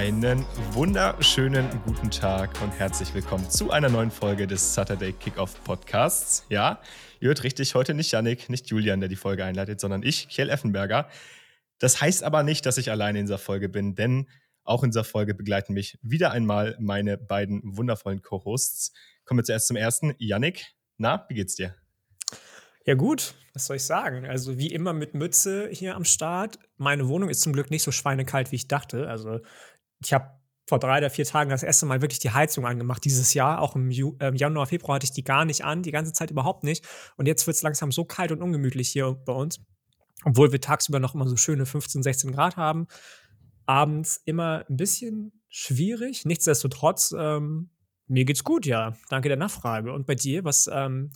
Einen wunderschönen guten Tag und herzlich willkommen zu einer neuen Folge des Saturday Kickoff Podcasts. Ja, ihr hört richtig, heute nicht Yannick, nicht Julian, der die Folge einleitet, sondern ich, Kjell Effenberger. Das heißt aber nicht, dass ich alleine in dieser Folge bin, denn auch in dieser Folge begleiten mich wieder einmal meine beiden wundervollen Co-Hosts. Kommen wir zuerst zum ersten. Yannick, na, wie geht's dir? Ja gut, was soll ich sagen? Also wie immer mit Mütze hier am Start. Meine Wohnung ist zum Glück nicht so schweinekalt, wie ich dachte. Also ich habe vor 3 oder 4 Tagen das erste Mal wirklich die Heizung angemacht dieses Jahr. Auch im Januar, Februar hatte ich die gar nicht an, die ganze Zeit überhaupt nicht. Und jetzt wird es langsam so kalt und ungemütlich hier bei uns. Obwohl wir tagsüber noch immer so schöne 15, 16 Grad haben. Abends immer ein bisschen schwierig. Nichtsdestotrotz, mir geht's gut, ja. Danke der Nachfrage. Und bei dir, was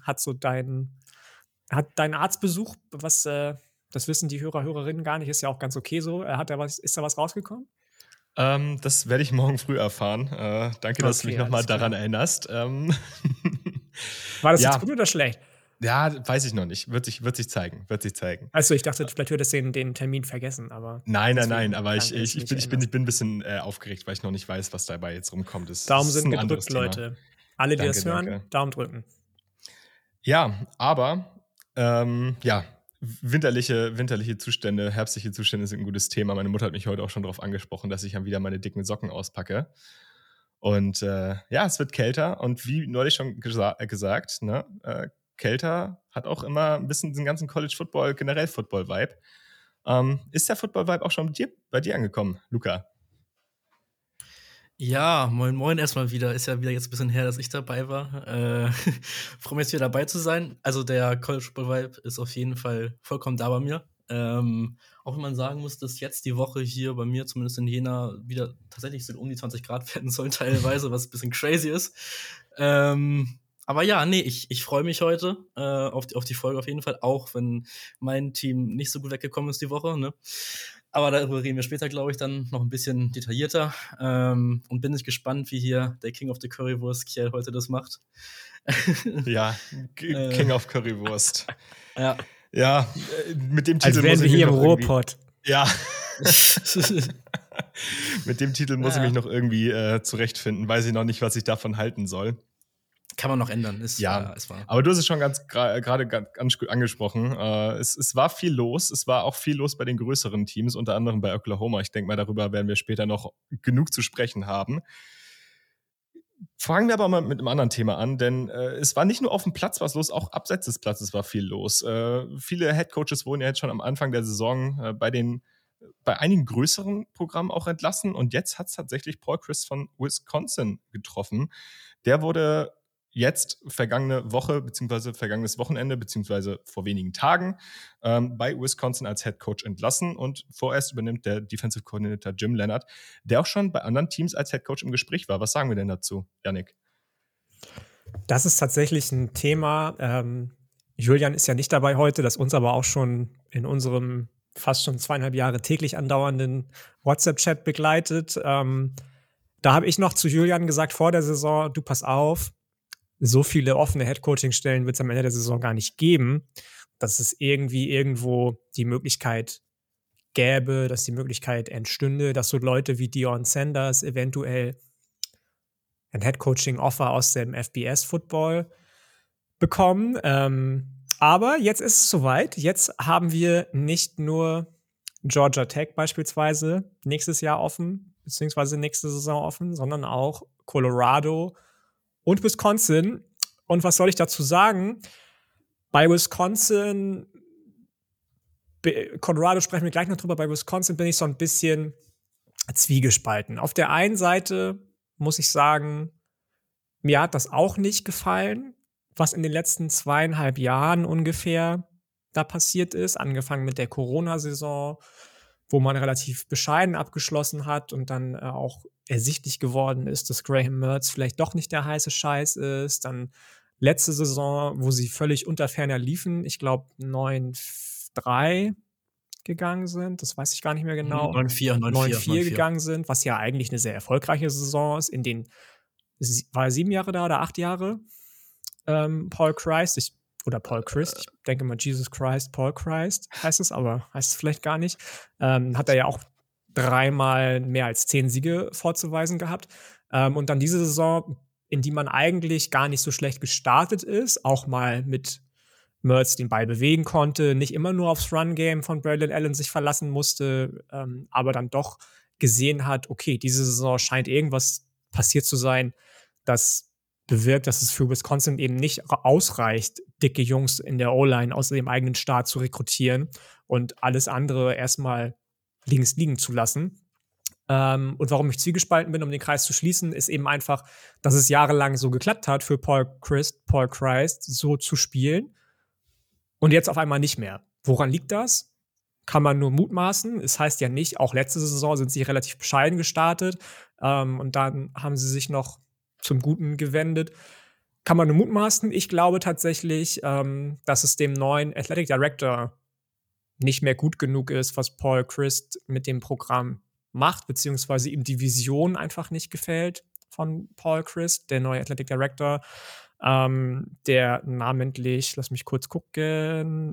hat dein Arztbesuch, das wissen die Hörerinnen gar nicht, ist ja auch ganz okay so. Ist da was rausgekommen? Das werde ich morgen früh erfahren. Danke, dass du mich Okay, nochmal alles klar. daran erinnerst. War das jetzt Ja, gut oder schlecht? ja, weiß ich noch nicht. Wird sich zeigen. Also, ich dachte, vielleicht du hättest den Termin vergessen, aber Nein, deswegen aber ich, danke, dass du ich, mich bin, ich, bin, erinnerst. ich bin ein bisschen aufgeregt, weil ich noch nicht weiß, was dabei jetzt rumkommt. Das Daumen ist sind ein anderes gedrückt, Thema. Leute. Alle, die Danke, das hören, danke. Daumen drücken. Ja, aber ja, winterliche Zustände, herbstliche Zustände sind ein gutes Thema. Meine Mutter hat mich heute auch schon darauf angesprochen, dass ich dann wieder meine dicken Socken auspacke. Und ja, es wird kälter und wie neulich schon gesagt, ne, kälter hat auch immer ein bisschen diesen ganzen College-Football, generell Football-Vibe. Ist der Football-Vibe auch schon bei dir angekommen, Luca? Ja, moin moin erstmal wieder. Ist ja wieder jetzt ein bisschen her, dass ich dabei war. Freue mich jetzt wieder dabei zu sein. Also der College Football Vibe ist auf jeden Fall vollkommen da bei mir. Auch wenn man sagen muss, dass jetzt die Woche hier bei mir, zumindest in Jena, wieder tatsächlich so um die 20 Grad werden sollen teilweise, was ein bisschen crazy ist. Aber ja, nee, ich freue mich heute auf die Folge auf jeden Fall, auch wenn mein Team nicht so gut weggekommen ist die Woche, ne? Aber darüber reden wir später, glaube ich, dann noch ein bisschen detaillierter. Und bin ich gespannt, wie hier der King of the Currywurst Kjell heute das macht. Ja, King of Currywurst. Ja. Ja, mit dem Titel Als wären muss wir ich mich hier im noch irgendwie. Ruhrpott. Ja, mit dem Titel muss ich mich noch irgendwie zurechtfinden. Weiß ich noch nicht, was ich davon halten soll. Kann man noch ändern. Ja, Es war. aber du hast es schon gerade ganz gut angesprochen. Es war viel los. Es war auch viel los bei den größeren Teams, unter anderem bei Oklahoma. Ich denke mal, darüber werden wir später noch genug zu sprechen haben. Fangen wir aber mal mit einem anderen Thema an, denn es war nicht nur auf dem Platz was los, auch abseits des Platzes war viel los. Viele Headcoaches wurden ja jetzt schon am Anfang der Saison bei einigen größeren Programmen auch entlassen und jetzt hat es tatsächlich Paul Chryst von Wisconsin getroffen. Der wurde jetzt vergangene Woche beziehungsweise vergangenes Wochenende beziehungsweise vor wenigen Tagen bei Wisconsin als Head Coach entlassen und vorerst übernimmt der Defensive Coordinator Jim Leonhard, der auch schon bei anderen Teams als Head Coach im Gespräch war. Was sagen wir denn dazu, Yannick? Das ist tatsächlich ein Thema. Julian ist ja nicht dabei heute, das uns aber auch schon in unserem fast schon 2,5 Jahre täglich andauernden WhatsApp-Chat begleitet. Da habe ich noch zu Julian gesagt vor der Saison, du pass auf, so viele offene Head-Coaching-Stellen wird es am Ende der Saison gar nicht geben, dass es irgendwie irgendwo die Möglichkeit gäbe, dass die Möglichkeit entstünde, dass so Leute wie Deion Sanders eventuell ein Head-Coaching-Offer aus dem FBS-Football bekommen. Aber jetzt ist es soweit. Jetzt haben wir nicht nur Georgia Tech beispielsweise nächstes Jahr offen, beziehungsweise nächste Saison offen, sondern auch Colorado und Wisconsin. Und was soll ich dazu sagen? Bei Colorado sprechen wir gleich noch drüber, bei Wisconsin bin ich so ein bisschen zwiegespalten. Auf der einen Seite muss ich sagen, mir hat das auch nicht gefallen, was in den letzten 2,5 Jahren ungefähr da passiert ist, angefangen mit der Corona-Saison, wo man relativ bescheiden abgeschlossen hat und dann auch ersichtlich geworden ist, dass Graham Mertz vielleicht doch nicht der heiße Scheiß ist. Dann letzte Saison, wo sie völlig unter ferner liefen, ich glaube 9-3 gegangen sind, das weiß ich gar nicht mehr genau. 9-4 gegangen sind, was ja eigentlich eine sehr erfolgreiche Saison ist. War er 7 Jahre da oder 8 Jahre? Paul Christ, ich denke mal Jesus Christ, Paul Christ heißt es, aber heißt es vielleicht gar nicht. Hat er ja auch 3-mal mehr als 10 Siege vorzuweisen gehabt. Und dann diese Saison, in die man eigentlich gar nicht so schlecht gestartet ist, auch mal mit Mertz den Ball bewegen konnte, nicht immer nur aufs Run-Game von Braylon Allen sich verlassen musste, aber dann doch gesehen hat, okay, diese Saison scheint irgendwas passiert zu sein, das bewirkt, dass es für Wisconsin eben nicht ausreicht, dicke Jungs in der O-Line aus dem eigenen Staat zu rekrutieren und alles andere erstmal links liegen zu lassen. Und warum ich zwiegespalten bin, um den Kreis zu schließen, ist eben einfach, dass es jahrelang so geklappt hat für Paul Christ so zu spielen und jetzt auf einmal nicht mehr. Woran liegt das? Kann man nur mutmaßen. Es heißt ja nicht, auch letzte Saison sind sie relativ bescheiden gestartet und dann haben sie sich noch zum Guten gewendet. Kann man nur mutmaßen. Ich glaube tatsächlich, dass es dem neuen Athletic Director nicht mehr gut genug ist, was Paul Christ mit dem Programm macht, beziehungsweise ihm die Vision einfach nicht gefällt von Paul Christ, der neue Athletic Director, der namentlich, lass mich kurz gucken,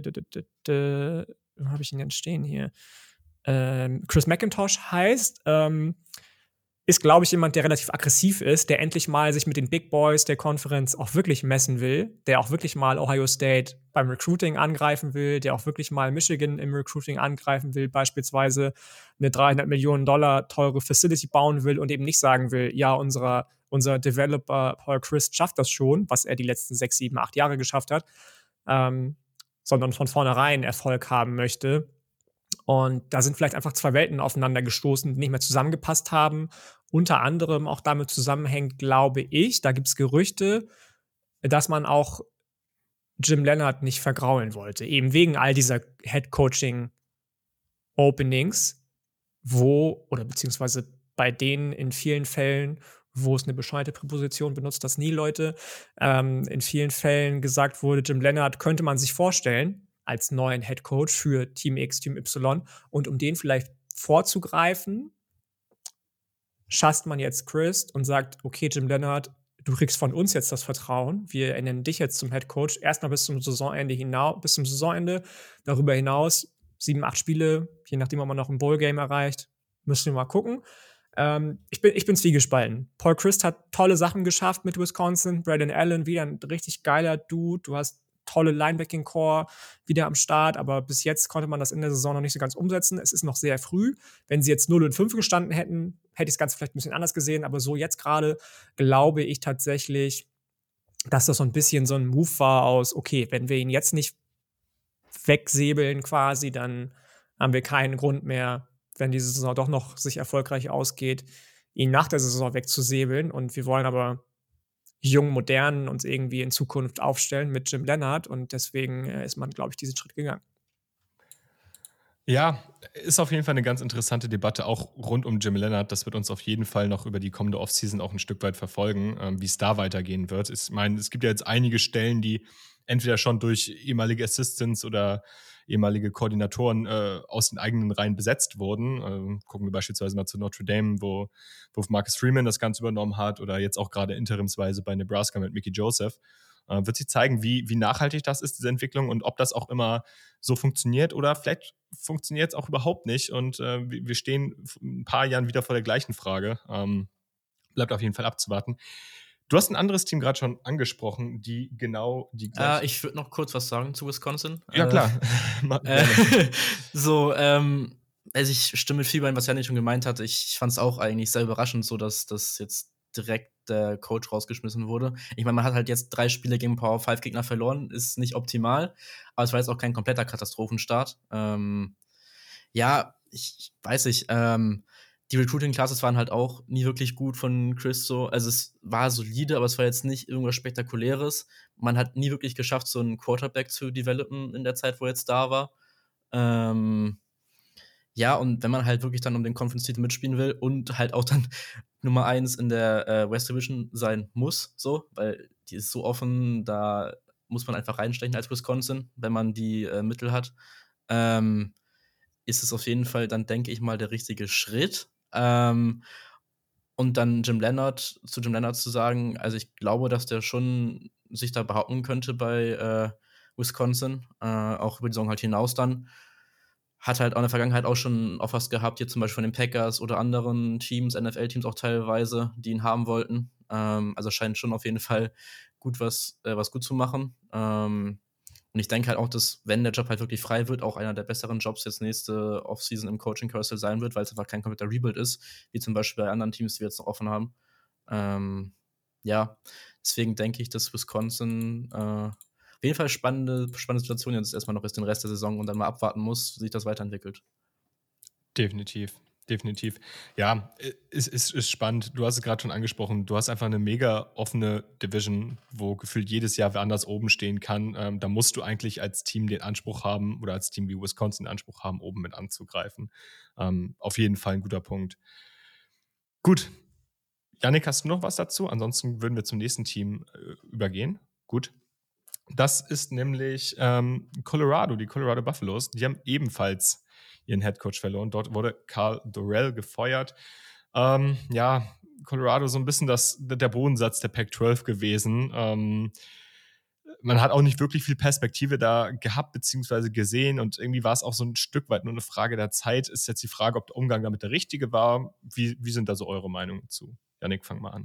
wo habe ich ihn denn stehen hier? Chris McIntosh heißt, ist, glaube ich, jemand, der relativ aggressiv ist, der endlich mal sich mit den Big Boys der Conference auch wirklich messen will, der auch wirklich mal Ohio State beim Recruiting angreifen will, der auch wirklich mal Michigan im Recruiting angreifen will, beispielsweise eine $300 Millionen teure Facility bauen will und eben nicht sagen will, ja, unser Developer Paul Christ schafft das schon, was er die letzten 6, 7, 8 Jahre geschafft hat, sondern von vornherein Erfolg haben möchte. Und da sind vielleicht einfach 2 Welten aufeinander gestoßen, die nicht mehr zusammengepasst haben. Unter anderem auch damit zusammenhängt, glaube ich, da gibt es Gerüchte, dass man auch Jim Leonhard nicht vergraulen wollte. Eben wegen all dieser Head-Coaching-Openings, beziehungsweise bei denen in vielen Fällen, wo es eine bescheuerte Präposition benutzt, das nie Leute, in vielen Fällen gesagt wurde, Jim Leonhard könnte man sich vorstellen als neuen Headcoach für Team X, Team Y. Und um den vielleicht vorzugreifen, schasst man jetzt Christ und sagt, okay, Jim Leonhard, du kriegst von uns jetzt das Vertrauen. Wir ernennen dich jetzt zum Headcoach. Erstmal bis zum Saisonende. Darüber hinaus 7, 8 Spiele, je nachdem, ob man noch ein Bowl-Game erreicht, müssen wir mal gucken. Ich bin zwiegespalten. Paul Christ hat tolle Sachen geschafft mit Wisconsin. Braylon Allen, wieder ein richtig geiler Dude. Du hast tolle Linebacking-Core wieder am Start, aber bis jetzt konnte man das in der Saison noch nicht so ganz umsetzen. Es ist noch sehr früh. Wenn sie jetzt 0-5 gestanden hätten, hätte ich es ganz vielleicht ein bisschen anders gesehen, aber so jetzt gerade glaube ich tatsächlich, dass das so ein bisschen so ein Move war aus, okay, wenn wir ihn jetzt nicht wegsäbeln quasi, dann haben wir keinen Grund mehr, wenn diese Saison doch noch sich erfolgreich ausgeht, ihn nach der Saison wegzusäbeln und wir wollen aber jung, modern uns irgendwie in Zukunft aufstellen mit Jim Leonhard und deswegen ist man, glaube ich, diesen Schritt gegangen. Ja, ist auf jeden Fall eine ganz interessante Debatte, auch rund um Jim Leonhard. Das wird uns auf jeden Fall noch über die kommende Offseason auch ein Stück weit verfolgen, wie es da weitergehen wird. Ich meine, es gibt ja jetzt einige Stellen, die entweder schon durch ehemalige Assistants oder ehemalige Koordinatoren aus den eigenen Reihen besetzt wurden. Gucken wir beispielsweise mal zu Notre Dame, wo Marcus Freeman das Ganze übernommen hat oder jetzt auch gerade interimsweise bei Nebraska mit Mickey Joseph. Wird sich zeigen, wie nachhaltig das ist, diese Entwicklung und ob das auch immer so funktioniert oder vielleicht funktioniert es auch überhaupt nicht und wir stehen in ein paar Jahren wieder vor der gleichen Frage. Bleibt auf jeden Fall abzuwarten. Du hast ein anderes Team gerade schon angesprochen, die genau die gleiche... Ich würde noch kurz was sagen zu Wisconsin. Ja, klar. Also ich stimme viel bei, was Janni schon gemeint hat. Ich fand es auch eigentlich sehr überraschend, so dass das jetzt direkt der Coach rausgeschmissen wurde. Ich meine, man hat halt jetzt 3 Spiele gegen Power 5 Gegner verloren, ist nicht optimal, aber es war jetzt auch kein kompletter Katastrophenstart. Ja, ich weiß nicht, die Recruiting-Classes waren halt auch nie wirklich gut von Chris so. Also es war solide, aber es war jetzt nicht irgendwas Spektakuläres. Man hat nie wirklich geschafft, so einen Quarterback zu developen in der Zeit, wo er jetzt da war. Ja, und wenn man halt wirklich dann um den Conference-Titel mitspielen will und halt auch dann Nummer 1 in der West Division sein muss, so, weil die ist so offen, da muss man einfach reinstechen als Wisconsin, wenn man die Mittel hat, ist es auf jeden Fall dann, denke ich mal, der richtige Schritt. Und dann Jim Leonhard zu sagen, also ich glaube, dass der schon sich da behaupten könnte bei Wisconsin, auch über die Saison halt hinaus dann. hat halt auch in der Vergangenheit auch schon Offers gehabt, hier zum Beispiel von den Packers oder anderen Teams, NFL-Teams auch teilweise, die ihn haben wollten. Also scheint schon auf jeden Fall gut was gut zu machen. Und ich denke halt auch, dass, wenn der Job halt wirklich frei wird, auch einer der besseren Jobs jetzt nächste Offseason im Coaching-Carousel sein wird, weil es einfach kein kompletter Rebuild ist, wie zum Beispiel bei anderen Teams, die wir jetzt noch offen haben. Ja, deswegen denke ich, dass Wisconsin auf jeden Fall spannende Situation jetzt erstmal noch ist den Rest der Saison und dann mal abwarten muss, wie sich das weiterentwickelt. Definitiv. Ja, es ist spannend. Du hast es gerade schon angesprochen. Du hast einfach eine mega offene Division, wo gefühlt jedes Jahr wer anders oben stehen kann. Da musst du eigentlich als Team den Anspruch haben oder als Team wie Wisconsin den Anspruch haben, oben mit anzugreifen. Auf jeden Fall ein guter Punkt. Gut. Yannick, hast du noch was dazu? Ansonsten würden wir zum nächsten Team übergehen. Gut. Das ist nämlich Colorado, die Colorado Buffaloes. Die haben ebenfalls ihren Headcoach verloren. Dort wurde Karl Dorrell gefeuert. Colorado so ein bisschen der Bodensatz der Pac-12 gewesen. Man hat auch nicht wirklich viel Perspektive da gehabt bzw. gesehen und irgendwie war es auch so ein Stück weit nur eine Frage der Zeit. Ist jetzt die Frage, ob der Umgang damit der richtige war. Wie sind da so eure Meinungen zu? Yannick, fang mal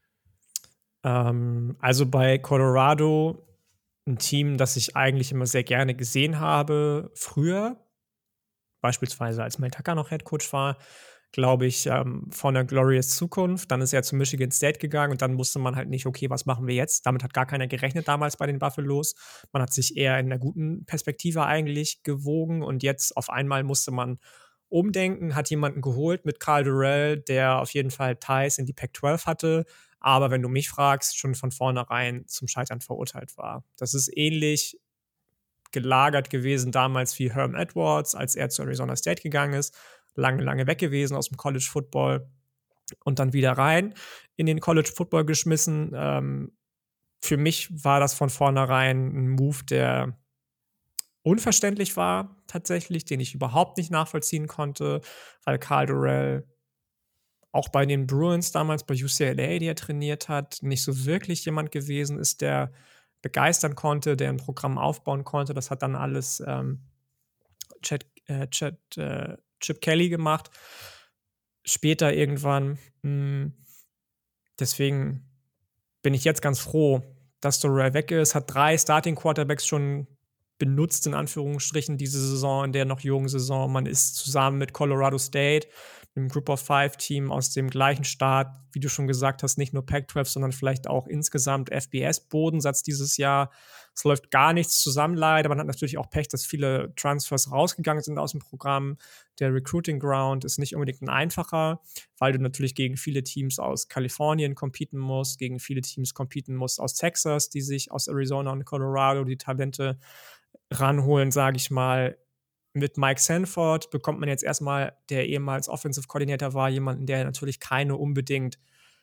an. Also bei Colorado ein Team, das ich eigentlich immer sehr gerne gesehen habe, früher, beispielsweise als Mel Tucker noch Headcoach war, glaube ich, von einer glorious Zukunft. Dann ist er zu Michigan State gegangen und dann wusste man halt nicht, okay, was machen wir jetzt? Damit hat gar keiner gerechnet damals bei den Buffaloes. Man hat sich eher in einer guten Perspektive eigentlich gewogen und jetzt auf einmal musste man umdenken, hat jemanden geholt mit Karl Dorrell, der auf jeden Fall Ties in die Pac-12 hatte, aber wenn du mich fragst, schon von vornherein zum Scheitern verurteilt war. Das ist ähnlich gelagert gewesen damals wie Herm Edwards, als er zu Arizona State gegangen ist. Lange weg gewesen aus dem College Football und dann wieder rein in den College Football geschmissen. Für mich war das von vornherein ein Move, der unverständlich war, tatsächlich, den ich überhaupt nicht nachvollziehen konnte, weil Karl Dorrell auch bei den Bruins damals bei UCLA, die er trainiert hat, nicht so wirklich jemand gewesen ist, der begeistern konnte, der ein Programm aufbauen konnte. Das hat dann alles Chip Kelly gemacht. Später irgendwann. Deswegen bin ich jetzt ganz froh, dass Dorrell weg ist. Hat 3 Starting-Quarterbacks schon benutzt, in Anführungsstrichen, diese Saison, in der noch jungen Saison. Man ist zusammen mit Colorado State, einem Group of 5 Team aus dem gleichen Staat, wie du schon gesagt hast, nicht nur Pac-12, sondern vielleicht auch insgesamt FBS-Bodensatz dieses Jahr. Es läuft gar nichts zusammen leider. Man hat natürlich auch Pech, dass viele Transfers rausgegangen sind aus dem Programm. Der Recruiting Ground ist nicht unbedingt ein einfacher, weil du natürlich gegen viele Teams aus Kalifornien competen musst, gegen viele Teams competen musst aus Texas, die sich aus Arizona und Colorado die Talente ranholen, sage ich mal. Mit Mike Sanford bekommt man jetzt erstmal, der ehemals Offensive Coordinator war, jemanden, der natürlich keine unbedingt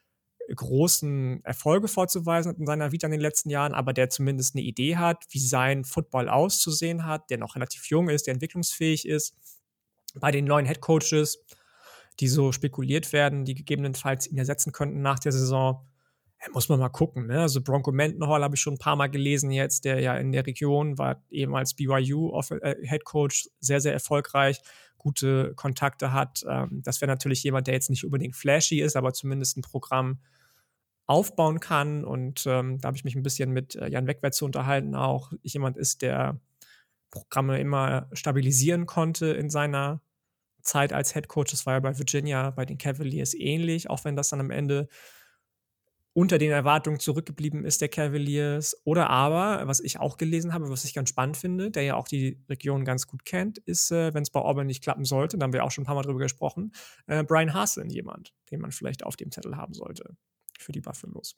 großen Erfolge vorzuweisen hat in seiner Vita in den letzten Jahren, aber der zumindest eine Idee hat, wie sein Football auszusehen hat, der noch relativ jung ist, der entwicklungsfähig ist. Bei den neuen Headcoaches, die so spekuliert werden, die gegebenenfalls ihn ersetzen könnten nach der Saison, muss man mal gucken. Ne? Also Bronco Mendenhall habe ich schon ein paar Mal gelesen jetzt, der ja in der Region war, ehemals BYU Headcoach, sehr, sehr erfolgreich, gute Kontakte hat. Das wäre natürlich jemand, der jetzt nicht unbedingt flashy ist, aber zumindest ein Programm aufbauen kann. Und da habe ich mich ein bisschen mit Jan Wegwert zu unterhalten, auch jemand ist, der Programme immer stabilisieren konnte in seiner Zeit als Headcoach. Das war ja bei Virginia, bei den Cavaliers ähnlich, auch wenn das dann am Ende unter den Erwartungen zurückgeblieben ist der Cavaliers. Oder aber, was ich auch gelesen habe, was ich ganz spannend finde, der ja auch die Region ganz gut kennt, ist, wenn es bei Auburn nicht klappen sollte, da haben wir auch schon ein paar Mal drüber gesprochen, Brian Haslin jemand, den man vielleicht auf dem Zettel haben sollte für die Buffaloes.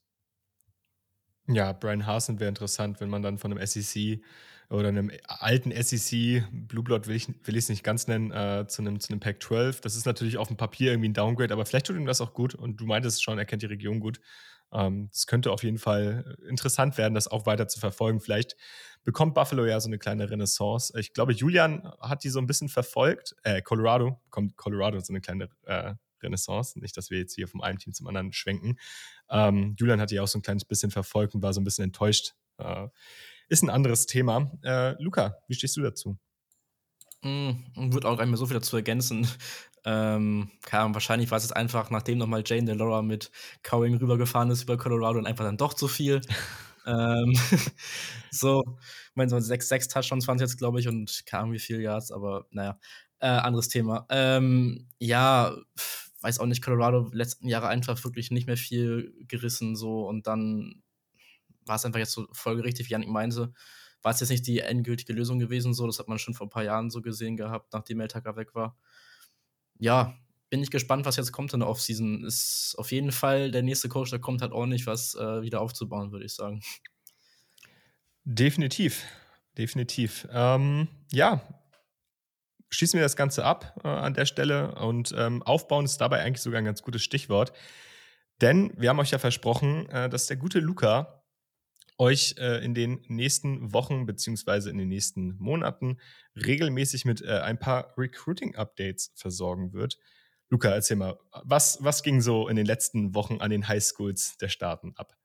Ja, Brian Haslin wäre interessant, wenn man dann von einem SEC oder einem alten SEC, Blue Blood will ich es nicht ganz nennen, zu einem Pac-12. Das ist natürlich auf dem Papier irgendwie ein Downgrade, aber vielleicht tut ihm das auch gut. Und du meintest schon, er kennt die Region gut. Das könnte auf jeden Fall interessant werden, das auch weiter zu verfolgen. Vielleicht bekommt Buffalo ja so eine kleine Renaissance. Ich glaube, Julian hat die so ein bisschen verfolgt. Colorado bekommt so eine kleine Renaissance. Nicht, dass wir jetzt hier vom einen Team zum anderen schwenken. Julian hat die auch so ein kleines bisschen verfolgt und war so ein bisschen enttäuscht. Ist ein anderes Thema. Luca, wie stehst du dazu? Würde auch gar nicht mehr so viel dazu ergänzen. Keine Ahnung, wahrscheinlich war es jetzt einfach, nachdem nochmal Jane DeLora mit Cowing rübergefahren ist über Colorado und einfach dann doch zu viel. ähm, so, ich meine, so 6 Touchdowns waren es jetzt, glaube ich, und keine Ahnung, wie viel Yards, aber naja, anderes Thema. Ja, weiß auch nicht, Colorado letzten Jahre einfach wirklich nicht mehr viel gerissen, so, und dann war es einfach jetzt so folgerichtig, wie Janik meinte, war es jetzt nicht die endgültige Lösung gewesen, so, das hat man schon vor ein paar Jahren so gesehen gehabt, nachdem Mel Tucker weg war. Ja, bin ich gespannt, was jetzt kommt in der Offseason. Ist auf jeden Fall der nächste Coach, der kommt, hat ordentlich was wieder aufzubauen, würde ich sagen. Definitiv. Ja, schließen wir das Ganze ab an der Stelle und aufbauen ist dabei eigentlich sogar ein ganz gutes Stichwort. Denn wir haben euch ja versprochen, dass der gute Luca euch in den nächsten Wochen beziehungsweise in den nächsten Monaten regelmäßig mit ein paar Recruiting-Updates versorgen wird. Luca, erzähl mal, was ging so in den letzten Wochen an den Highschools der Staaten ab?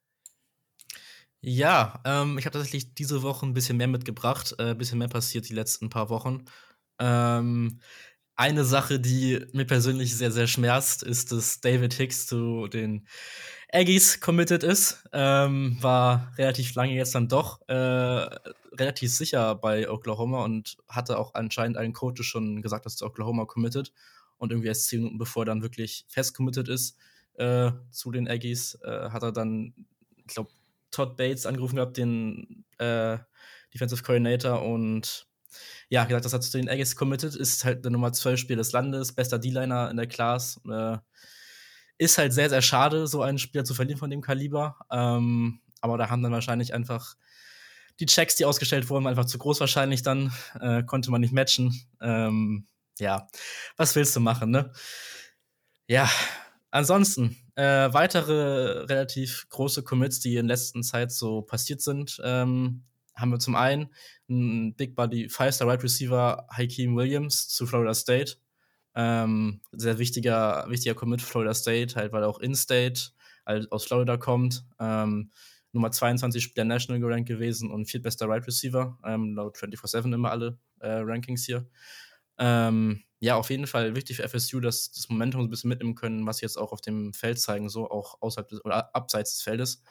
Ja, ich habe tatsächlich diese Woche ein bisschen mehr mitgebracht, ein bisschen mehr passiert die letzten paar Wochen. Eine Sache, die mir persönlich sehr, sehr schmerzt, ist, dass David Hicks zu den Aggies committed ist. War relativ lange jetzt dann doch relativ sicher bei Oklahoma und hatte auch anscheinend allen Coaches schon gesagt, dass er zu Oklahoma committed. Und irgendwie erst 10 Minuten bevor er dann wirklich fest committed ist zu den Aggies, hat er dann, ich glaube, Todd Bates angerufen gehabt, den Defensive Coordinator, und ja, gesagt, das hat zu den Aggies committed, ist halt der Nummer 12 Spieler des Landes, bester D-Liner in der Class. Ist halt sehr, sehr schade, so einen Spieler zu verlieren von dem Kaliber. Aber da haben dann wahrscheinlich einfach die Checks, die ausgestellt wurden, einfach zu groß wahrscheinlich dann. Konnte man nicht matchen. Ja, was willst du machen, ne? Ja, ansonsten, weitere relativ große Commits, die in letzter Zeit so passiert sind, haben wir zum einen einen Big Body 5-Star Wide Receiver Hakeem Williams zu Florida State. Sehr wichtiger Commit für Florida State, halt, weil er auch In-State halt aus Florida kommt. Nummer 22 Spieler National gerankt gewesen und viertbester Wide Receiver, laut 24/7 immer alle Rankings hier. Ja, auf jeden Fall wichtig für FSU, dass das Momentum so ein bisschen mitnehmen können, was sie jetzt auch auf dem Feld zeigen, so auch außerhalb des oder abseits des Feldes.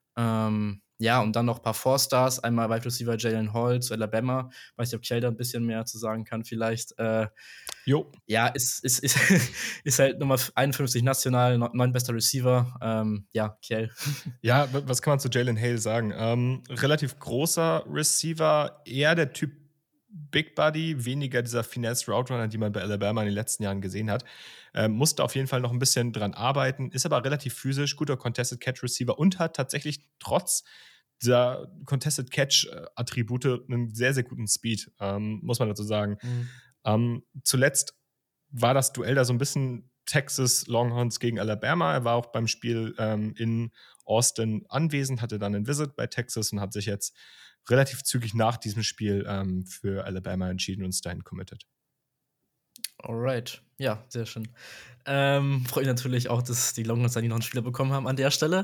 Ja, und dann noch ein paar Four-Stars. Einmal Wide Receiver Jalen Hall zu Alabama. Weiß nicht, ob Kjell da ein bisschen mehr zu sagen kann, vielleicht. Jo. Ja, ist halt Nummer 51 national, 9 bester Receiver. Ja, Kjell. Ja, was kann man zu Jalen Hale sagen? Relativ großer Receiver, eher der Typ Big Body, weniger dieser Finesse Route Runner, die man bei Alabama in den letzten Jahren gesehen hat. Musste auf jeden Fall noch ein bisschen dran arbeiten, ist aber relativ physisch, guter Contested Catch Receiver und hat tatsächlich trotz dieser Contested Catch Attribute einen sehr, sehr guten Speed, muss man dazu sagen. Zuletzt war das Duell da so ein bisschen Texas Longhorns gegen Alabama. Er war auch beim Spiel in Austin anwesend, hatte dann einen Visit bei Texas und hat sich jetzt relativ zügig nach diesem Spiel für Alabama entschieden und ist dahin committed. Alright, ja, sehr schön. Freut mich natürlich auch, dass die Longhorns dann noch einen Spieler bekommen haben an der Stelle.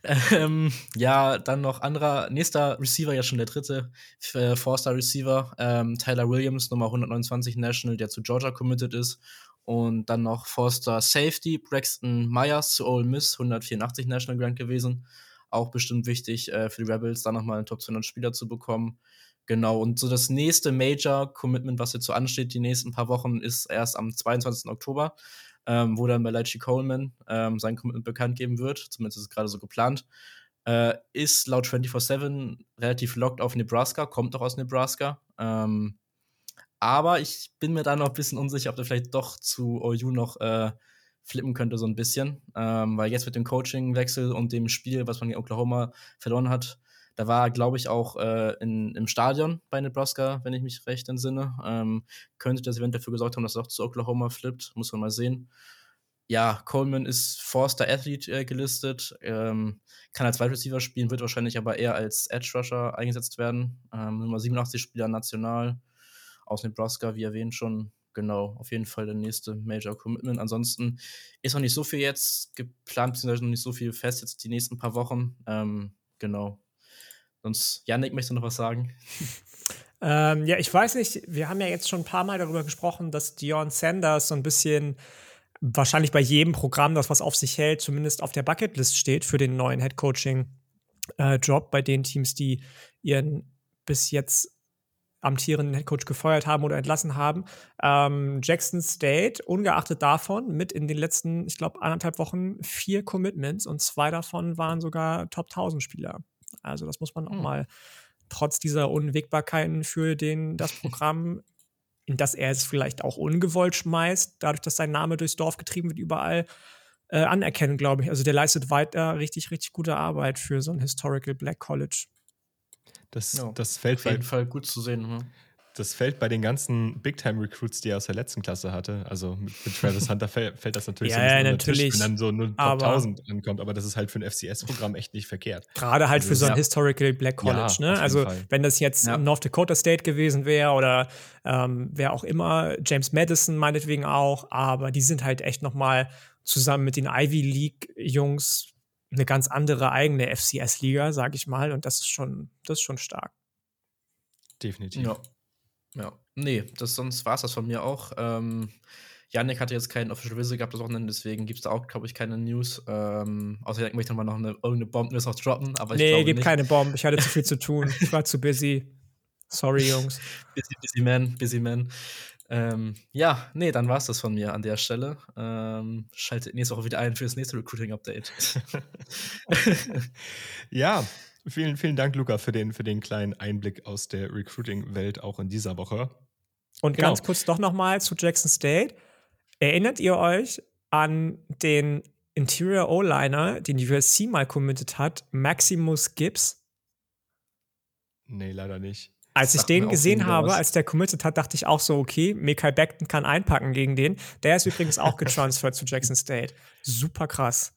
Ja, dann noch nächster Receiver, ja schon der dritte Four-Star-Receiver, Tyler Williams, Nummer 129 National, der zu Georgia committed ist. Und dann noch Four-Star Safety, Braxton Myers zu Ole Miss, 184 National Grant gewesen. Auch bestimmt wichtig für die Rebels, da nochmal einen Top 200 Spieler zu bekommen. Genau, und so das nächste Major-Commitment, was jetzt so ansteht, die nächsten paar Wochen, ist erst am 22. Oktober, wo dann Malachi Coleman sein Commitment bekannt geben wird. Zumindest ist es gerade so geplant. Ist laut 24/7 relativ locked auf Nebraska, kommt auch aus Nebraska. Aber ich bin mir da noch ein bisschen unsicher, ob der vielleicht doch zu OU noch flippen könnte, so ein bisschen. Weil jetzt mit dem Coaching-Wechsel und dem Spiel, was man gegen Oklahoma verloren hat, da war er, glaube ich, auch im Stadion bei Nebraska, wenn ich mich recht entsinne. Könnte das Event dafür gesorgt haben, dass er auch zu Oklahoma flippt. Muss man mal sehen. Ja, Coleman ist Four-Star Athlete gelistet. Kann als Wide Receiver spielen, wird wahrscheinlich aber eher als Edge Rusher eingesetzt werden. Nummer 87 Spieler national aus Nebraska, wie erwähnt schon. Genau, auf jeden Fall der nächste Major Commitment. Ansonsten ist noch nicht so viel jetzt geplant, beziehungsweise noch nicht so viel fest jetzt die nächsten paar Wochen. Genau. Sonst, Yannick, möchtest du noch was sagen? Ja, ich weiß nicht, wir haben ja jetzt schon ein paar Mal darüber gesprochen, dass Deion Sanders so ein bisschen wahrscheinlich bei jedem Programm, das was auf sich hält, zumindest auf der Bucketlist steht für den neuen Headcoaching-Job bei den Teams, die ihren bis jetzt amtierenden Headcoach gefeuert haben oder entlassen haben. Jackson State, ungeachtet davon, mit in den letzten, ich glaube, 1,5 Wochen 4 Commitments und 2 davon waren sogar Top-1000-Spieler. Also das muss man auch mal trotz dieser Unwägbarkeiten für das Programm, in das er es vielleicht auch ungewollt schmeißt, dadurch, dass sein Name durchs Dorf getrieben wird, überall anerkennen, glaube ich. Also der leistet weiter richtig, richtig gute Arbeit für so ein Historical Black College. Das fällt auf jeden Fall gut zu sehen. Ne? Das fällt bei den ganzen Big-Time-Recruits, die er aus der letzten Klasse hatte. Also mit Travis Hunter fällt das natürlich so ein bisschen unter den Tisch, wenn dann so nur Top 1000 ankommt. Aber das ist halt für ein FCS-Programm echt nicht verkehrt. Gerade halt für so ein Historical Black College. Ne? Also wenn das jetzt North Dakota State gewesen wäre oder wer auch immer, James Madison meinetwegen auch. Aber die sind halt echt noch mal zusammen mit den Ivy League-Jungs eine ganz andere eigene FCS-Liga, sag ich mal. Und das ist schon stark. Definitiv. Ja, nee, sonst war es das von mir auch. Yannick hatte jetzt keinen Official Visit gehabt das Wochenende, deswegen gibt es da auch, glaube ich, keine News. Außer ich möchte nochmal irgendeine Bomben-News auch droppen. Aber nee, gibt keine Bomben. Ich hatte zu viel zu tun. Ich war zu busy. Sorry, Jungs. Busy man. Ja, nee, dann war es das von mir an der Stelle. Schaltet nächste Woche wieder ein für das nächste Recruiting-Update. Ja, vielen Dank, Luca, für den kleinen Einblick aus der Recruiting-Welt auch in dieser Woche. Und ganz kurz doch nochmal zu Jackson State. Erinnert ihr euch an den Interior O-Liner, den die USC mal committed hat, Maximus Gibbs? Nee, leider nicht. Als ich den gesehen habe, als der committed hat, dachte ich auch so, okay, Mekhi Becton kann einpacken gegen den. Der ist übrigens auch getransfert zu Jackson State. Super krass.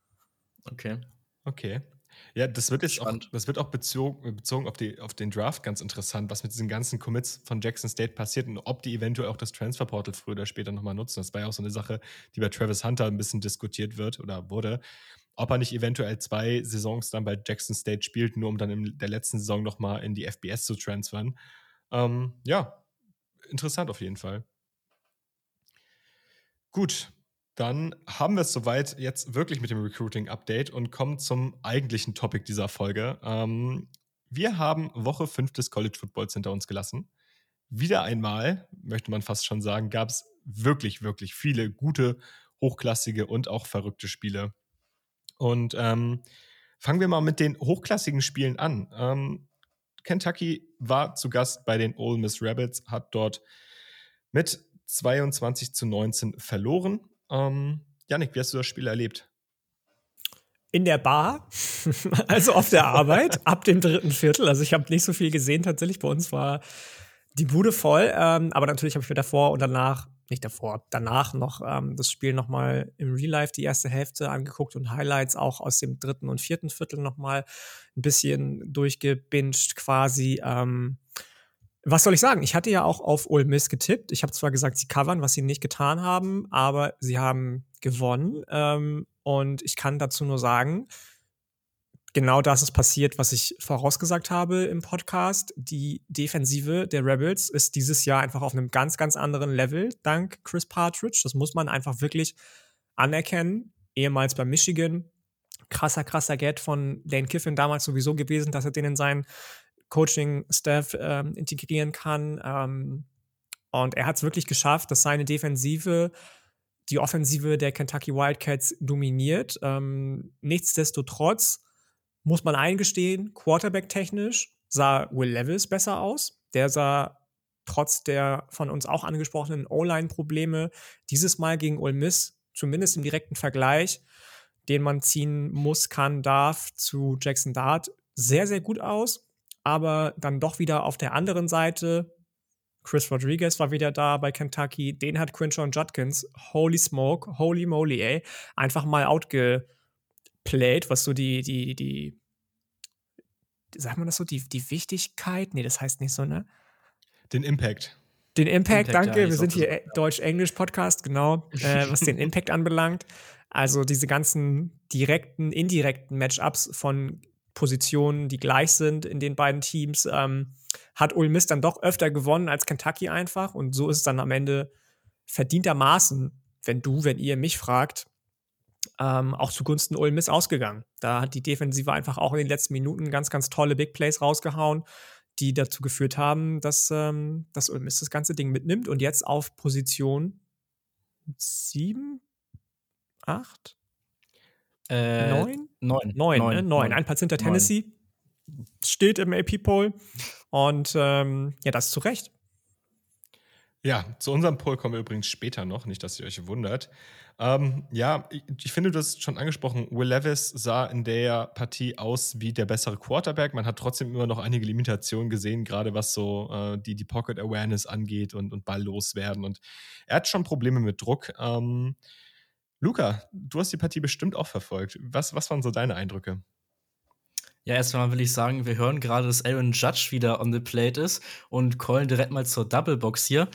Okay. Ja, das wird auch bezogen auf den Draft ganz interessant, was mit diesen ganzen Commits von Jackson State passiert und ob die eventuell auch das Transferportal früher oder später nochmal nutzen. Das war ja auch so eine Sache, die bei Travis Hunter ein bisschen diskutiert wird oder wurde. Ob er nicht eventuell 2 Saisons dann bei Jackson State spielt, nur um dann in der letzten Saison nochmal in die FBS zu transfern. Ja, interessant auf jeden Fall. Gut. Dann haben wir es soweit jetzt wirklich mit dem Recruiting-Update und kommen zum eigentlichen Topic dieser Folge. Wir haben Woche 5 des College Footballs hinter uns gelassen. Wieder einmal, möchte man fast schon sagen, gab es wirklich, wirklich viele gute, hochklassige und auch verrückte Spiele. Und fangen wir mal mit den hochklassigen Spielen an. Kentucky war zu Gast bei den Ole Miss Rabbits, hat dort mit 22-19 verloren. Yannick, wie hast du das Spiel erlebt? In der Bar, also auf der Arbeit, ab dem 3. Viertel. Also ich habe nicht so viel gesehen tatsächlich. Bei uns war die Bude voll. Aber natürlich habe ich mir danach noch das Spiel nochmal im Real Life die erste Hälfte angeguckt und Highlights auch aus dem 3. und 4. Viertel nochmal ein bisschen durchgebinged quasi. Was soll ich sagen? Ich hatte ja auch auf Ole Miss getippt. Ich habe zwar gesagt, sie covern, was sie nicht getan haben, aber sie haben gewonnen. Und ich kann dazu nur sagen, genau das ist passiert, was ich vorausgesagt habe im Podcast. Die Defensive der Rebels ist dieses Jahr einfach auf einem ganz, ganz anderen Level, dank Chris Partridge. Das muss man einfach wirklich anerkennen. Ehemals bei Michigan. Krasser Get von Lane Kiffin damals sowieso gewesen, dass er den in seinen Coaching-Staff integrieren kann. Und er hat es wirklich geschafft, dass seine Defensive die Offensive der Kentucky Wildcats dominiert. Nichtsdestotrotz muss man eingestehen, Quarterback-technisch sah Will Levis besser aus. Der sah trotz der von uns auch angesprochenen O-Line-Probleme dieses Mal gegen Ole Miss, zumindest im direkten Vergleich, den man ziehen muss, kann, darf, zu Jackson Dart, sehr, sehr gut aus. Aber dann doch wieder auf der anderen Seite, Chris Rodriguez war wieder da bei Kentucky, den hat Quinshon Judkins, holy smoke, holy moly, ey, einfach mal outgeplayed, was so die sagt man das so, die Wichtigkeit? Nee, das heißt nicht so, ne? Den Impact. Den Impact, danke, ja, wir sind hier Deutsch-Englisch-Podcast, genau, was den Impact anbelangt. Also diese ganzen direkten, indirekten Matchups von Positionen, die gleich sind in den beiden Teams, hat Ole Miss dann doch öfter gewonnen als Kentucky einfach. Und so ist es dann am Ende verdientermaßen, wenn ihr mich fragt, auch zugunsten Ole Miss ausgegangen. Da hat die Defensive einfach auch in den letzten Minuten ganz, ganz tolle Big Plays rausgehauen, die dazu geführt haben, dass Ole Miss das ganze Ding mitnimmt und jetzt auf Position 7, 8, 9? 9. Ein Platz hinter Tennessee steht im AP-Poll. Und das zu Recht. Ja, zu unserem Poll kommen wir übrigens später noch, nicht, dass ihr euch wundert. Ich finde, du hast schon angesprochen, Will Levis sah in der Partie aus wie der bessere Quarterback. Man hat trotzdem immer noch einige Limitationen gesehen, gerade was so die Pocket Awareness angeht und Ball loswerden. Und er hat schon Probleme mit Druck. Luca, du hast die Partie bestimmt auch verfolgt. Was waren so deine Eindrücke? Ja, erstmal will ich sagen, wir hören gerade, dass Aaron Judge wieder on the plate ist und callen direkt mal zur Doublebox hier.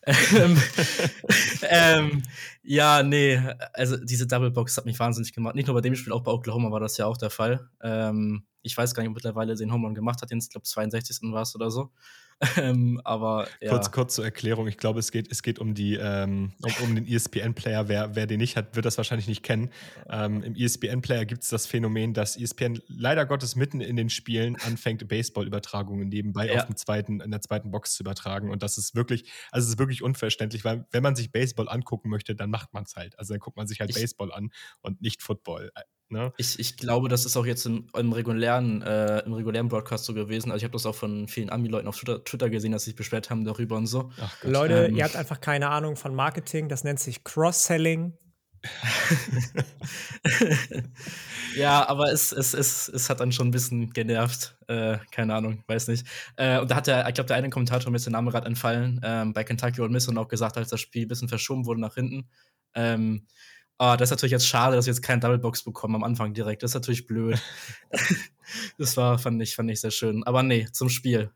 Also diese Doublebox hat mich wahnsinnig gemacht. Nicht nur bei dem Spiel, auch bei Oklahoma war das ja auch der Fall. Ich weiß gar nicht, ob mittlerweile den Home Run gemacht hat, den ich glaube 62. war es oder so. Aber ja. Kurz zur Erklärung, ich glaube, es geht um den ESPN-Player. Wer den nicht hat, wird das wahrscheinlich nicht kennen. Im ESPN-Player gibt es das Phänomen, dass ESPN leider Gottes mitten in den Spielen anfängt, Baseball-Übertragungen nebenbei in der zweiten Box zu übertragen. Und das ist wirklich unverständlich, weil wenn man sich Baseball angucken möchte, dann macht man es halt. Also dann guckt man sich halt Baseball an und nicht Football. Ne? Ich glaube, das ist auch jetzt im regulären Broadcast so gewesen. Also ich habe das auch von vielen Ami-Leuten auf Twitter gesehen, dass sie sich beschwert haben darüber und so. Leute, ihr habt einfach keine Ahnung von Marketing. Das nennt sich Cross-Selling. Ja, aber es hat dann schon ein bisschen genervt. Keine Ahnung, weiß nicht. Und da hat ich glaube, der eine Kommentator, mir ist der Name gerade entfallen, bei Kentucky Ole Miss und auch gesagt, als das Spiel ein bisschen verschoben wurde nach hinten. Das ist natürlich jetzt schade, dass wir jetzt keine Doublebox bekommen am Anfang direkt. Das ist natürlich blöd. Das fand ich sehr schön. Aber nee, zum Spiel.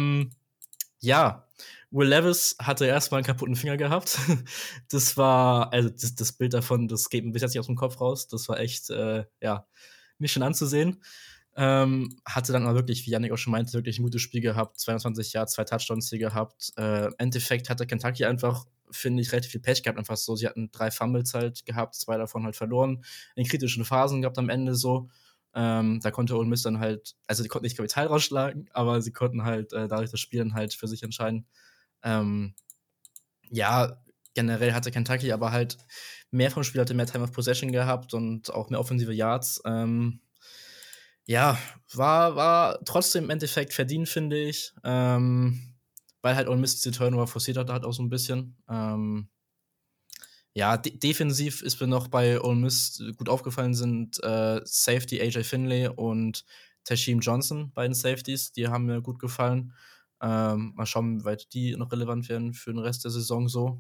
Will Levis hatte erstmal einen kaputten Finger gehabt. Das war, also das Bild davon, das geht mir bis jetzt nicht aus dem Kopf raus. Das war echt, nicht schön anzusehen. Hatte dann aber wirklich, wie Yannick auch schon meinte, wirklich ein gutes Spiel gehabt. 22 Yards, 2 Touchdowns hier gehabt. Im Endeffekt hatte Kentucky einfach, finde ich, relativ viel Pech gehabt. Einfach so, sie hatten 3 Fumbles halt gehabt, 2 davon halt verloren. In kritischen Phasen gehabt am Ende so. Da konnte Ole Miss dann halt, also die konnten nicht Kapital rausschlagen, aber sie konnten halt dadurch das Spiel dann halt für sich entscheiden. Generell hatte Kentucky aber halt mehr vom Spiel, hatte mehr Time of Possession gehabt und auch mehr offensive Yards. War trotzdem im Endeffekt verdient, finde ich. Weil halt Ole Miss diese Turnover forciert hat auch so ein bisschen. Defensiv ist mir noch bei Ole Miss gut aufgefallen sind Safety AJ Finley und Tashim Johnson, beiden Safeties, die haben mir gut gefallen. Mal schauen, wie weit die noch relevant werden für den Rest der Saison so.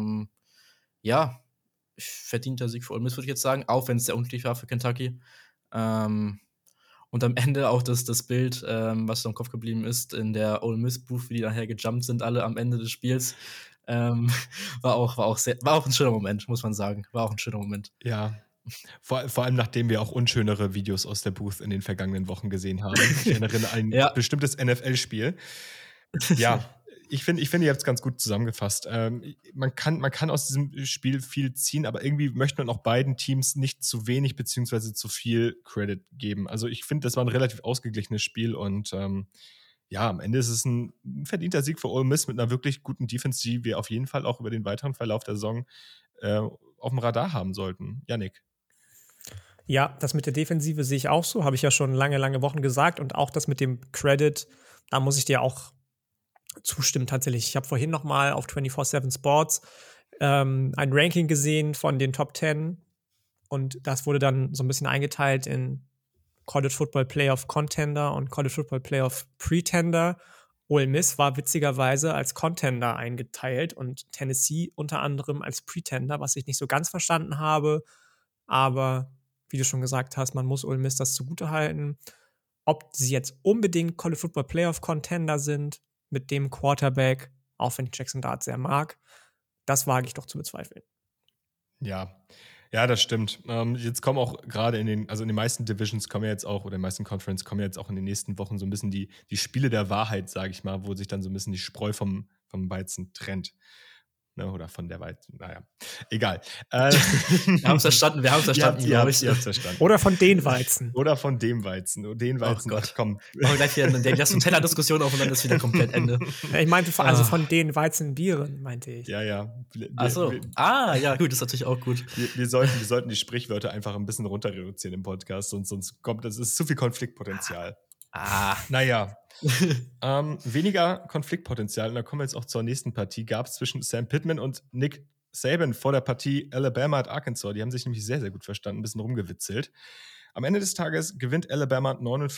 Verdienter Sieg für Ole Miss, würde ich jetzt sagen, auch wenn es sehr unglücklich war für Kentucky. Und am Ende auch das Bild, was so im Kopf geblieben ist, in der Ole Miss-Booth, wie die nachher gejumpt sind, alle am Ende des Spiels. War auch ein schöner Moment, muss man sagen. War auch ein schöner Moment. Ja. Vor allem, nachdem wir auch unschönere Videos aus der Booth in den vergangenen Wochen gesehen haben. Ich erinnere an ein bestimmtes NFL-Spiel. Ja, ich finde, ihr habt es ganz gut zusammengefasst. Man kann aus diesem Spiel viel ziehen, aber irgendwie möchte man auch beiden Teams nicht zu wenig beziehungsweise zu viel Credit geben. Also ich finde, das war ein relativ ausgeglichenes Spiel und am Ende ist es ein verdienter Sieg für Ole Miss mit einer wirklich guten Defense, die wir auf jeden Fall auch über den weiteren Verlauf der Saison auf dem Radar haben sollten. Yannick. Ja, das mit der Defensive sehe ich auch so, habe ich ja schon lange Wochen gesagt. Und auch das mit dem Credit, da muss ich dir auch zustimmen tatsächlich. Ich habe vorhin noch mal auf 24/7 Sports ein Ranking gesehen von den Top 10 und das wurde dann so ein bisschen eingeteilt in College Football Playoff Contender und College Football Playoff Pretender. Ole Miss war witzigerweise als Contender eingeteilt und Tennessee unter anderem als Pretender, was ich nicht so ganz verstanden habe. Aber wie du schon gesagt hast, man muss Ole Miss das zugutehalten. Ob sie jetzt unbedingt College Football Playoff Contender sind mit dem Quarterback, auch wenn ich Jackson Dart sehr mag, das wage ich doch zu bezweifeln. Ja, Ja, das stimmt. Jetzt kommen auch gerade in den meisten Divisions kommen ja jetzt auch, oder in den meisten Conference kommen ja jetzt auch in den nächsten Wochen so ein bisschen die Spiele der Wahrheit, sage ich mal, wo sich dann so ein bisschen die Spreu vom Weizen trennt. Ne, oder von der Weizen, naja, egal. Wir haben es verstanden, glaube ich. Ihr habt's verstanden. Oder von den Weizen. Oder von dem Weizen. Den Weizen, Gott. ach komm. Machen wir gleich wieder eine Teller-Diskussion auf und dann ist wieder komplett Ende. Ich meinte, also von den Weizenbieren, meinte ich. Ja. Achso. Ja, gut, das ist natürlich auch gut. Wir sollten die Sprichwörter einfach ein bisschen runter reduzieren im Podcast, sonst kommt, das ist zu viel Konfliktpotenzial. Naja. Weniger Konfliktpotenzial, und da kommen wir jetzt auch zur nächsten Partie, gab es zwischen Sam Pittman und Nick Saban vor der Partie Alabama at Arkansas. Die haben sich nämlich sehr, sehr gut verstanden, ein bisschen rumgewitzelt. Am Ende des Tages gewinnt Alabama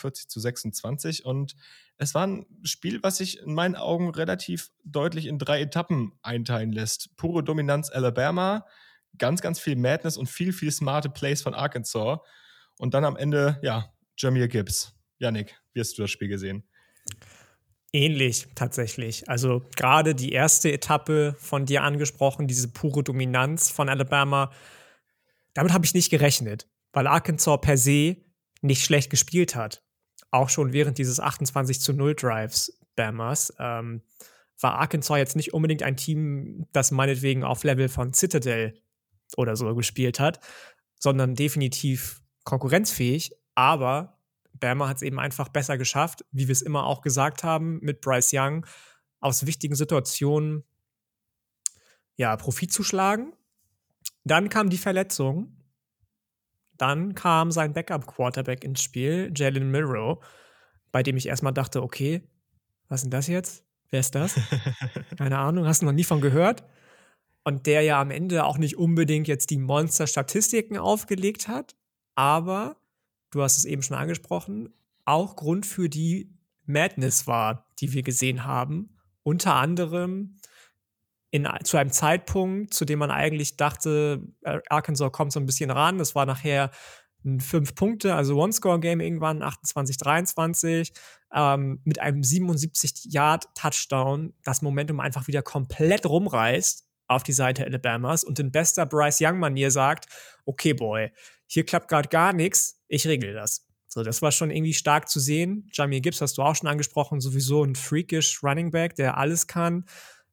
49-26 und es war ein Spiel, was sich in meinen Augen relativ deutlich in 3 Etappen einteilen lässt. Pure Dominanz Alabama, ganz, ganz viel Madness und viel, viel smarte Plays von Arkansas und dann am Ende, ja, Jahmyr Gibbs. Yannick, wie hast du das Spiel gesehen? Ähnlich tatsächlich. Also gerade die erste Etappe von dir angesprochen, diese pure Dominanz von Alabama, damit habe ich nicht gerechnet, weil Arkansas per se nicht schlecht gespielt hat. Auch schon während dieses 28-0 Drives Bamas war Arkansas jetzt nicht unbedingt ein Team, das meinetwegen auf Level von Citadel oder so gespielt hat, sondern definitiv konkurrenzfähig, aber Bama hat es eben einfach besser geschafft, wie wir es immer auch gesagt haben, mit Bryce Young aus wichtigen Situationen Profit zu schlagen. Dann kam die Verletzung. Dann kam sein Backup-Quarterback ins Spiel, Jalen Milroe, bei dem ich erstmal dachte, okay, was ist denn das jetzt? Wer ist das? Keine Ahnung, hast du noch nie von gehört? Und der ja am Ende auch nicht unbedingt jetzt die Monster-Statistiken aufgelegt hat, aber du hast es eben schon angesprochen, auch Grund für die Madness war, die wir gesehen haben. Unter anderem zu einem Zeitpunkt, zu dem man eigentlich dachte, Arkansas kommt so ein bisschen ran. Das war nachher ein 5 Punkte, also One-Score-Game irgendwann, 28-23, mit einem 77-Yard-Touchdown, das Momentum einfach wieder komplett rumreißt auf die Seite Alabamas und in bester Bryce Young-Manier sagt, okay, Boy, hier klappt gerade gar nichts, ich regle das. So, das war schon irgendwie stark zu sehen. Jahmyr Gibbs hast du auch schon angesprochen, sowieso ein freakish Running Back, der alles kann.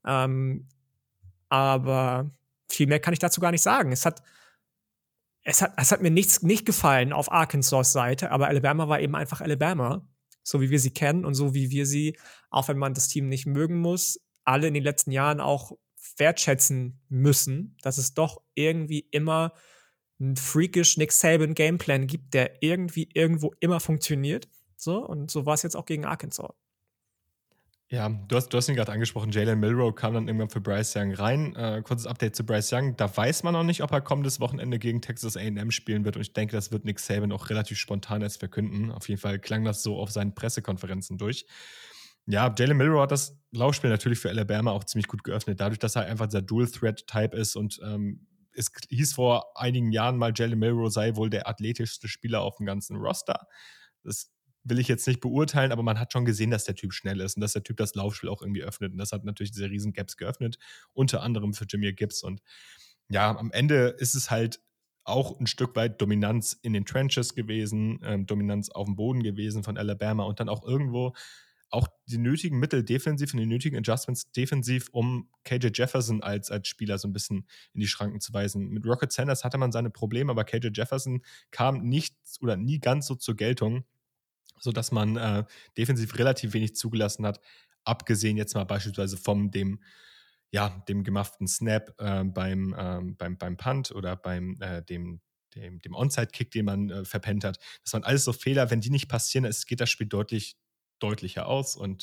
Aber viel mehr kann ich dazu gar nicht sagen. Es hat mir nicht gefallen auf Arkansas Seite, aber Alabama war eben einfach Alabama, so wie wir sie kennen und so wie wir sie, auch wenn man das Team nicht mögen muss, alle in den letzten Jahren auch wertschätzen müssen, dass es doch irgendwie immer einen freakish Nick Saban Gameplan gibt, der irgendwie irgendwo immer funktioniert. So, und so war es jetzt auch gegen Arkansas. Ja, du hast ihn gerade angesprochen, Jalen Milroe kam dann irgendwann für Bryce Young rein. Kurzes Update zu Bryce Young, da weiß man noch nicht, ob er kommendes Wochenende gegen Texas A&M spielen wird und ich denke, das wird Nick Saban auch relativ spontan erst verkünden. Auf jeden Fall klang das so auf seinen Pressekonferenzen durch. Ja, Jalen Milroe hat das Laufspiel natürlich für Alabama auch ziemlich gut geöffnet, dadurch, dass er einfach dieser Dual-Threat-Type ist und es hieß vor einigen Jahren mal, Jalen Milroe sei wohl der athletischste Spieler auf dem ganzen Roster. Das will ich jetzt nicht beurteilen, aber man hat schon gesehen, dass der Typ schnell ist und dass der Typ das Laufspiel auch irgendwie öffnet. Und das hat natürlich diese riesen Gaps geöffnet, unter anderem für Jahmyr Gibbs. Und ja, am Ende ist es halt auch ein Stück weit Dominanz in den Trenches gewesen, Dominanz auf dem Boden gewesen von Alabama und dann auch irgendwo auch die nötigen Mittel defensiv und die nötigen Adjustments defensiv, um KJ Jefferson als Spieler so ein bisschen in die Schranken zu weisen. Mit Rocket Sanders hatte man seine Probleme, aber KJ Jefferson kam nicht oder nie ganz so zur Geltung, sodass man defensiv relativ wenig zugelassen hat, abgesehen jetzt mal beispielsweise von dem gemachten Snap beim Punt oder beim dem Onside-Kick, den man verpennt hat. Das waren alles so Fehler, wenn die nicht passieren, geht das Spiel deutlich deutlicher aus und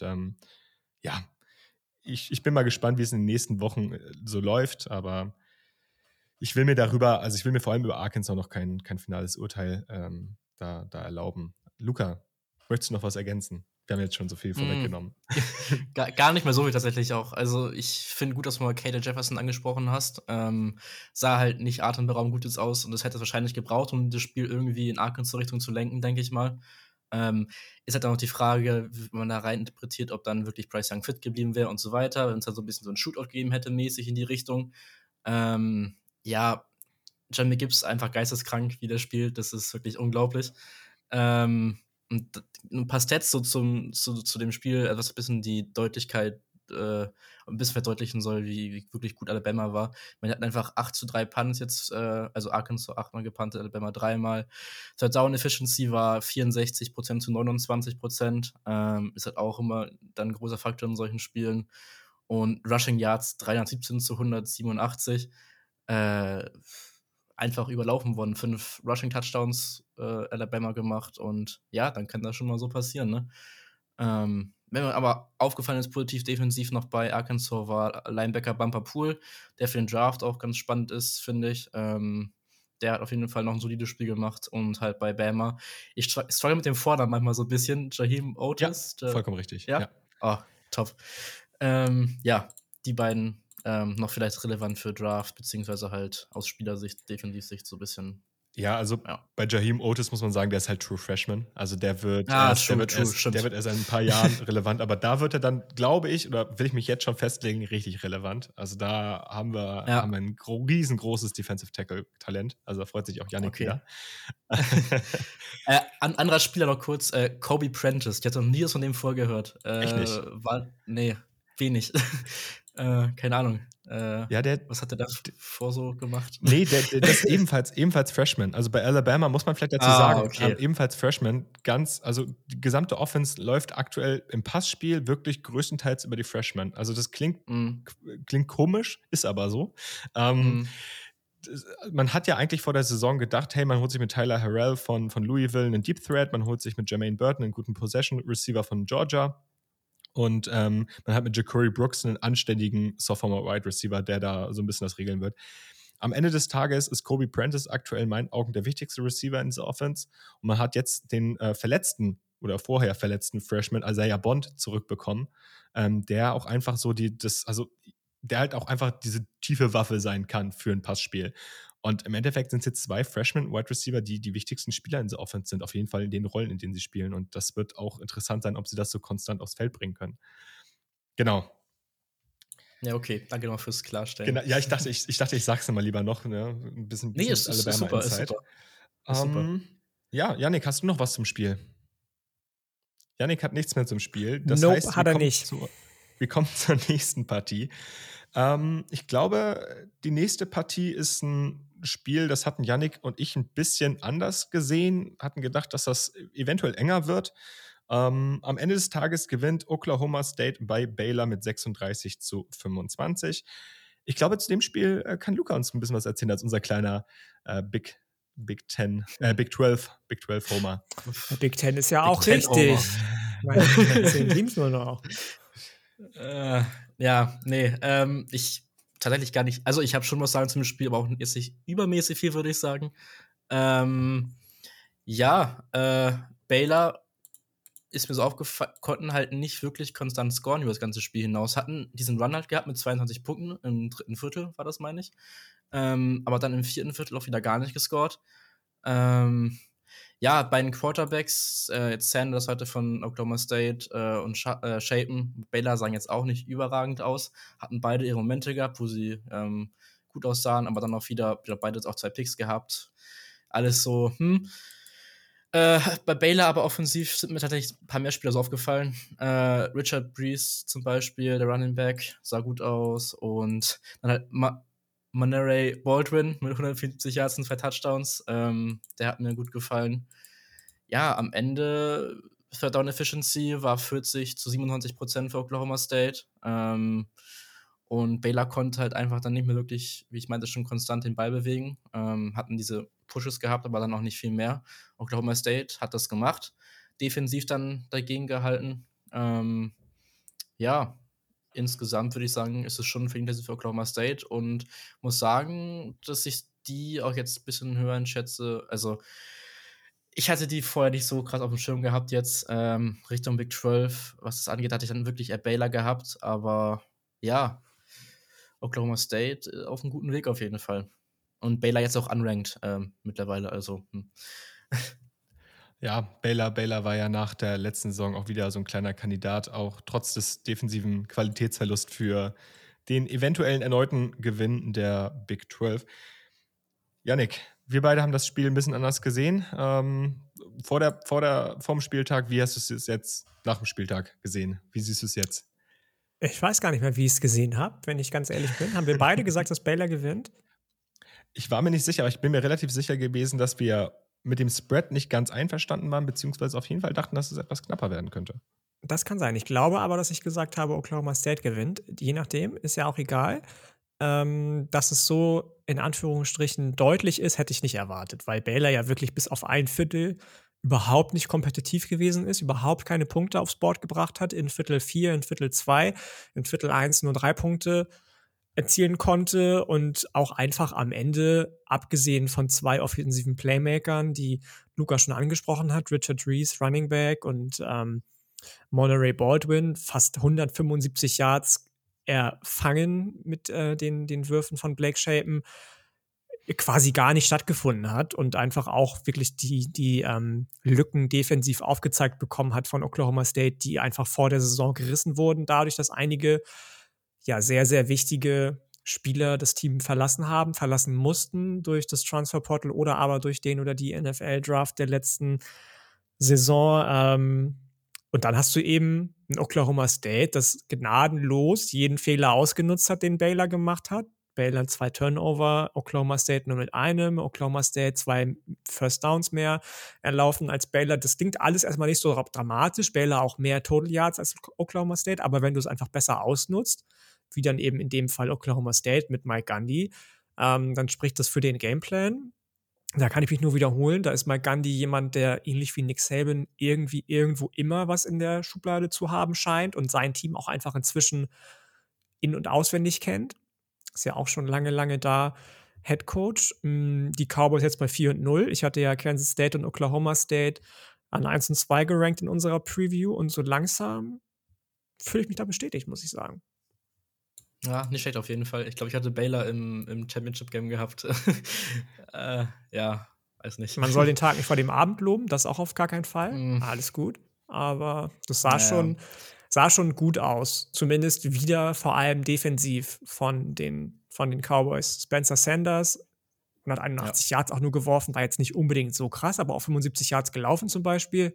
ich bin mal gespannt, wie es in den nächsten Wochen so läuft, aber ich will mir vor allem über Arkansas noch kein finales Urteil da erlauben. Luca, möchtest du noch was ergänzen? Wir haben jetzt schon so viel vorweggenommen. Gar nicht mehr so viel tatsächlich auch. Also ich finde gut, dass du mal KJ Jefferson angesprochen hast. Sah halt nicht atemberaubend gut jetzt aus und das hätte es wahrscheinlich gebraucht, um das Spiel irgendwie in Arkansas-Richtung zu lenken, denke ich mal. Ist halt auch noch die Frage, wie man da rein interpretiert, ob dann wirklich Bryce Young fit geblieben wäre und so weiter, wenn es halt so ein bisschen so ein Shootout gegeben hätte, mäßig in die Richtung. Jamie Gibbs einfach geisteskrank, wie der spielt. Das ist wirklich unglaublich. Und ein paar Stats so zu dem Spiel, was ein bisschen die Deutlichkeit ein bisschen verdeutlichen soll, wie wirklich gut Alabama war. Man hat einfach 8-3 Punts jetzt, also Arkansas 8-mal gepuntet, Alabama 3-mal. Third Down Efficiency war 64% zu 29%. Ist halt auch immer dann ein großer Faktor in solchen Spielen. Und Rushing Yards 317 zu 187. Einfach überlaufen worden. 5 Rushing Touchdowns Alabama gemacht. Und ja, dann kann das schon mal so passieren, ne? Wenn mir aber aufgefallen ist, positiv defensiv noch bei Arkansas war Linebacker Bumper Poole, der für den Draft auch ganz spannend ist, finde ich. Der hat auf jeden Fall noch ein solides Spiel gemacht und halt bei Bama. Ich struggle mit dem Vornamen manchmal so ein bisschen. Jaheim Otis. Ja, vollkommen richtig. Ja? Oh, top. Ja, die beiden noch vielleicht relevant für Draft, beziehungsweise halt aus Spielersicht, Defensivsicht so ein bisschen. Ja, also bei Jaheim Otis muss man sagen, der ist halt True Freshman. Also der wird erst in ein paar Jahren relevant, aber da wird er dann, glaube ich, oder will ich mich jetzt schon festlegen, richtig relevant. Also da haben wir ein riesengroßes Defensive Tackle-Talent. Also da freut sich auch Yannick wieder. Anderer Spieler noch kurz, Kobe Prentice. Ich hatte noch nie was von dem vorgehört. Echt nicht? Wenig. Keine Ahnung. Ja, was hat der davor so gemacht? Nee, der ist ebenfalls Freshman. Also bei Alabama muss man vielleicht dazu sagen, ebenfalls Freshman. Also die gesamte Offense läuft aktuell im Passspiel wirklich größtenteils über die Freshmen. Also das klingt komisch, ist aber so. Man hat ja eigentlich vor der Saison gedacht, hey, man holt sich mit Tyler Harrell von Louisville einen Deep Threat, man holt sich mit Jermaine Burton einen guten Possession-Receiver von Georgia. Und man hat mit Ja'Cory Brooks einen anständigen Sophomore-Wide Receiver, der da so ein bisschen das regeln wird. Am Ende des Tages ist Kobe Prentice aktuell in meinen Augen der wichtigste Receiver in dieser Offense. Und man hat jetzt den vorher verletzten Freshman Isaiah Bond zurückbekommen, der auch einfach so der halt auch einfach diese tiefe Waffe sein kann für ein Passspiel. Und im Endeffekt sind es jetzt 2 Freshman-Wide Receiver, die die wichtigsten Spieler in der Offense sind, auf jeden Fall in den Rollen, in denen sie spielen. Und das wird auch interessant sein, ob sie das so konstant aufs Feld bringen können. Genau. Ja, okay. Danke nochmal fürs Klarstellen. Genau. Ja, ich dachte, ich sag's mal lieber noch. Ne? Ein bisschen ist super, ist super. Ja, Yannick, hast du noch was zum Spiel? Yannick hat nichts mehr zum Spiel. Das heißt, hat er nicht. Wir kommen zur nächsten Partie. Ich glaube, die nächste Partie ist ein Spiel, das hatten Yannick und ich ein bisschen anders gesehen, hatten gedacht, dass das eventuell enger wird. Am Ende des Tages gewinnt Oklahoma State bei Baylor mit 36-25. Ich glaube, zu dem Spiel kann Luca uns ein bisschen was erzählen als unser kleiner Big 12 Homer. Big 10 ist ja Big auch richtig. 10 Teams nur noch. Ich tatsächlich gar nicht. Also, ich habe schon was sagen zum Spiel, aber auch jetzt nicht übermäßig viel, würde ich sagen. Baylor ist mir so aufgefallen, konnten halt nicht wirklich konstant scoren über das ganze Spiel hinaus. Hatten diesen Run halt gehabt mit 22 Punkten im 3. Viertel, war das, meine ich. Aber dann im 4. Viertel auch wieder gar nicht gescored. Bei den Quarterbacks, jetzt Sanders heute von Oklahoma State und Shapen, Baylor sahen jetzt auch nicht überragend aus, hatten beide ihre Momente gehabt, wo sie gut aussahen, aber dann auch wieder beide auch 2 Picks gehabt. Alles so, bei Baylor aber offensiv sind mir tatsächlich ein paar mehr Spieler so aufgefallen. Richard Brees zum Beispiel, der Running Back, sah gut aus. Und dann halt Monterey Baldwin mit 174 Yards und 2 Touchdowns. Der hat mir gut gefallen. Ja, am Ende Third Down Efficiency war 40-27% für Oklahoma State. Und Baylor konnte halt einfach dann nicht mehr wirklich, wie ich meinte, schon konstant den Ball bewegen. Hatten diese Pushes gehabt, aber dann auch nicht viel mehr. Oklahoma State hat das gemacht. Defensiv dann dagegen gehalten. Insgesamt würde ich sagen, ist es schon ein Verdienst für Oklahoma State und muss sagen, dass ich die auch jetzt ein bisschen höher einschätze. Also, ich hatte die vorher nicht so krass auf dem Schirm gehabt jetzt. Richtung Big 12, was das angeht, hatte ich dann wirklich eher Baylor gehabt. Aber ja, Oklahoma State auf einem guten Weg auf jeden Fall. Und Baylor jetzt auch unranked mittlerweile, also. Ja, Baylor war ja nach der letzten Saison auch wieder so ein kleiner Kandidat, auch trotz des defensiven Qualitätsverlusts für den eventuellen erneuten Gewinn der Big 12. Yannick, wir beide haben das Spiel ein bisschen anders gesehen. Vorm Spieltag, wie hast du es jetzt nach dem Spieltag gesehen? Wie siehst du es jetzt? Ich weiß gar nicht mehr, wie ich es gesehen habe, wenn ich ganz ehrlich bin. Haben wir beide gesagt, dass Baylor gewinnt? Ich war mir nicht sicher, aber ich bin mir relativ sicher gewesen, dass wir mit dem Spread nicht ganz einverstanden waren, beziehungsweise auf jeden Fall dachten, dass es etwas knapper werden könnte. Das kann sein. Ich glaube aber, dass ich gesagt habe, Oklahoma State gewinnt. Je nachdem, ist ja auch egal. Dass es so in Anführungsstrichen deutlich ist, hätte ich nicht erwartet, weil Baylor ja wirklich bis auf ein Viertel überhaupt nicht kompetitiv gewesen ist, überhaupt keine Punkte aufs Board gebracht hat, in Viertel 4, in Viertel 2, in Viertel 1 nur 3 Punkte erzielen konnte und auch einfach am Ende, abgesehen von 2 offensiven Playmakern, die Luca schon angesprochen hat, Richard Reese, Running Back, und Monterey Baldwin, fast 175 Yards erfangen mit den Würfen von Blake Shapen, quasi gar nicht stattgefunden hat und einfach auch wirklich die Lücken defensiv aufgezeigt bekommen hat von Oklahoma State, die einfach vor der Saison gerissen wurden, dadurch, dass einige sehr, sehr wichtige Spieler das Team verlassen mussten durch das Transferportal oder aber durch den oder die NFL-Draft der letzten Saison. Und dann hast du eben ein Oklahoma State, das gnadenlos jeden Fehler ausgenutzt hat, den Baylor gemacht hat. Baylor 2 Turnover, Oklahoma State nur mit einem, Oklahoma State 2 First Downs mehr erlaufen als Baylor. Das klingt alles erstmal nicht so dramatisch. Baylor auch mehr Total Yards als Oklahoma State, aber wenn du es einfach besser ausnutzt, wie dann eben in dem Fall Oklahoma State mit Mike Gundy, dann spricht das für den Gameplan. Da kann ich mich nur wiederholen. Da ist Mike Gundy jemand, der ähnlich wie Nick Saban irgendwo immer was in der Schublade zu haben scheint und sein Team auch einfach inzwischen in- und auswendig kennt. Ist ja auch schon lange, lange da Head Coach. Die Cowboys jetzt bei 4-0. Ich hatte ja Kansas State und Oklahoma State an 1 und 2 gerankt in unserer Preview und so langsam fühle ich mich da bestätigt, muss ich sagen. Ja, nicht schlecht auf jeden Fall. Ich glaube, ich hatte Baylor im Championship-Game gehabt. Ja, weiß nicht. Man soll den Tag nicht vor dem Abend loben, das auch auf gar keinen Fall. Alles gut. Aber das sah schon gut aus. Zumindest wieder vor allem defensiv von den Cowboys. Spencer Sanders, 181 Yards auch nur geworfen, war jetzt nicht unbedingt so krass, aber auch 75 Yards gelaufen zum Beispiel.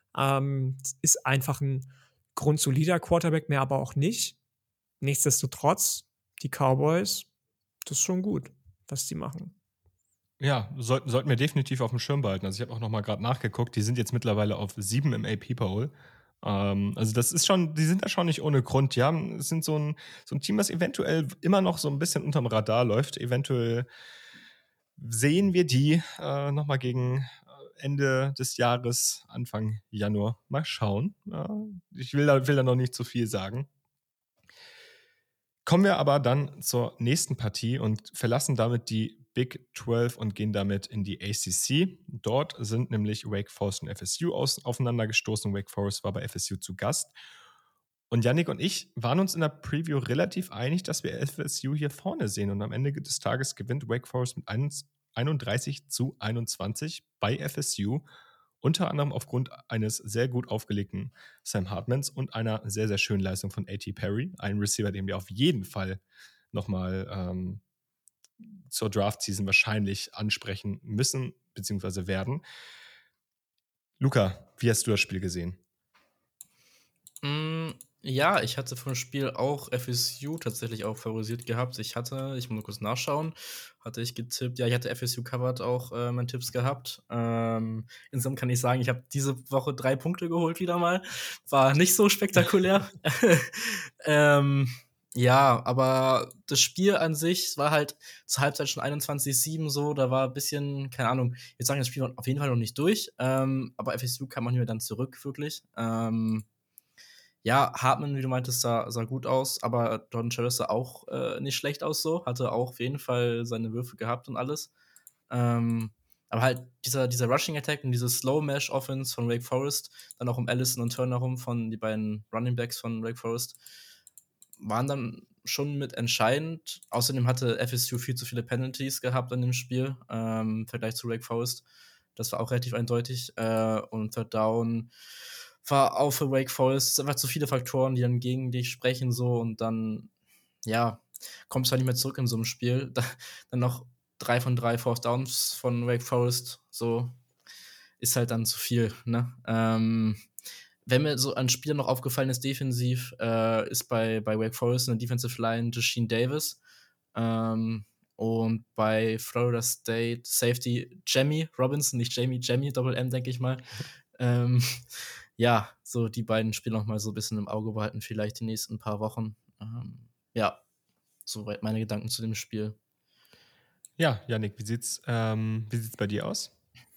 Ist einfach ein grundsolider Quarterback, mehr aber auch nicht. Nichtsdestotrotz, die Cowboys, das ist schon gut, was die machen. Ja, sollten wir definitiv auf dem Schirm behalten. Also ich habe auch noch mal gerade nachgeguckt, die sind jetzt mittlerweile auf 7 im AP-Poll. Also das ist schon, die sind da schon nicht ohne Grund. Es sind so ein Team, das eventuell immer noch so ein bisschen unterm Radar läuft. Eventuell sehen wir die noch mal gegen Ende des Jahres, Anfang Januar. Mal schauen. Ich will da noch nicht zu viel sagen. Kommen wir aber dann zur nächsten Partie und verlassen damit die Big 12 und gehen damit in die ACC. Dort sind nämlich Wake Forest und FSU aufeinander gestoßen. Wake Forest war bei FSU zu Gast. Und Yannick und ich waren uns in der Preview relativ einig, dass wir FSU hier vorne sehen. Und am Ende des Tages gewinnt Wake Forest mit 31-21 bei FSU. Unter anderem aufgrund eines sehr gut aufgelegten Sam Hartmans und einer sehr, sehr schönen Leistung von A.T. Perry, ein Receiver, den wir auf jeden Fall nochmal zur Draft-Season wahrscheinlich ansprechen müssen, beziehungsweise werden. Luca, wie hast du das Spiel gesehen? Ja, ich hatte vom Spiel auch FSU tatsächlich auch favorisiert gehabt. Ich muss mal kurz nachschauen, hatte ich getippt. Ja, ich hatte FSU covered auch meine Tipps gehabt. Insgesamt kann ich sagen, ich habe diese Woche 3 Punkte geholt wieder mal. War nicht so spektakulär. Ja, aber das Spiel an sich war halt zur Halbzeit schon 21-7 so. Da war ein bisschen, keine Ahnung, jetzt sagen das Spiel war auf jeden Fall noch nicht durch. Aber FSU kam man hier dann zurück, wirklich. Ja, Hartman, wie du meintest, sah gut aus, aber Jordan Travis sah auch nicht schlecht aus so. Hatte auch auf jeden Fall seine Würfe gehabt und alles. Aber halt dieser Rushing-Attack und diese Slow-Mesh-Offense von Wake Forest, dann auch um Allison und Turner rum von die beiden Running-Backs von Wake Forest, waren dann schon mit entscheidend. Außerdem hatte FSU viel zu viele Penalties gehabt an dem Spiel, im Vergleich zu Wake Forest. Das war auch relativ eindeutig. Und Third Down war auch für Wake Forest. Es sind einfach zu viele Faktoren, die dann gegen dich sprechen so und dann, ja, kommst du halt nicht mehr zurück in so einem Spiel. Dann noch 3 von 3 Fourth Downs von Wake Forest, so ist halt dann zu viel, ne? Wenn mir so ein Spieler noch aufgefallen ist, defensiv, ist bei Wake Forest in der Defensive Line Jasheen Davis. Und bei Florida State Safety Jamie Robinson, nicht Jamie, Doppel-M, denke ich mal. Ja, so die beiden Spieler noch mal so ein bisschen im Auge behalten, vielleicht die nächsten paar Wochen. Ja, soweit meine Gedanken zu dem Spiel. Ja, Yannick, wie sieht's bei dir aus?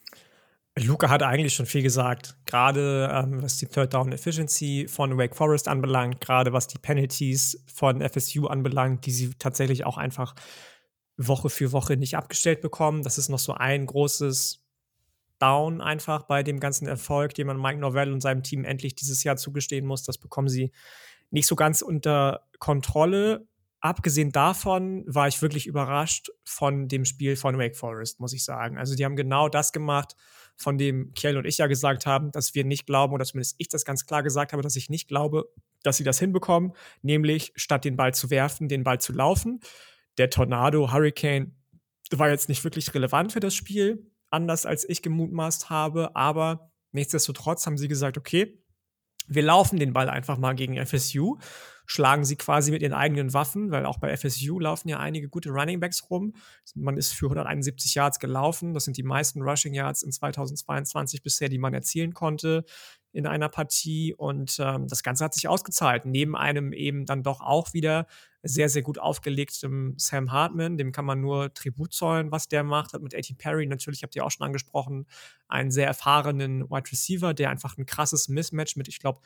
Luca hat eigentlich schon viel gesagt, gerade was die Third Down Efficiency von Wake Forest anbelangt, gerade was die Penalties von FSU anbelangt, die sie tatsächlich auch einfach Woche für Woche nicht abgestellt bekommen. Das ist noch so ein großes Down einfach bei dem ganzen Erfolg, den man Mike Norvell und seinem Team endlich dieses Jahr zugestehen muss. Das bekommen sie nicht so ganz unter Kontrolle. Abgesehen davon war ich wirklich überrascht von dem Spiel von Wake Forest, muss ich sagen. Also die haben genau das gemacht, von dem Kjell und ich ja gesagt haben, dass wir nicht glauben, oder zumindest ich das ganz klar gesagt habe, dass ich nicht glaube, dass sie das hinbekommen, nämlich statt den Ball zu werfen, den Ball zu laufen. Der Tornado, Hurricane war jetzt nicht wirklich relevant für das Spiel, anders als ich gemutmaßt habe, aber nichtsdestotrotz haben sie gesagt, okay, wir laufen den Ball einfach mal gegen FSU, schlagen sie quasi mit ihren eigenen Waffen, weil auch bei FSU laufen ja einige gute Runningbacks rum. Man ist für 171 Yards gelaufen. Das sind die meisten Rushing Yards in 2022 bisher, die man erzielen konnte in einer Partie. Und das Ganze hat sich ausgezahlt. Neben einem eben dann doch auch wieder sehr, sehr gut aufgelegtem Sam Hartman. Dem kann man nur Tribut zollen, was der macht. Hat mit A.T. Perry, natürlich habt ihr auch schon angesprochen, einen sehr erfahrenen Wide Receiver, der einfach ein krasses Mismatch mit, ich glaube,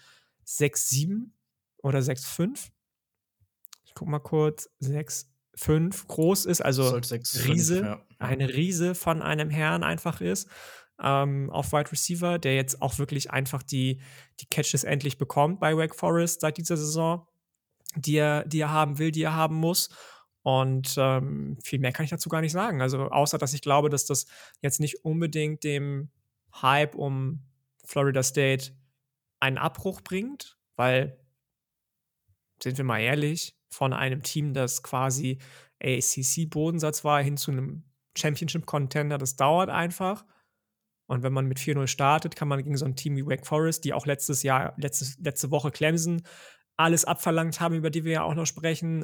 6'7 oder 6'5. Ich guck mal kurz. 6'5 groß ist, also 6'5", Riese, ja. eine Riese von einem Herrn einfach ist. Auf Wide Receiver, der jetzt auch wirklich einfach die Catches endlich bekommt bei Wake Forest seit dieser Saison, die er haben will, die er haben muss. Und viel mehr kann ich dazu gar nicht sagen. Also außer, dass ich glaube, dass das jetzt nicht unbedingt dem Hype um Florida State einen Abbruch bringt, weil, sind wir mal ehrlich, von einem Team, das quasi ACC-Bodensatz war, hin zu einem Championship-Contender, das dauert einfach. Und wenn man mit 4-0 startet, kann man gegen so ein Team wie Wake Forest, die auch letzte Woche Clemson alles abverlangt haben, über die wir ja auch noch sprechen,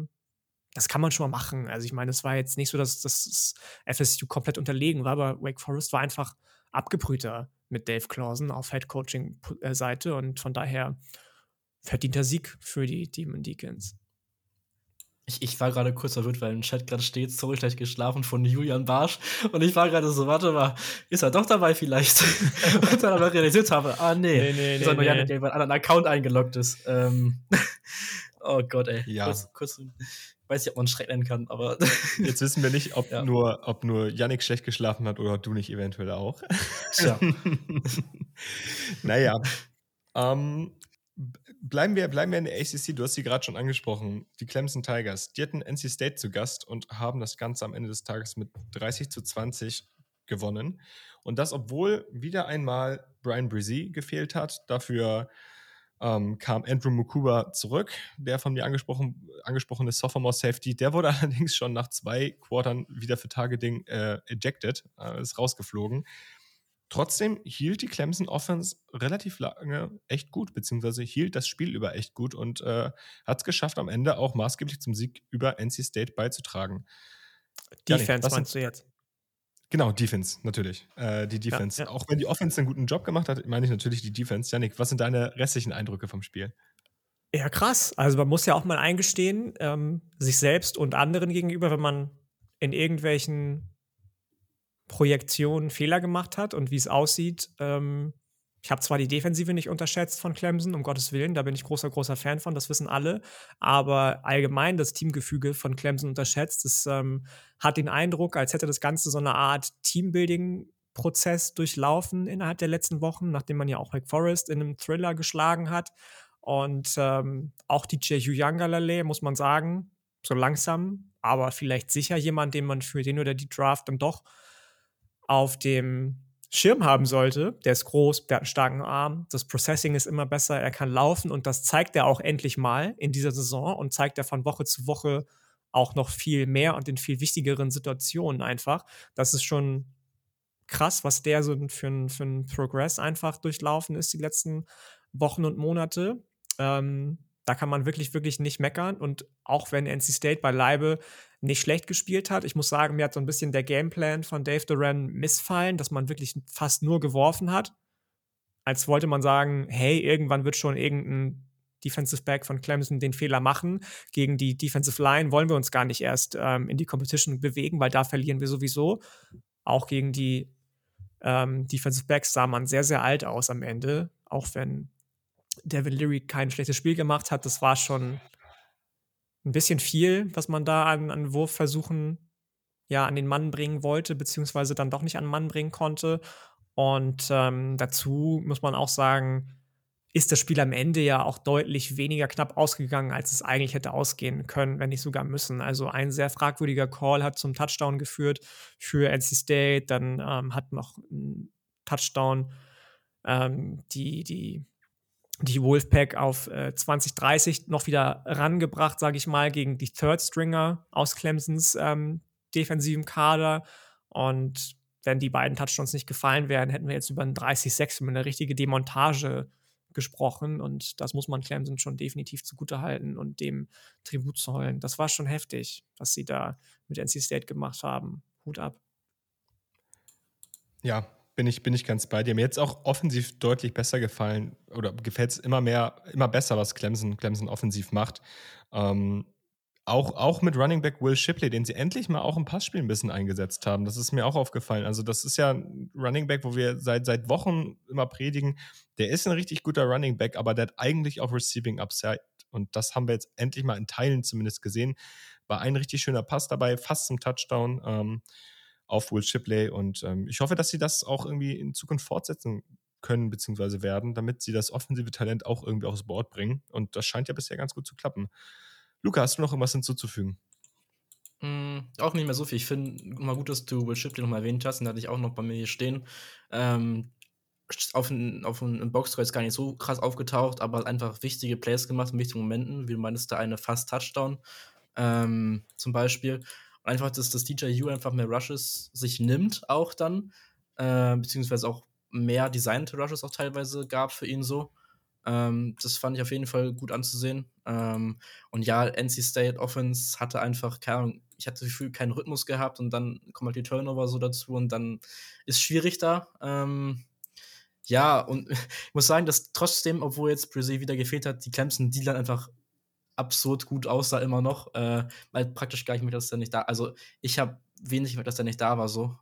das kann man schon mal machen. Also ich meine, es war jetzt nicht so, dass das FSU komplett unterlegen war, aber Wake Forest war einfach abgebrühter mit Dave Clawson auf Head-Coaching-Seite und von daher verdienter Sieg für die Demon Deacons. Ich war gerade kurz verwirrt, weil im Chat gerade steht, so schlecht geschlafen von Julian Barsch. Und ich war gerade so, warte mal, ist er doch dabei vielleicht? Und dann aber realisiert habe, nee. Sondern Janik, der über einen anderen Account eingeloggt ist. Oh Gott, ey. Ja. Kurz, weiß nicht, ob man Schreck nennen kann, aber Jetzt wissen wir nicht, ob Ja. nur Yannick schlecht geschlafen hat oder du nicht eventuell auch. Tja. Naja. Bleiben wir in der ACC. Du hast sie gerade schon angesprochen. Die Clemson Tigers. Die hatten NC State zu Gast und haben das Ganze am Ende des Tages mit 30-20 gewonnen. Und das, obwohl wieder einmal Brian Bresee gefehlt hat. Dafür kam Andrew Mukuba zurück, der von mir angesprochene Sophomore Safety. Der wurde allerdings schon nach 2 Quartern wieder für Targeting ejected, ist rausgeflogen. Trotzdem hielt die Clemson Offense relativ lange echt gut, beziehungsweise hielt das Spiel über echt gut und hat es geschafft, am Ende auch maßgeblich zum Sieg über NC State beizutragen. Defense meinst du jetzt? Genau, Defense, natürlich. Die Defense. Ja. Auch wenn die Offense einen guten Job gemacht hat, meine ich natürlich die Defense. Yannick, was sind deine restlichen Eindrücke vom Spiel? Ja, krass. Also man muss ja auch mal eingestehen, sich selbst und anderen gegenüber, wenn man in irgendwelchen Projektionen Fehler gemacht hat und wie es aussieht. Ich habe zwar die Defensive nicht unterschätzt von Clemson, um Gottes Willen, da bin ich großer Fan von, das wissen alle, aber allgemein das Teamgefüge von Clemson unterschätzt. Es hat den Eindruck, als hätte das Ganze so eine Art Teambuilding-Prozess durchlaufen innerhalb der letzten Wochen, nachdem man ja auch Wake Forest in einem Thriller geschlagen hat. Und auch DJ Uiagalelei, muss man sagen, so langsam, aber vielleicht sicher jemand, den man für den oder die Draft dann doch auf dem Schirm haben sollte. Der ist groß, der hat einen starken Arm, das Processing ist immer besser, er kann laufen und das zeigt er auch endlich mal in dieser Saison und zeigt er von Woche zu Woche auch noch viel mehr und in viel wichtigeren Situationen einfach. Das ist schon krass, was der so für ein Progress einfach durchlaufen ist die letzten Wochen und Monate. Da kann man wirklich, wirklich nicht meckern. Und auch wenn NC State beileibe nicht schlecht gespielt hat, ich muss sagen, mir hat so ein bisschen der Gameplan von Dave Doran missfallen, dass man wirklich fast nur geworfen hat. Als wollte man sagen, hey, irgendwann wird schon irgendein Defensive Back von Clemson den Fehler machen. Gegen die Defensive Line wollen wir uns gar nicht erst in die Competition bewegen, weil da verlieren wir sowieso. Auch gegen die Defensive Backs sah man sehr, sehr alt aus am Ende. Auch wenn Devin Leary kein schlechtes Spiel gemacht hat, das war schon ein bisschen viel, was man da an Wurfversuchen an den Mann bringen wollte, beziehungsweise dann doch nicht an den Mann bringen konnte. Und dazu muss man auch sagen, ist das Spiel am Ende ja auch deutlich weniger knapp ausgegangen, als es eigentlich hätte ausgehen können, wenn nicht sogar müssen. Also ein sehr fragwürdiger Call hat zum Touchdown geführt für NC State. Dann hat noch ein Touchdown die Wolfpack auf 2030 noch wieder rangebracht, sage ich mal, gegen die Third Stringer aus Clemsons defensiven Kader. Und wenn die beiden Touchdowns nicht gefallen wären, hätten wir jetzt über ein 30-6 mit einer richtige Demontage gesprochen. Und das muss man Clemson schon definitiv zugutehalten und dem Tribut zollen. Das war schon heftig, was sie da mit NC State gemacht haben. Hut ab. Ja, bin ich ganz bei dir. Mir jetzt auch offensiv deutlich besser gefallen oder gefällt es immer besser, was Clemson offensiv macht. Auch mit Running Back Will Shipley, den sie endlich mal auch im Passspiel ein bisschen eingesetzt haben. Das ist mir auch aufgefallen. Also das ist ja ein Running Back, wo wir seit Wochen immer predigen, der ist ein richtig guter Running Back, aber der hat eigentlich auch Receiving Upside. Und das haben wir jetzt endlich mal in Teilen zumindest gesehen. War ein richtig schöner Pass dabei, fast zum Touchdown auf Will Shipley. Und ich hoffe, dass sie das auch irgendwie in Zukunft fortsetzen können bzw. werden, damit sie das offensive Talent auch irgendwie aufs Board bringen. Und das scheint ja bisher ganz gut zu klappen. Luca, hast du noch irgendwas hinzuzufügen? Auch nicht mehr so viel. Ich finde mal gut, dass du Will Shipley noch mal erwähnt hast. Den hatte ich auch noch bei mir hier stehen. Auf dem Boxscore jetzt gar nicht so krass aufgetaucht, aber einfach wichtige Plays gemacht in wichtigen Momenten. Wie du meinst, da eine Fast-Touchdown zum Beispiel. Und einfach, dass das DJU einfach mehr Rushes sich nimmt auch dann. Beziehungsweise auch mehr designte Rushes auch teilweise gab für ihn so. Das fand ich auf jeden Fall gut anzusehen. Und ja, NC State Offense hatte einfach, keine Ahnung, ich hatte das Gefühl, keinen Rhythmus gehabt und dann kommen halt die Turnover so dazu und dann ist schwierig da. Ja, und ich muss sagen, dass trotzdem, obwohl jetzt Brazil wieder gefehlt hat, die Clemson D-Line einfach absurd gut aussah immer noch, weil praktisch gar nicht mehr, dass er nicht da, also ich habe wenig mehr, dass er nicht da war, so.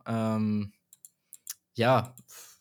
Ja,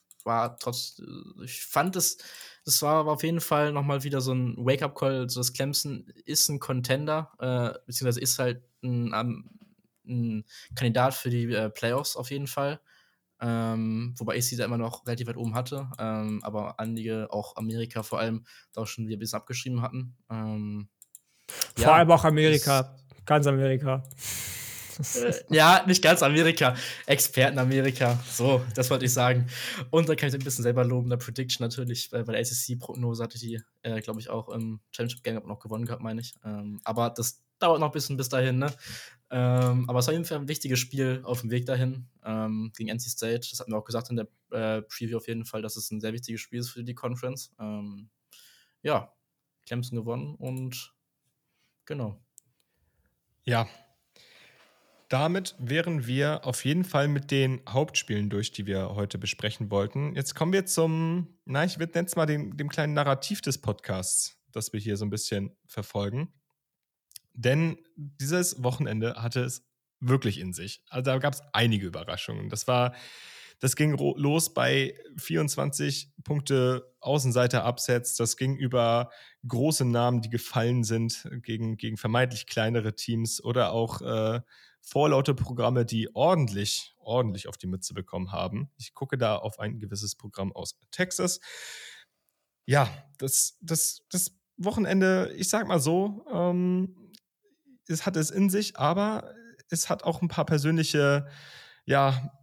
ich fand das war auf jeden Fall nochmal wieder so ein Wake-up-Call, so das Clemson ist ein Contender, beziehungsweise ist halt ein Kandidat für die Playoffs auf jeden Fall. Wobei ich sie da immer noch relativ weit oben hatte, aber einige, auch Amerika vor allem, da auch schon wieder ein bisschen abgeschrieben hatten. Vor allem auch Amerika, ganz Amerika. Ja, nicht ganz Amerika, Experten Amerika, so, das wollte ich sagen. Und da kann ich ein bisschen selber loben, der Prediction natürlich, bei der ACC-Prognose hatte die, glaube ich, auch im Championship-Game noch gewonnen gehabt, meine ich. Aber das dauert noch ein bisschen bis dahin, ne? Aber es war auf jeden Fall ein wichtiges Spiel auf dem Weg dahin gegen NC State. Das hatten wir auch gesagt in der Preview auf jeden Fall, dass es ein sehr wichtiges Spiel ist für die Conference. Ja, Clemson gewonnen und genau. Ja. Damit wären wir auf jeden Fall mit den Hauptspielen durch, die wir heute besprechen wollten. Jetzt kommen wir ich nenne es mal dem kleinen Narrativ des Podcasts, das wir hier so ein bisschen verfolgen. Denn dieses Wochenende hatte es wirklich in sich. Also da gab es einige Überraschungen. Das ging los bei 24 Punkte Außenseiter-Upsets. Das ging über große Namen, die gefallen sind gegen vermeintlich kleinere Teams oder auch vorlaute Programme, die ordentlich auf die Mütze bekommen haben. Ich gucke da auf ein gewisses Programm aus Texas. Ja, das Wochenende, ich sag mal so, es hat es in sich, aber es hat auch ein paar Persönlichkeiten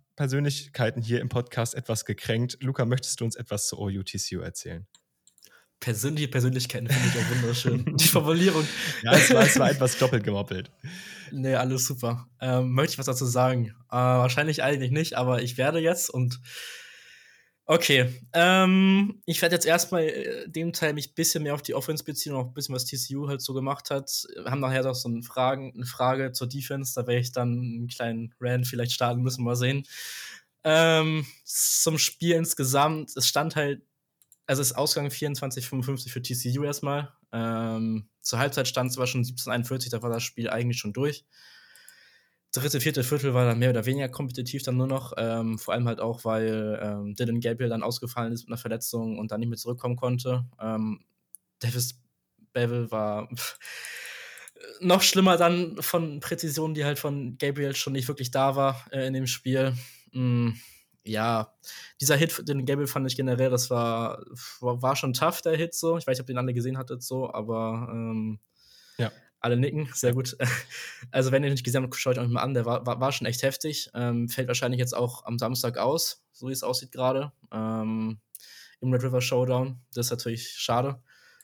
hier im Podcast etwas gekränkt. Luca, möchtest du uns etwas zu OU TCU erzählen? persönliche Persönlichkeiten finde ich auch wunderschön. Die Formulierung. Ja, es war etwas doppelt gemoppelt. Nee, alles super. Möchte ich was dazu sagen? Wahrscheinlich eigentlich nicht, aber ich werde jetzt und okay. Ich werde jetzt erstmal dem Teil mich ein bisschen mehr auf die Offense beziehen und auch ein bisschen, was TCU halt so gemacht hat. Wir haben nachher noch so eine Frage zur Defense, da werde ich dann einen kleinen Rant vielleicht starten müssen, mal sehen. Zum Spiel insgesamt, es stand halt, also es ist Ausgang 24:55 für TCU erstmal. Zur Halbzeit stand es aber schon 17:41, da war das Spiel eigentlich schon durch. Dritte, vierte Viertel war dann mehr oder weniger kompetitiv dann nur noch, vor allem halt auch, weil Dylan Gabriel dann ausgefallen ist mit einer Verletzung und dann nicht mehr zurückkommen konnte. Davis Bevel war noch schlimmer dann von Präzision, die halt von Gabriel schon nicht wirklich da war in dem Spiel. Ja, dieser Hit, den Gabriel fand ich generell, das war schon tough, der Hit so. Ich weiß nicht, ob ihr den alle gesehen hattet so, aber Ja. alle nicken, sehr gut. Also wenn ihr nicht gesehen habt, schaut euch mal an, der war schon echt heftig. Fällt wahrscheinlich jetzt auch am Samstag aus, so wie es aussieht gerade. Im Red River Showdown. Das ist natürlich schade.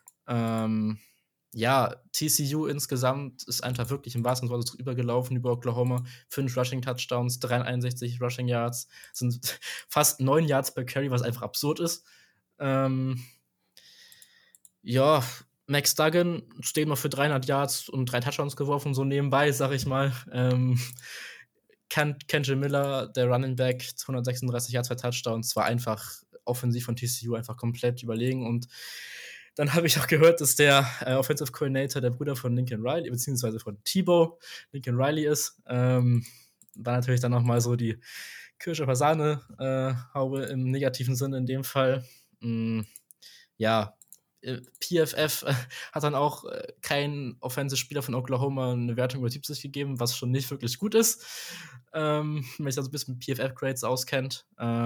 Ja, TCU insgesamt ist einfach wirklich im wahrsten Sinne übergelaufen über Oklahoma. 5 Rushing-Touchdowns, 63 Rushing Yards, sind fast 9 Yards per Carry, was einfach absurd ist. Ja, Max Duggan steht noch für 300 Yards und 3 Touchdowns geworfen, so nebenbei, sag ich mal. Kenji Miller, der Running Back, 136 Yards, 2 Touchdowns, war einfach offensiv von TCU einfach komplett überlegen. Und dann habe ich auch gehört, dass der Offensive Coordinator der Bruder von Lincoln Riley, beziehungsweise von Tebow, Lincoln Riley ist. War natürlich dann nochmal so die Kirsche auf der Sahne-Haube im negativen Sinne in dem Fall. Ja, PFF hat dann auch kein Offensive-Spieler von Oklahoma eine Wertung über 70 gegeben, was schon nicht wirklich gut ist. Wenn ich also ein bisschen mit PFF-Grades auskennt.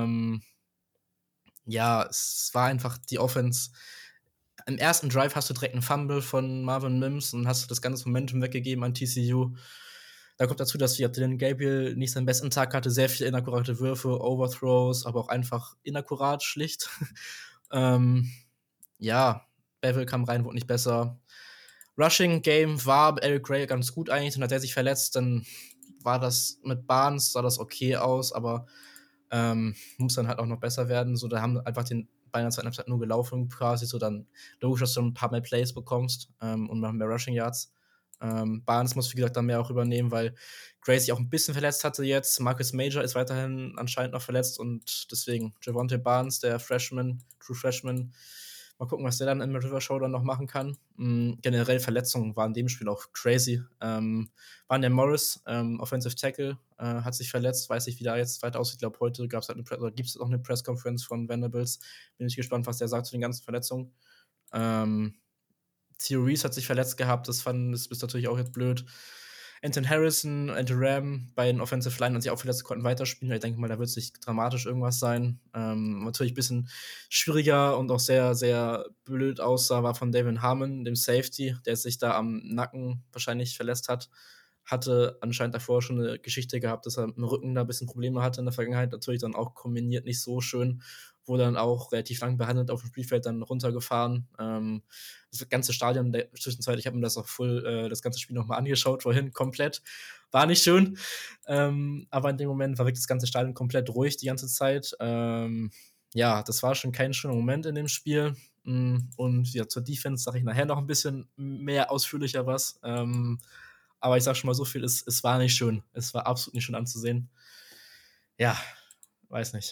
Ja, es war einfach die Offense. Im ersten Drive hast du direkt einen Fumble von Marvin Mims und hast du das ganze Momentum weggegeben an TCU. Da kommt dazu, dass Dylan Gabriel nicht seinen besten Tag hatte, sehr viele inakkurate Würfe, Overthrows, aber auch einfach inakkurat, schlicht. Ja, Bevel kam rein, wurde nicht besser. Rushing Game war Eric Gray ganz gut eigentlich, und hat er sich verletzt, dann war das mit Barnes, sah das okay aus, aber muss dann halt auch noch besser werden. So, da haben einfach den Ball in der zweiten Halbzeit nur gelaufen, quasi, so dann logisch, dass du ein paar mehr Plays bekommst und noch mehr Rushing Yards. Barnes muss, wie gesagt, dann mehr auch übernehmen, weil Gray sich auch ein bisschen verletzt hatte jetzt. Marcus Major ist weiterhin anscheinend noch verletzt und deswegen Javonte Barnes, der True Freshman, mal gucken, was der dann im River Showdown noch machen kann. Generell Verletzungen waren in dem Spiel auch crazy. Vanya Morris, Offensive Tackle, hat sich verletzt. Weiß nicht, wie da jetzt weiter aussieht. Ich glaube, heute gibt es auch eine Press-Conference von Vanderbilts. Bin ich gespannt, was der sagt zu den ganzen Verletzungen. Theo Reese hat sich verletzt gehabt. Das ist natürlich auch jetzt blöd. Anton Harrison, Anton Ram bei den Offensive Line, sich auch verletzt, konnten weiterspielen. Ich denke mal, da wird es nicht dramatisch irgendwas sein. Natürlich ein bisschen schwieriger und auch sehr, sehr blöd aussah, war von David Harmon, dem Safety, der sich da am Nacken wahrscheinlich verletzt hat. Hatte anscheinend davor schon eine Geschichte gehabt, dass er im Rücken da ein bisschen Probleme hatte in der Vergangenheit. Natürlich dann auch kombiniert nicht so schön. Wurde dann auch relativ lang behandelt auf dem Spielfeld, dann runtergefahren. Das ganze Stadion, zwischenzeitlich, ich habe mir das auch das ganze Spiel nochmal angeschaut, vorhin komplett. War nicht schön, aber in dem Moment war wirklich das ganze Stadion komplett ruhig die ganze Zeit. Ja, das war schon kein schöner Moment in dem Spiel. Und ja, zur Defense sage ich nachher noch ein bisschen mehr ausführlicher was. Aber ich sage schon mal so viel, es war nicht schön. Es war absolut nicht schön anzusehen. Ja, weiß nicht.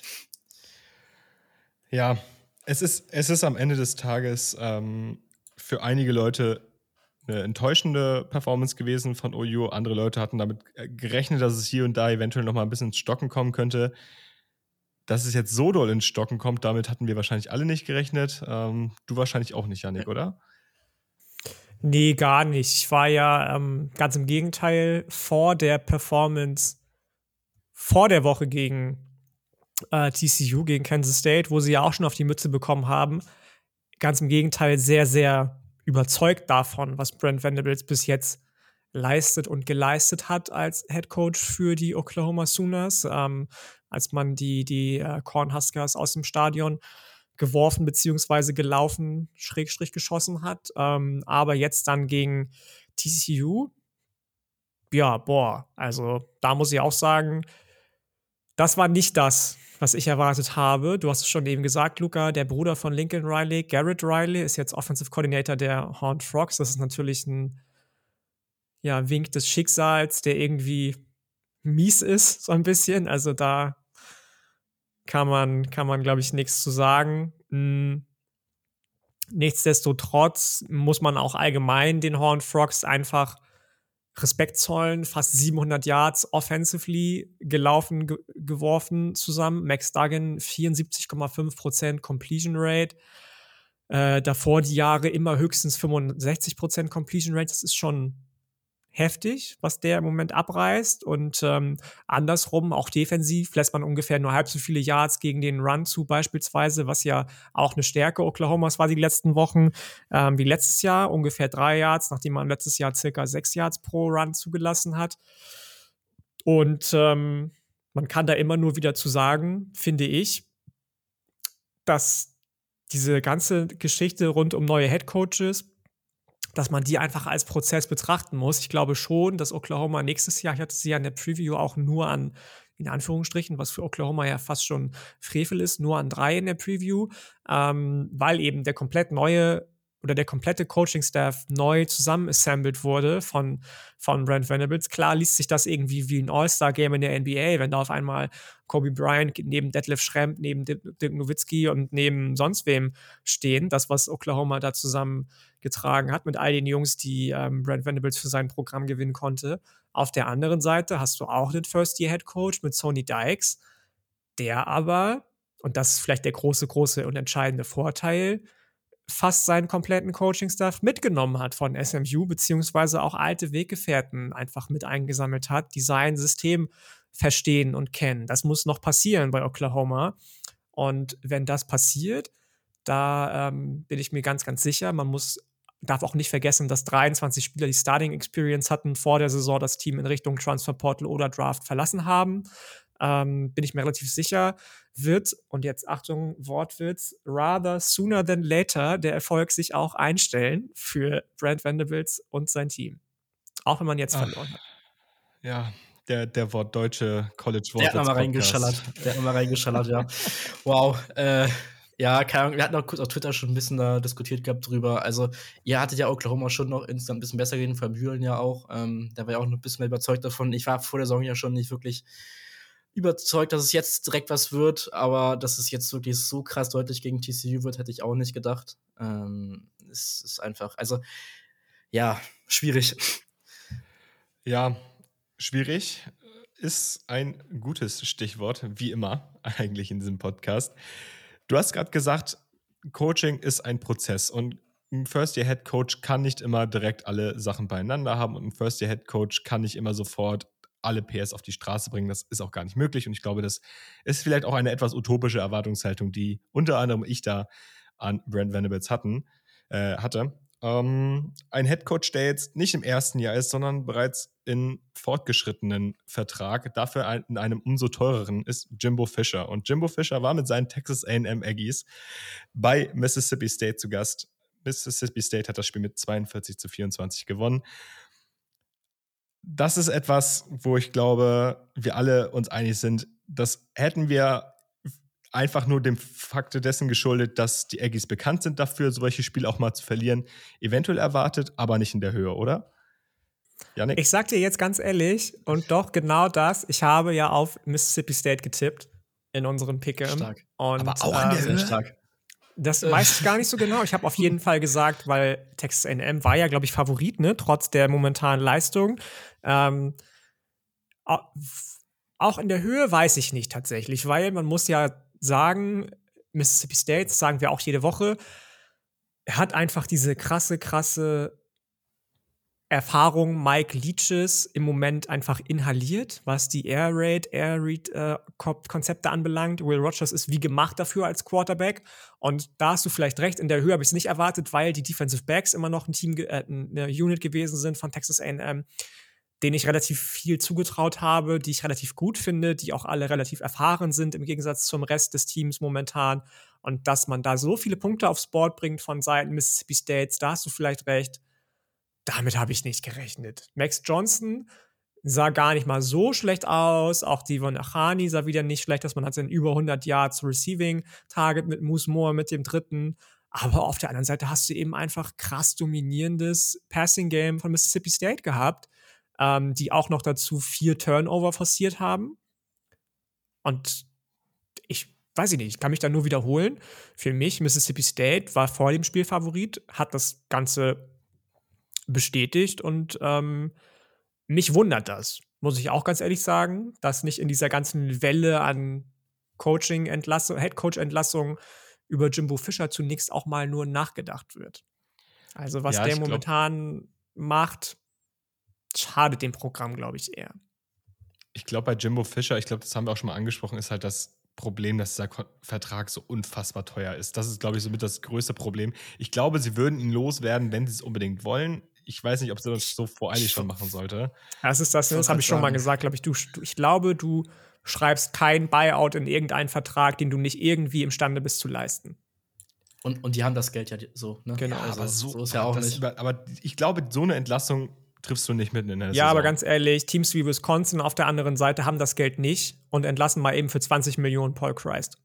Ja, es ist am Ende des Tages für einige Leute eine enttäuschende Performance gewesen von OU. Andere Leute hatten damit gerechnet, dass es hier und da eventuell noch mal ein bisschen ins Stocken kommen könnte. Dass es jetzt so doll ins Stocken kommt, damit hatten wir wahrscheinlich alle nicht gerechnet. Du wahrscheinlich auch nicht, Yannick, oder? Nee, gar nicht. Ich war ja ganz im Gegenteil vor der Performance vor der Woche gegen TCU, gegen Kansas State, wo sie ja auch schon auf die Mütze bekommen haben. Ganz im Gegenteil, sehr, sehr überzeugt davon, was Brent Vanderbilt bis jetzt leistet und geleistet hat als Head Coach für die Oklahoma Sooners, als man die Cornhuskers aus dem Stadion geworfen bzw. gelaufen, / geschossen hat. Aber jetzt dann gegen TCU, ja, also da muss ich auch sagen, das war nicht das, was ich erwartet habe. Du hast es schon eben gesagt, Luca, der Bruder von Lincoln Riley, Garrett Riley, ist jetzt Offensive Coordinator der Horned Frogs. Das ist natürlich ein Wink des Schicksals, der irgendwie mies ist, so ein bisschen. Also da kann man glaube ich, nichts zu sagen. Nichtsdestotrotz muss man auch allgemein den Horned Frogs einfach Respekt zollen. Fast 700 Yards offensively gelaufen, geworfen zusammen. Max Duggan 74,5% Completion Rate. Davor die Jahre immer höchstens 65% Completion Rate. Das ist schon heftig, was der im Moment abreißt. Und andersrum, auch defensiv, lässt man ungefähr nur halb so viele Yards gegen den Run zu, beispielsweise, was ja auch eine Stärke Oklahomas war die letzten Wochen, wie letztes Jahr, ungefähr 3 Yards, nachdem man letztes Jahr circa 6 Yards pro Run zugelassen hat. Und man kann da immer nur wieder zu sagen, finde ich, dass diese ganze Geschichte rund um neue Headcoaches, dass man die einfach als Prozess betrachten muss. Ich glaube schon, dass Oklahoma nächstes Jahr, ich hatte sie ja in der Preview auch nur an, in Anführungsstrichen, was für Oklahoma ja fast schon Frevel ist, nur an 3 in der Preview, weil eben der komplette Coaching-Staff neu zusammenassembled wurde von Brent Venables. Klar liest sich das irgendwie wie ein All-Star-Game in der NBA, wenn da auf einmal Kobe Bryant neben Detlef Schrempf, neben Dirk Nowitzki und neben sonst wem stehen. Das, was Oklahoma da zusammengetragen hat mit all den Jungs, die Brent Venables für sein Programm gewinnen konnte. Auf der anderen Seite hast du auch den First-Year-Head-Coach mit Sonny Dykes, der aber, und das ist vielleicht der große und entscheidende Vorteil, fast seinen kompletten Coaching-Staff mitgenommen hat von SMU, beziehungsweise auch alte Weggefährten einfach mit eingesammelt hat, die sein System verstehen und kennen. Das muss noch passieren bei Oklahoma. Und wenn das passiert, da bin ich mir ganz, ganz sicher, darf auch nicht vergessen, dass 23 Spieler die Starting Experience hatten, vor der Saison das Team in Richtung Transfer Portal oder Draft verlassen haben. Bin ich mir relativ sicher, wird, und jetzt Achtung, Wortwitz, rather sooner than later der Erfolg sich auch einstellen für Brent Venables und sein Team. Auch wenn man jetzt verloren hat. Ja, der wortdeutsche College-Wortwitz. Der hat nochmal reingeschallert, ja. Wow. Ja, keine Ahnung, wir hatten auch kurz auf Twitter schon ein bisschen da diskutiert gehabt drüber. Also, ihr hattet ja Oklahoma schon noch insgesamt ein bisschen besser gehen, vor allem Julian ja auch. Da war ja auch noch ein bisschen mehr überzeugt davon. Ich war vor der Saison ja schon nicht wirklich überzeugt, dass es jetzt direkt was wird, aber dass es jetzt wirklich so krass deutlich gegen TCU wird, hätte ich auch nicht gedacht. Es ist einfach, also, ja, schwierig. Ja, schwierig ist ein gutes Stichwort, wie immer eigentlich in diesem Podcast. Du hast gerade gesagt, Coaching ist ein Prozess und ein First-Year-Head-Coach kann nicht immer direkt alle Sachen beieinander haben und ein First-Year-Head-Coach kann nicht immer sofort alle PS auf die Straße bringen. Das ist auch gar nicht möglich und ich glaube, das ist vielleicht auch eine etwas utopische Erwartungshaltung, die unter anderem ich da an Brent Venables hatte. Ein Headcoach, der jetzt nicht im ersten Jahr ist, sondern bereits in fortgeschrittenen Vertrag, dafür in einem umso teureren, ist Jimbo Fisher. Und Jimbo Fisher war mit seinen Texas A&M Aggies bei Mississippi State zu Gast. Mississippi State hat das Spiel mit 42-24 gewonnen. Das ist etwas, wo ich glaube, wir alle uns einig sind, das hätten wir einfach nur dem Fakte dessen geschuldet, dass die Aggies bekannt sind dafür, solche Spiele auch mal zu verlieren, eventuell erwartet, aber nicht in der Höhe, oder? Jannik? Ich sag dir jetzt ganz ehrlich, und doch genau das, ich habe ja auf Mississippi State getippt in unserem Pick'em. Stark. Und, aber auch in der Höhe? Stark. Das weiß ich gar nicht so genau. Ich habe auf jeden Fall gesagt, weil Texas A&M war ja, glaube ich, Favorit, ne, trotz der momentanen Leistung. Auch in der Höhe weiß ich nicht tatsächlich, weil man muss ja sagen, Mississippi State, das sagen wir auch jede Woche, hat einfach diese krasse Erfahrung Mike Leaches im Moment einfach inhaliert, was die Air Raid-Konzepte anbelangt. Will Rogers ist wie gemacht dafür als Quarterback. Und da hast du vielleicht recht, in der Höhe habe ich es nicht erwartet, weil die Defensive Backs immer noch eine Unit gewesen sind von Texas A&M, denen ich relativ viel zugetraut habe, die ich relativ gut finde, die auch alle relativ erfahren sind im Gegensatz zum Rest des Teams momentan. Und dass man da so viele Punkte aufs Board bringt von Seiten Mississippi States, da hast du vielleicht recht. Damit habe ich nicht gerechnet. Max Johnson sah gar nicht mal so schlecht aus. Auch Devon Achani sah wieder nicht schlecht aus. Man hat seinen über 100 Yards Receiving Target mit Moose Moore mit dem dritten. Aber auf der anderen Seite hast du eben einfach krass dominierendes Passing Game von Mississippi State gehabt, die auch noch dazu 4 Turnover forciert haben. Und ich weiß nicht, ich kann mich da nur wiederholen. Für mich, Mississippi State war vor dem Spiel Favorit, hat das Ganze bestätigt und mich wundert das, muss ich auch ganz ehrlich sagen, dass nicht in dieser ganzen Welle an Headcoach-Entlassung über Jimbo Fisher zunächst auch mal nur nachgedacht wird. Also was der momentan macht, schadet dem Programm, glaube ich, eher. Ich glaube, bei Jimbo Fisher, das haben wir auch schon mal angesprochen, ist halt das Problem, dass dieser Vertrag so unfassbar teuer ist. Das ist, glaube ich, somit das größte Problem. Ich glaube, sie würden ihn loswerden, wenn sie es unbedingt wollen. Ich weiß nicht, ob sie das so voreilig schon machen sollte. Das habe ich schon mal gesagt, glaube ich. Ich glaube, du schreibst kein Buyout in irgendeinen Vertrag, den du nicht irgendwie imstande bist zu leisten. Und die haben das Geld ja so, ne? Genau. Also, aber so ist ja auch nicht. Aber ich glaube, so eine Entlassung triffst du nicht mitten in der Saison. Ja, aber ganz ehrlich, Teams wie Wisconsin auf der anderen Seite haben das Geld nicht und entlassen mal eben für 20 Millionen Paul Christ.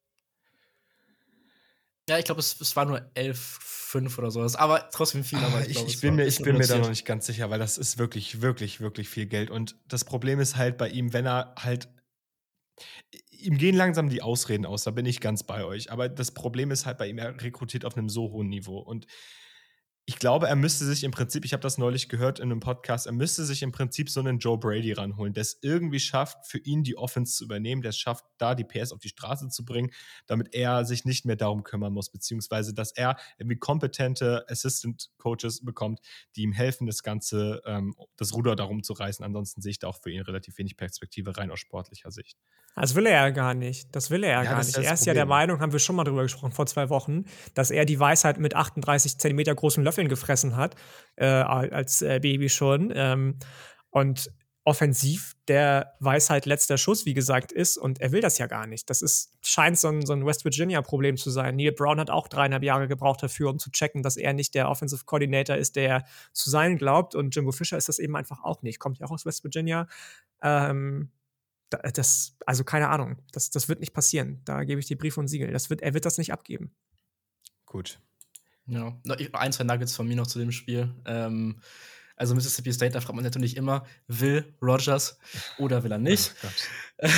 Ja, ich glaube, es war nur 11,5 oder sowas. Aber trotzdem viel. Aber ich bin mir da noch nicht ganz sicher, weil das ist wirklich, wirklich, wirklich viel Geld. Und das Problem ist halt bei ihm, wenn er halt ihm gehen langsam die Ausreden aus, da bin ich ganz bei euch. Aber das Problem ist halt bei ihm, er rekrutiert auf einem so hohen Niveau. Und ich glaube, er müsste sich im Prinzip, ich habe das neulich gehört in einem Podcast, er müsste sich im Prinzip so einen Joe Brady ranholen, der es irgendwie schafft, für ihn die Offense zu übernehmen, der es schafft, da die PS auf die Straße zu bringen, damit er sich nicht mehr darum kümmern muss, beziehungsweise, dass er irgendwie kompetente Assistant Coaches bekommt, die ihm helfen, das Ganze, das Ruder darum zu reißen. Ansonsten sehe ich da auch für ihn relativ wenig Perspektive rein aus sportlicher Sicht. Das will er ja gar nicht. Er ist ja der Meinung, haben wir schon mal drüber gesprochen, vor 2 Wochen, dass er die Weisheit mit 38 Zentimeter großen Löffeln gefressen hat, als Baby schon. Und offensiv der Weisheit letzter Schuss, wie gesagt, ist. Und er will das ja gar nicht. Scheint so ein West Virginia-Problem zu sein. Neil Brown hat auch 3,5 Jahre gebraucht dafür, um zu checken, dass er nicht der Offensive Coordinator ist, der er zu sein glaubt. Und Jimbo Fisher ist das eben einfach auch nicht. Kommt ja auch aus West Virginia. Also keine Ahnung, das wird nicht passieren. Da gebe ich dir Brief und Siegel. Er wird das nicht abgeben. Gut. Ja, 1, 2 Nuggets von mir noch zu dem Spiel. Also Mississippi State, da fragt man natürlich immer, will Rogers oder will er nicht? Oh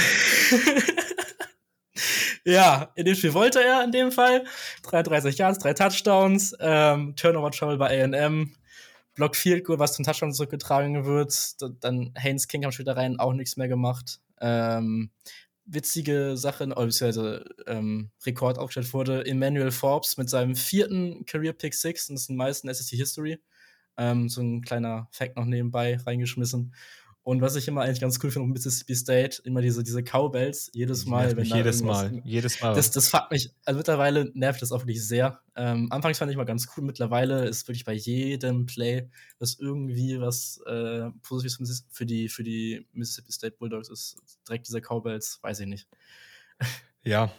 ja, in dem Spiel wollte er in dem Fall. 33 Yards, 3 Touchdowns, Turnover Trouble bei A&M, Block Field Goal, was zum Touchdown zurückgetragen wird. Dann Haynes King kam später rein, auch nichts mehr gemacht. Witzige Sache, beziehungsweise Rekord aufgestellt wurde, Emmanuel Forbes mit seinem 4. Career Pick 6, und das ist in den meisten SEC History. So ein kleiner Fact noch nebenbei reingeschmissen. Und was ich immer eigentlich ganz cool finde mit Mississippi State, immer diese Cowbells, jedes Mal. Jedes Mal. Das fuckt mich, also mittlerweile nervt das auch wirklich sehr. Anfangs fand ich mal ganz cool, mittlerweile ist wirklich bei jedem Play, dass irgendwie was Positives für die Mississippi State Bulldogs ist. Direkt diese Cowbells, weiß ich nicht. Ja.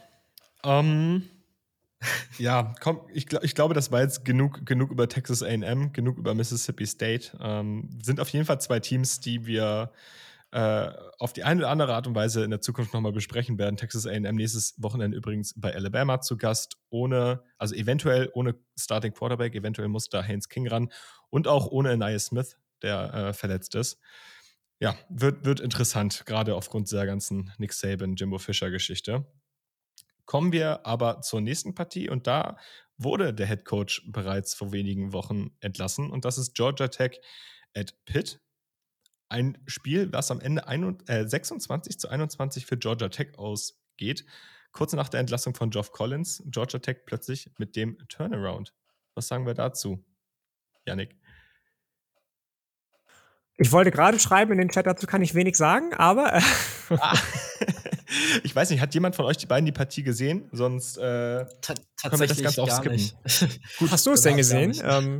Ja, komm, ich glaube, das war jetzt genug über Texas A&M, genug über Mississippi State. Sind auf jeden Fall 2 Teams, die wir auf die eine oder andere Art und Weise in der Zukunft nochmal besprechen werden. Texas A&M nächstes Wochenende übrigens bei Alabama zu Gast, eventuell ohne Starting Quarterback, eventuell muss da Haynes King ran und auch ohne Anaya Smith, der verletzt ist. Ja, wird interessant, gerade aufgrund dieser ganzen Nick Saban, Jimbo Fisher Geschichte. Kommen wir aber zur nächsten Partie und da wurde der Head Coach bereits vor wenigen Wochen entlassen und das ist Georgia Tech at Pitt. Ein Spiel, was am Ende 26-21 für Georgia Tech ausgeht. Kurz nach der Entlassung von Geoff Collins, Georgia Tech plötzlich mit dem Turnaround. Was sagen wir dazu, Yannick? Ich wollte gerade schreiben in den Chat, dazu kann ich wenig sagen, aber ich weiß nicht, hat jemand von euch die Partie gesehen? Sonst tatsächlich das Ganze auch skippen. Nicht. Gut, hast du es denn gesehen?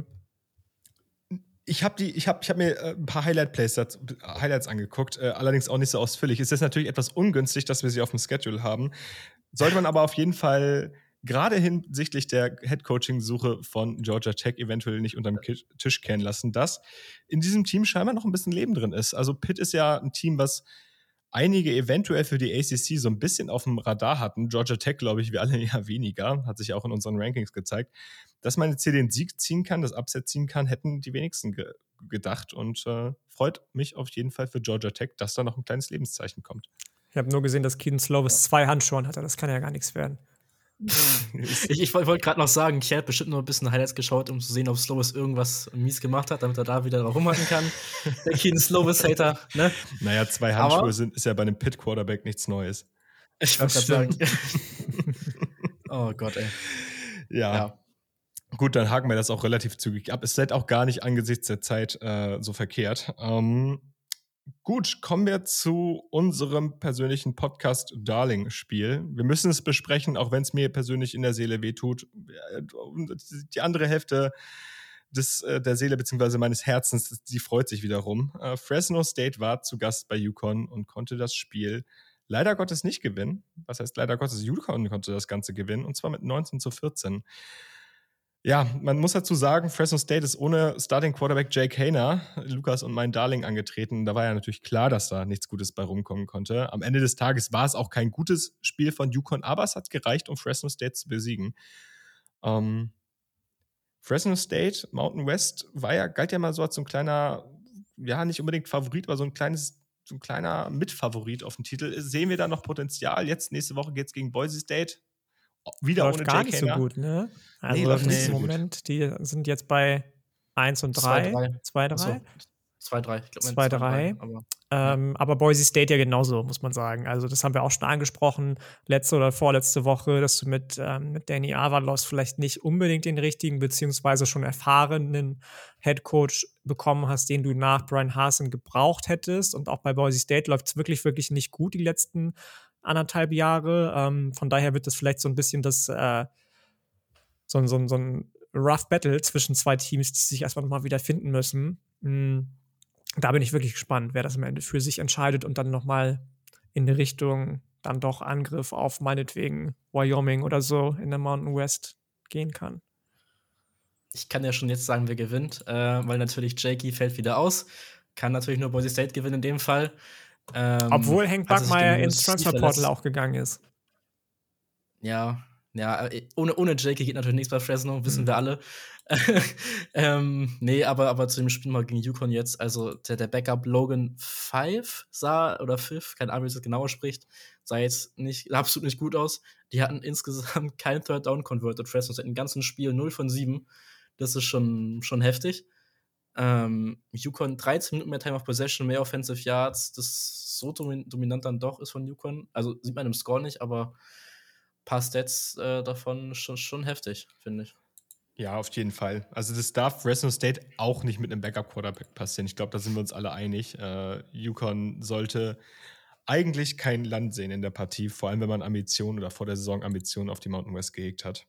Ich hab mir ein paar Highlights angeguckt, allerdings auch nicht so ausführlich. Es ist natürlich etwas ungünstig, dass wir sie auf dem Schedule haben. Sollte man aber auf jeden Fall gerade hinsichtlich der Head-Coaching-Suche von Georgia Tech eventuell nicht unterm Tisch kehren lassen, dass in diesem Team scheinbar noch ein bisschen Leben drin ist. Also Pitt ist ja ein Team, was einige eventuell für die ACC so ein bisschen auf dem Radar hatten. Georgia Tech, glaube ich, wir alle eher weniger. Hat sich auch in unseren Rankings gezeigt. Dass man jetzt hier den Sieg ziehen kann, das Upset ziehen kann, hätten die wenigsten gedacht. Und freut mich auf jeden Fall für Georgia Tech, dass da noch ein kleines Lebenszeichen kommt. Ich habe nur gesehen, dass Kedon Slovis 2 Handschuhe hatte. Das kann ja gar nichts werden. Ich wollte gerade noch sagen, ich hätte bestimmt nur ein bisschen Highlights geschaut, um zu sehen, ob Slovis irgendwas mies gemacht hat, damit er da wieder drauf rumhacken kann. Der Kedon Slovis-Hater, ne? Naja, 2 Handschuhe ist ja bei einem Pitt-Quarterback nichts Neues. Ich wollte gerade sagen. Oh Gott, ey. Ja. Gut, dann haken wir das auch relativ zügig ab. Es ist auch gar nicht angesichts der Zeit so verkehrt. Gut, kommen wir zu unserem persönlichen Podcast-Darling-Spiel. Wir müssen es besprechen, auch wenn es mir persönlich in der Seele wehtut. Die andere Hälfte der Seele bzw. meines Herzens, die freut sich wiederum. Fresno State war zu Gast bei UConn und konnte das Spiel leider Gottes nicht gewinnen. Was heißt leider Gottes? UConn konnte das Ganze gewinnen, und zwar mit 19-14. Ja, man muss dazu sagen, Fresno State ist ohne Starting Quarterback Jake Haener, Lukas und mein Darling, angetreten. Da war ja natürlich klar, dass da nichts Gutes bei rumkommen konnte. Am Ende des Tages war es auch kein gutes Spiel von UConn, aber es hat gereicht, um Fresno State zu besiegen. Fresno State, Mountain West, galt ja mal so als so ein kleiner, ja, nicht unbedingt Favorit, aber so ein kleiner Mitfavorit auf den Titel. Sehen wir da noch Potenzial? Jetzt, nächste Woche geht es gegen Boise State. Wieder läuft ohne gar Jake nicht Haener. so gut, ne? Also läuft im nicht so Moment, gut. die sind jetzt bei 1-3. 2-3? 2-3. Ich glaube, 2-3. Aber Boise State ja genauso, muss man sagen. Also das haben wir auch schon angesprochen, letzte oder vorletzte Woche, dass du mit Danny Avalos vielleicht nicht unbedingt den richtigen, beziehungsweise schon erfahrenen Headcoach bekommen hast, den du nach Brian Harsin gebraucht hättest. Und auch bei Boise State läuft es wirklich, wirklich nicht gut die letzten 1,5 Jahre. Von daher wird das vielleicht so ein bisschen so ein Rough Battle zwischen zwei Teams, die sich erstmal nochmal wieder finden müssen. Da bin ich wirklich gespannt, wer das am Ende für sich entscheidet und dann nochmal in die Richtung dann doch Angriff auf meinetwegen Wyoming oder so in der Mountain West gehen kann. Ich kann ja schon jetzt sagen, wer gewinnt, weil natürlich Jakey fällt wieder aus. Kann natürlich nur Boise State gewinnen in dem Fall. Obwohl Hank Buckmeyer ins Transferportal auch gegangen ist. Ja, ohne Jakey geht natürlich nichts bei Fresno, wissen wir alle. Nee, aber zu dem Spiel mal gegen UConn jetzt, also der Backup Logan 5 keine Ahnung, wie das genauer spricht, sah jetzt absolut nicht gut aus. Die hatten insgesamt keinen Third Down converted. Fresno seit dem ganzen Spiel 0 von 7. Das ist schon heftig. UConn 13 Minuten mehr Time of Possession, mehr Offensive Yards, das so dominant dann doch ist von UConn. Also sieht man im Score nicht, aber ein paar Stats davon schon heftig, finde ich. Ja, auf jeden Fall. Also das darf Fresno State auch nicht mit einem Backup-Quarterback passieren. Ich glaube, da sind wir uns alle einig. UConn sollte eigentlich kein Land sehen in der Partie, vor allem wenn man Ambitionen oder vor der Saison Ambitionen auf die Mountain West gehegt hat.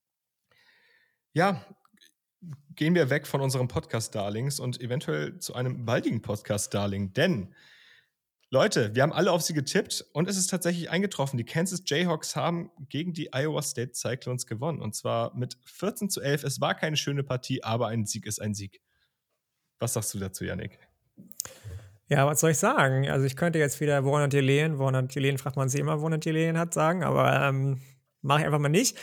Ja, gehen wir weg von unserem Podcast-Darlings und eventuell zu einem baldigen Podcast-Darling, denn Leute, wir haben alle auf sie getippt und es ist tatsächlich eingetroffen. Die Kansas Jayhawks haben gegen die Iowa State Cyclones gewonnen, und zwar mit 14-11. Es war keine schöne Partie, aber ein Sieg ist ein Sieg. Was sagst du dazu, Yannick? Ja, was soll ich sagen? Also ich könnte jetzt wieder Warner Delene fragt man sich immer, Warner Delene hat, sagen, aber mache ich einfach mal nicht.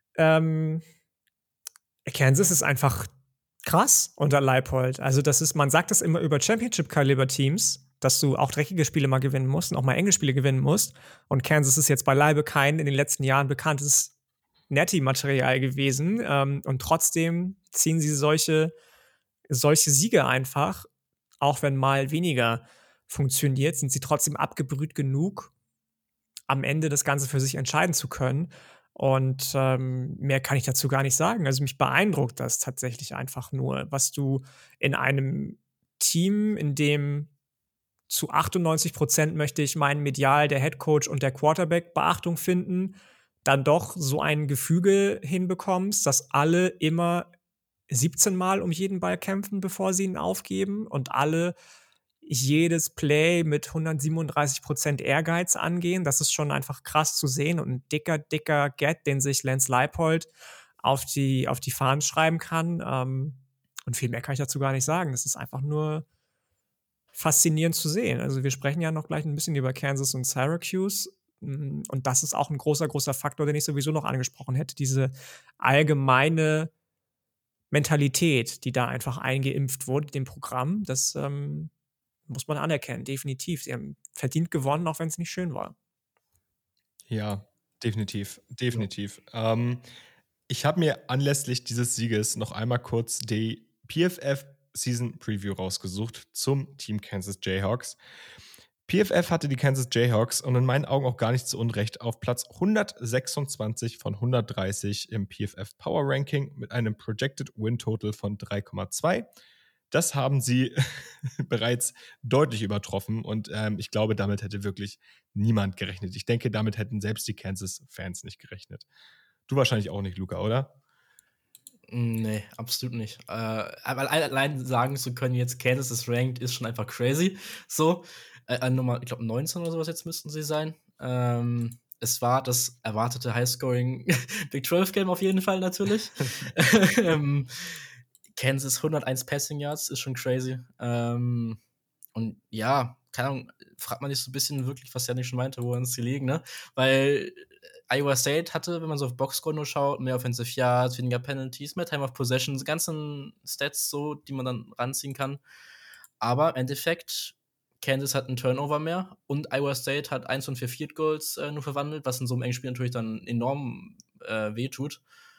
Kansas ist einfach krass unter Leipold. Also man sagt das immer über Championship-Kaliber-Teams, dass du auch dreckige Spiele mal gewinnen musst und auch mal enge Spiele gewinnen musst. Und Kansas ist jetzt beileibe kein in den letzten Jahren bekanntes Netty-Material gewesen. Und trotzdem ziehen sie solche Siege einfach, auch wenn mal weniger funktioniert, sind sie trotzdem abgebrüht genug, am Ende das Ganze für sich entscheiden zu können. Und mehr kann ich dazu gar nicht sagen. Also mich beeindruckt das tatsächlich einfach nur, was du in einem Team, in dem zu 98% möchte ich meinen medial der Headcoach und der Quarterback Beachtung finden, dann doch so ein Gefüge hinbekommst, dass alle immer 17 Mal um jeden Ball kämpfen, bevor sie ihn aufgeben und alle jedes Play mit 137% Ehrgeiz angehen. Das ist schon einfach krass zu sehen und ein dicker Get, den sich Lance Leipold auf die Fahnen schreiben kann. Und viel mehr kann ich dazu gar nicht sagen. Das ist einfach nur faszinierend zu sehen. Also wir sprechen ja noch gleich ein bisschen über Kansas und Syracuse. Und das ist auch ein großer Faktor, den ich sowieso noch angesprochen hätte. Diese allgemeine Mentalität, die da einfach eingeimpft wurde, dem Programm, das muss man anerkennen, definitiv. Sie haben verdient gewonnen, auch wenn es nicht schön war. Ja, definitiv. Ich habe mir anlässlich dieses Sieges noch einmal kurz die PFF Season Preview rausgesucht zum Team Kansas Jayhawks. PFF hatte die Kansas Jayhawks und in meinen Augen auch gar nicht zu Unrecht auf Platz 126 von 130 im PFF Power Ranking mit einem Projected Win Total von 3,2. Das haben sie bereits deutlich übertroffen und ich glaube, damit hätte wirklich niemand gerechnet. Ich denke, damit hätten selbst die Kansas-Fans nicht gerechnet. Du wahrscheinlich auch nicht, Luca, oder? Nee, absolut nicht. Aber allein sagen zu können, jetzt Kansas ist ranked, ist schon einfach crazy. So, Nummer, ich glaube 19 oder sowas jetzt müssten sie sein. Es war das erwartete Highscoring Big 12 Game auf jeden Fall natürlich. Kansas 101 Passing Yards ist schon crazy. Und ja, keine Ahnung, fragt man sich so ein bisschen wirklich, was Janik schon meinte, woran es gelegen, ne? Weil Iowa State hatte, wenn man so auf Boxscore nur schaut, mehr Offensive Yards, weniger Penalties, mehr Time of Possession, die ganzen Stats so, die man dann ranziehen kann. Aber im Endeffekt, Kansas hat einen Turnover mehr und Iowa State hat 1 von 4 Field Goals nur verwandelt, was in so einem engen Spiel natürlich dann enorm wehtut.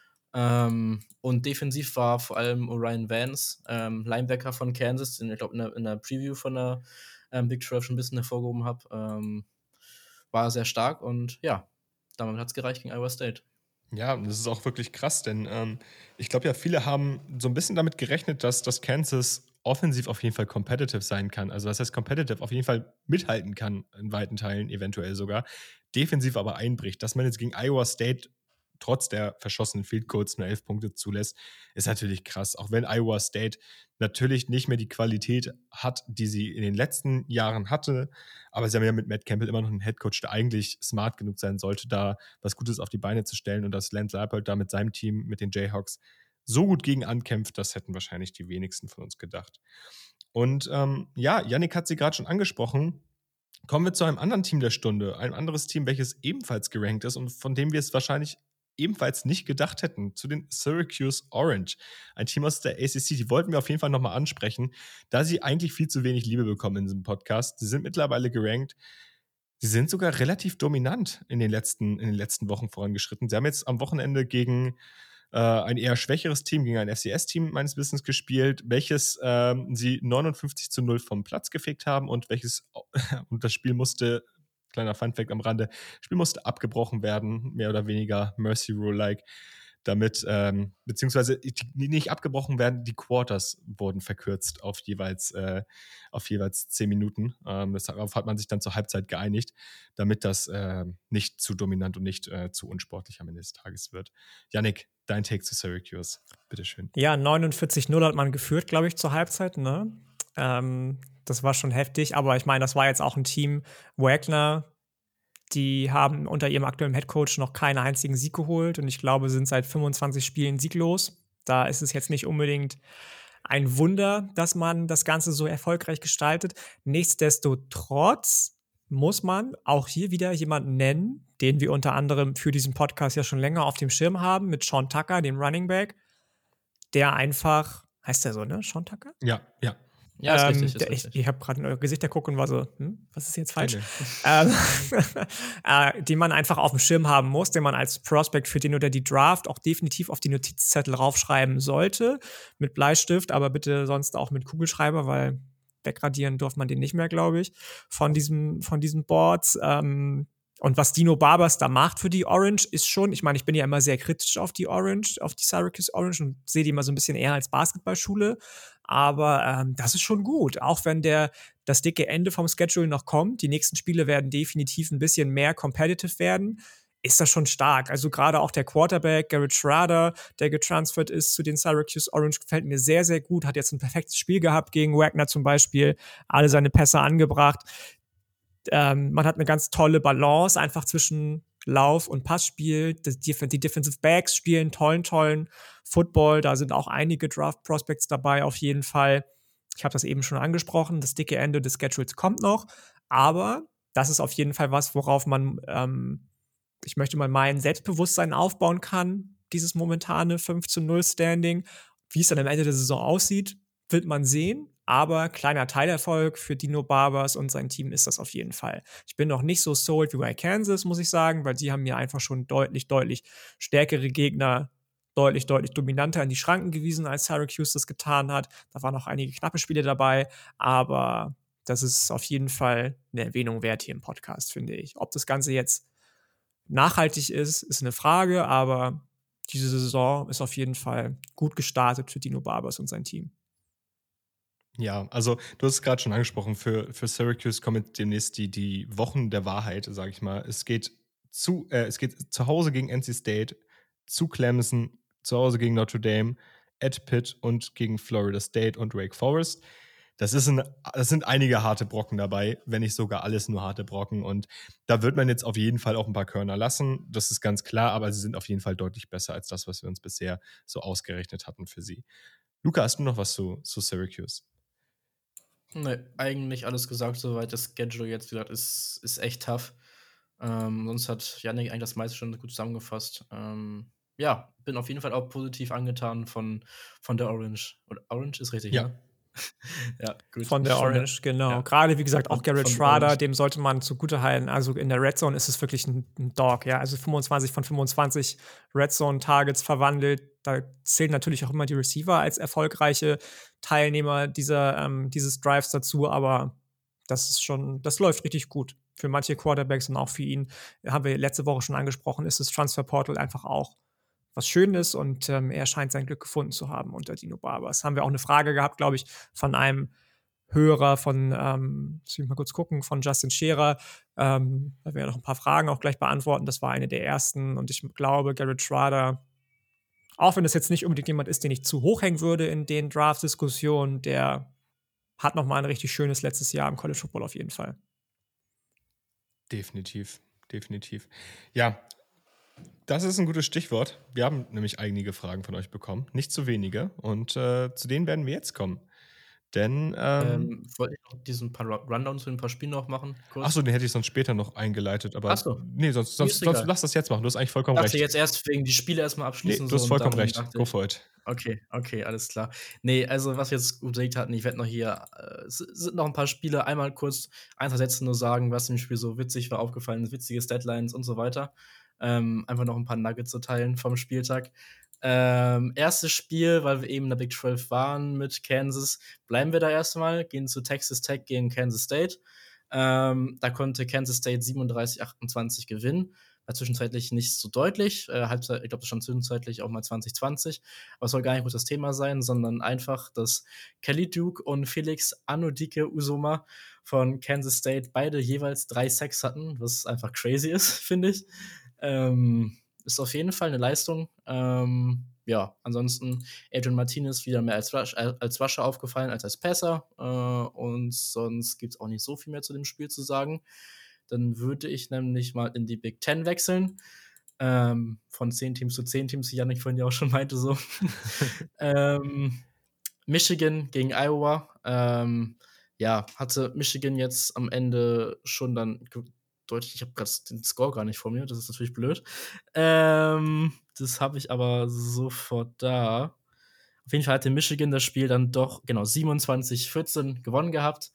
Und defensiv war vor allem Orion Vance, Linebacker von Kansas, den ich glaube in der Preview von der Big 12 schon ein bisschen hervorgehoben habe, war sehr stark und ja, damit hat es gereicht gegen Iowa State. Ja, das ist auch wirklich krass, denn ich glaube ja, viele haben so ein bisschen damit gerechnet, dass das Kansas offensiv auf jeden Fall competitive sein kann. Also das heißt, competitive auf jeden Fall mithalten kann, in weiten Teilen eventuell sogar. Defensiv aber einbricht. Dass man jetzt gegen Iowa State trotz der verschossenen Field Goals nur 11 Punkte zulässt, ist natürlich krass. Auch wenn Iowa State natürlich nicht mehr die Qualität hat, die sie in den letzten Jahren hatte. Aber sie haben ja mit Matt Campbell immer noch einen Headcoach, der eigentlich smart genug sein sollte, da was Gutes auf die Beine zu stellen. Und dass Lance Leipold da mit seinem Team, mit den Jayhawks, so gut gegen ankämpft, das hätten wahrscheinlich die wenigsten von uns gedacht. Und ja, Yannick hat sie gerade schon angesprochen. Kommen wir zu einem anderen Team der Stunde. Ein anderes Team, welches ebenfalls gerankt ist und von dem wir es wahrscheinlich ebenfalls nicht gedacht hätten, zu den Syracuse Orange. Ein Team aus der ACC, die wollten wir auf jeden Fall nochmal ansprechen, da sie eigentlich viel zu wenig Liebe bekommen in diesem Podcast. Sie sind mittlerweile gerankt. Sie sind sogar relativ dominant in den letzten Wochen vorangeschritten. Sie haben jetzt am Wochenende gegen ein eher schwächeres Team, gegen ein FCS-Team meines Wissens gespielt, welches sie 59-0 vom Platz gefegt haben und und das Spiel musste, kleiner Funfact am Rande, Spiel musste abgebrochen werden, mehr oder weniger Mercy Rule-like, damit, beziehungsweise nicht abgebrochen werden, die Quarters wurden verkürzt auf jeweils 10 Minuten. Darauf hat man sich dann zur Halbzeit geeinigt, damit das nicht zu dominant und nicht zu unsportlich am Ende des Tages wird. Yannick, dein Take zu Syracuse, bitteschön. Ja, 49-0 hat man geführt, glaube ich, zur Halbzeit, ne? Das war schon heftig, aber ich meine, das war jetzt auch ein Team, Wagner, die haben unter ihrem aktuellen Headcoach noch keinen einzigen Sieg geholt und ich glaube, sind seit 25 Spielen sieglos. Da ist es jetzt nicht unbedingt ein Wunder, dass man das Ganze so erfolgreich gestaltet. Nichtsdestotrotz muss man auch hier wieder jemanden nennen, den wir unter anderem für diesen Podcast ja schon länger auf dem Schirm haben, mit Sean Tucker, dem Running Back, der einfach, heißt der so, ne? Sean Tucker? Ja. Ja, ist richtig. Ich habe gerade in eure Gesichter geguckt und war so, was ist jetzt falsch? Die man einfach auf dem Schirm haben muss, den man als Prospect für den oder die Draft auch definitiv auf die Notizzettel raufschreiben sollte. Mit Bleistift, aber bitte sonst auch mit Kugelschreiber, weil wegradieren durfte man den nicht mehr, glaube ich, von diesen Boards. Und was Dino Barbers da macht für die Orange, ist schon, ich meine, ich bin ja immer sehr kritisch auf die Syracuse Orange und sehe die immer so ein bisschen eher als Basketballschule. Aber das ist schon gut, auch wenn das dicke Ende vom Schedule noch kommt. Die nächsten Spiele werden definitiv ein bisschen mehr competitive werden. ist das schon stark. Also gerade auch der Quarterback, Garrett Schrader, der getransfert ist zu den Syracuse Orange, gefällt mir sehr, sehr gut. Hat jetzt ein perfektes Spiel gehabt gegen Wagner zum Beispiel, alle seine Pässe angebracht. Man hat eine ganz tolle Balance einfach zwischen Lauf- und Passspiel. Die Defensive Backs spielen tollen Football. Da sind auch einige Draft-Prospects dabei auf jeden Fall. Ich habe das eben schon angesprochen. Das dicke Ende des Schedules kommt noch. Aber das ist auf jeden Fall was, worauf man, ich möchte mal meinen, Selbstbewusstsein aufbauen kann. Dieses momentane 5-0 Standing. Wie es dann am Ende der Saison aussieht, wird man sehen. Aber kleiner Teilerfolg für Dino Barbers und sein Team ist das auf jeden Fall. Ich bin noch nicht so sold wie bei Kansas, muss ich sagen, weil die haben mir einfach schon deutlich stärkere Gegner, deutlich dominanter in die Schranken gewiesen, als Syracuse das getan hat. Da waren noch einige knappe Spiele dabei, aber das ist auf jeden Fall eine Erwähnung wert hier im Podcast, finde ich. Ob das Ganze jetzt nachhaltig ist eine Frage, aber diese Saison ist auf jeden Fall gut gestartet für Dino Barbers und sein Team. Ja, also du hast es gerade schon angesprochen, für Syracuse kommen demnächst die Wochen der Wahrheit, sage ich mal. Es geht zu Hause gegen NC State, zu Clemson, zu Hause gegen Notre Dame, at Pitt und gegen Florida State und Wake Forest. Das sind einige harte Brocken dabei, wenn nicht sogar alles nur harte Brocken. Und da wird man jetzt auf jeden Fall auch ein paar Körner lassen. Das ist ganz klar, aber sie sind auf jeden Fall deutlich besser als das, was wir uns bisher so ausgerechnet hatten für sie. Luca, hast du noch was zu Syracuse? Ne, eigentlich alles gesagt soweit. Das Schedule jetzt, wie gesagt, ist echt tough. Sonst hat Yannick eigentlich das meiste schon gut zusammengefasst. Ja, bin auf jeden Fall auch positiv angetan von der Orange. Oder Orange ist richtig, Ja. ne? Ja, gut. Von der Orange, genau. Ja. Gerade, wie gesagt, auch Garrett Von der Schrader, Orange. dem sollte man zugutehalten. Also in der Red Zone ist es wirklich ein Dog, ja. Also 25 von 25 Red Zone Targets verwandelt. Da zählen natürlich auch immer die Receiver als erfolgreiche Teilnehmer dieses Drives dazu, aber das läuft richtig gut. Für manche Quarterbacks und auch für ihn, haben wir letzte Woche schon angesprochen, ist das Transfer Portal einfach auch was Schönes und er scheint sein Glück gefunden zu haben unter Dino Barbers. Haben wir auch eine Frage gehabt, glaube ich, von einem Hörer von, muss ich mal kurz gucken, von Justin Scherer. Da werden wir noch ein paar Fragen auch gleich beantworten. Das war eine der ersten und ich glaube, Garrett Schrader, auch wenn das jetzt nicht unbedingt jemand ist, den ich zu hoch hängen würde in den Draft-Diskussionen, der hat noch mal ein richtig schönes letztes Jahr im College Football auf jeden Fall. Definitiv. Ja, das ist ein gutes Stichwort. Wir haben nämlich einige Fragen von euch bekommen, nicht zu wenige. Und zu denen werden wir jetzt kommen. Denn, wollte ich noch diesen paar Rundown zu ein paar Spielen noch machen, kurz? achso, den hätte ich sonst später noch eingeleitet, aber nee, sonst lass das jetzt machen. Du hast eigentlich vollkommen recht. Ich dachte jetzt erst wegen die Spiele erstmal abschließen. Nee, du hast vollkommen recht. Go for it. Okay, alles klar. Nee, also was wir jetzt überlegt hatten, ich werde noch hier, es sind noch ein paar Spiele, einmal kurz ein, zwei Sätze nur sagen, was im Spiel so witzig war, aufgefallen ist, witzige Deadlines und so weiter. Einfach noch ein paar Nuggets zu teilen vom Spieltag. Erstes Spiel, weil wir eben in der Big 12 waren mit Kansas, bleiben wir da erstmal, gehen zu Texas Tech gegen Kansas State. Da konnte Kansas State 37-28 gewinnen. War zwischenzeitlich nicht so deutlich. Halbzeit, ich glaube, das stand zwischenzeitlich auch mal 2020. Aber es soll gar nicht groß das Thema sein, sondern einfach, dass Kelly Duke und Felix Anudike Uzoma von Kansas State beide jeweils 3 Sacks hatten, was einfach crazy ist, finde ich. Ist auf jeden Fall eine Leistung. Ja, ansonsten Adrian Martinez wieder mehr als Rusher aufgefallen als Passer. Und sonst gibt es auch nicht so viel mehr zu dem Spiel zu sagen. Dann würde ich nämlich mal in die Big Ten wechseln. Von 10 Teams zu 10 Teams, wie Yannick vorhin ja auch schon meinte, so. Michigan gegen Iowa. Ja, hatte Michigan jetzt am Ende schon dann deutlich, ich habe gerade den Score gar nicht vor mir, das ist natürlich blöd. Das habe ich aber sofort da. Auf jeden Fall hatte Michigan das Spiel dann doch, genau, 27-14 gewonnen gehabt.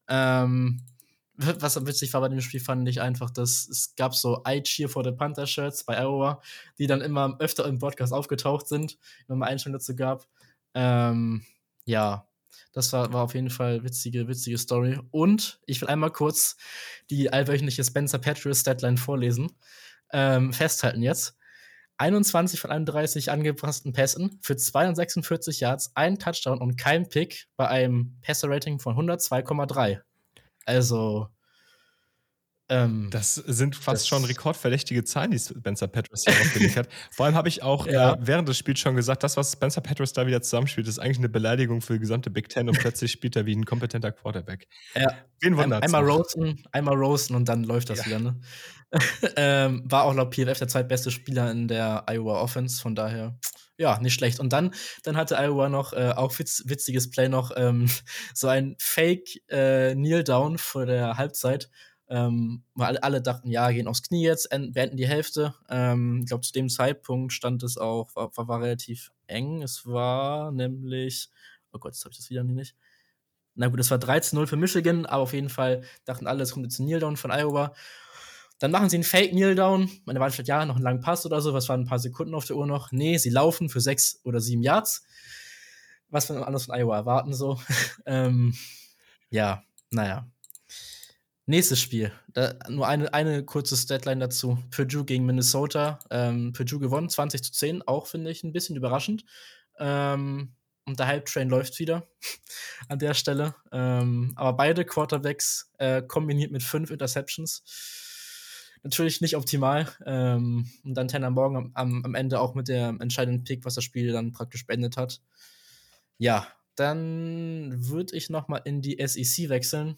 Was witzig war bei dem Spiel, fand ich einfach, dass es gab so I-Cheer for the Panther-Shirts bei Iowa, die dann immer öfter im Podcast aufgetaucht sind, wenn man Einstellungen dazu gab. Ja, das war auf jeden Fall witzige Story. Und ich will einmal kurz die allwöchentliche Spencer Petras Deadline vorlesen. Festhalten jetzt. 21 von 31 angepassten Pässen für 246 Yards, ein Touchdown und kein Pick bei einem Passer-Rating von 102,3. Also Das sind fast schon rekordverdächtige Zahlen, die Spencer Petras hier aufgelegt hat. Vor allem habe ich auch während des Spiels schon gesagt, das, was Spencer Petras da wieder zusammenspielt, ist eigentlich eine Beleidigung für die gesamte Big Ten und plötzlich spielt er wie ein kompetenter Quarterback. Ja. Wen wundert's Einmal noch? roasten und dann läuft das wieder, ne? War auch laut PFF der zweitbeste Spieler in der Iowa Offense, von daher, ja, nicht schlecht. Und dann hatte Iowa noch, auch witziges Play noch, so ein Fake Kneel Down vor der Halbzeit, weil alle dachten, ja, gehen aufs Knie jetzt, beenden die Hälfte. Ich glaube, zu dem Zeitpunkt stand es auch, war relativ eng. Es war nämlich, oh Gott, jetzt habe ich das wieder nicht. Na gut, es war 13-0 für Michigan, aber auf jeden Fall dachten alle, es kommt jetzt ein Kneel-Down von Iowa. Dann machen sie einen Fake-Kneel-Down. Meine war vielleicht, ja, noch einen langen Pass oder so. Was waren ein paar Sekunden auf der Uhr noch? Nee, sie laufen für 6 oder 7 Yards. Was wir anders von Iowa erwarten, so. Ja, naja. Nächstes Spiel. Nur eine kurze Statline dazu. Purdue gegen Minnesota. Purdue gewonnen, 20-10. Auch, finde ich, ein bisschen überraschend. Und der Hype-Train läuft wieder an der Stelle. Aber beide Quarterbacks kombiniert mit 5 Interceptions. Natürlich nicht optimal. Und dann Tanner Morgan am Ende auch mit der entscheidenden Pick, was das Spiel dann praktisch beendet hat. Ja, dann würde ich noch mal in die SEC wechseln.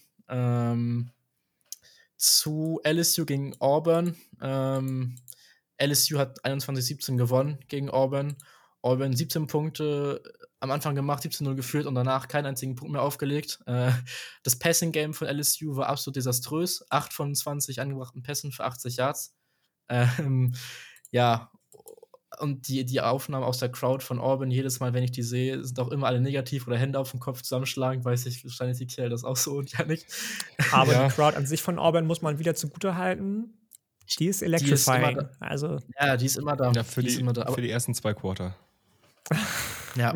Zu LSU gegen Auburn. LSU hat 21-17 gewonnen gegen Auburn. Auburn 17 Punkte am Anfang gemacht, 17-0 geführt und danach keinen einzigen Punkt mehr aufgelegt. Das Passing-Game von LSU war absolut desaströs. 8 von 20 angebrachten Pässen für 80 Yards. Ja, und die Aufnahmen aus der Crowd von Auburn, jedes Mal, wenn ich die sehe, sind auch immer alle negativ oder Hände auf den Kopf zusammenschlagen. Weiß ich, wahrscheinlich die Kerl das auch so und ja nicht. Aber die Crowd an sich von Auburn muss man wieder zugute halten. Die ist electrifying. Die ist also ja, die ist immer da. Ja, für die ersten 2 Quarter. Ja.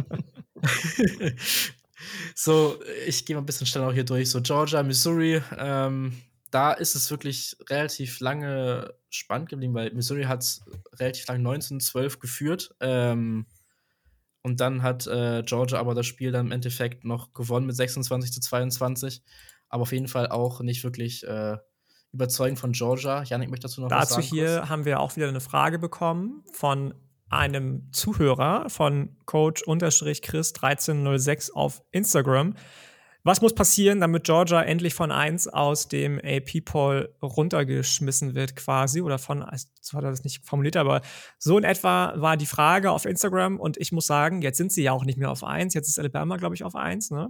So, ich gehe mal ein bisschen schneller auch hier durch. So, Georgia, Missouri, da ist es wirklich relativ lange spannend geblieben, weil Missouri hat relativ lange 19-12 geführt. Und dann hat Georgia aber das Spiel dann im Endeffekt noch gewonnen mit 26-22. Aber auf jeden Fall auch nicht wirklich überzeugend von Georgia. Janik möchte dazu noch was sagen. Dazu hier haben wir auch wieder eine Frage bekommen von einem Zuhörer von Coach-Chris1306 auf Instagram. Was muss passieren, damit Georgia endlich von 1 aus dem AP-Poll runtergeschmissen wird quasi? Oder so hat er das nicht formuliert, aber so in etwa war die Frage auf Instagram. Und ich muss sagen, jetzt sind sie ja auch nicht mehr auf 1. Jetzt ist Alabama, glaube ich, auf 1, ne?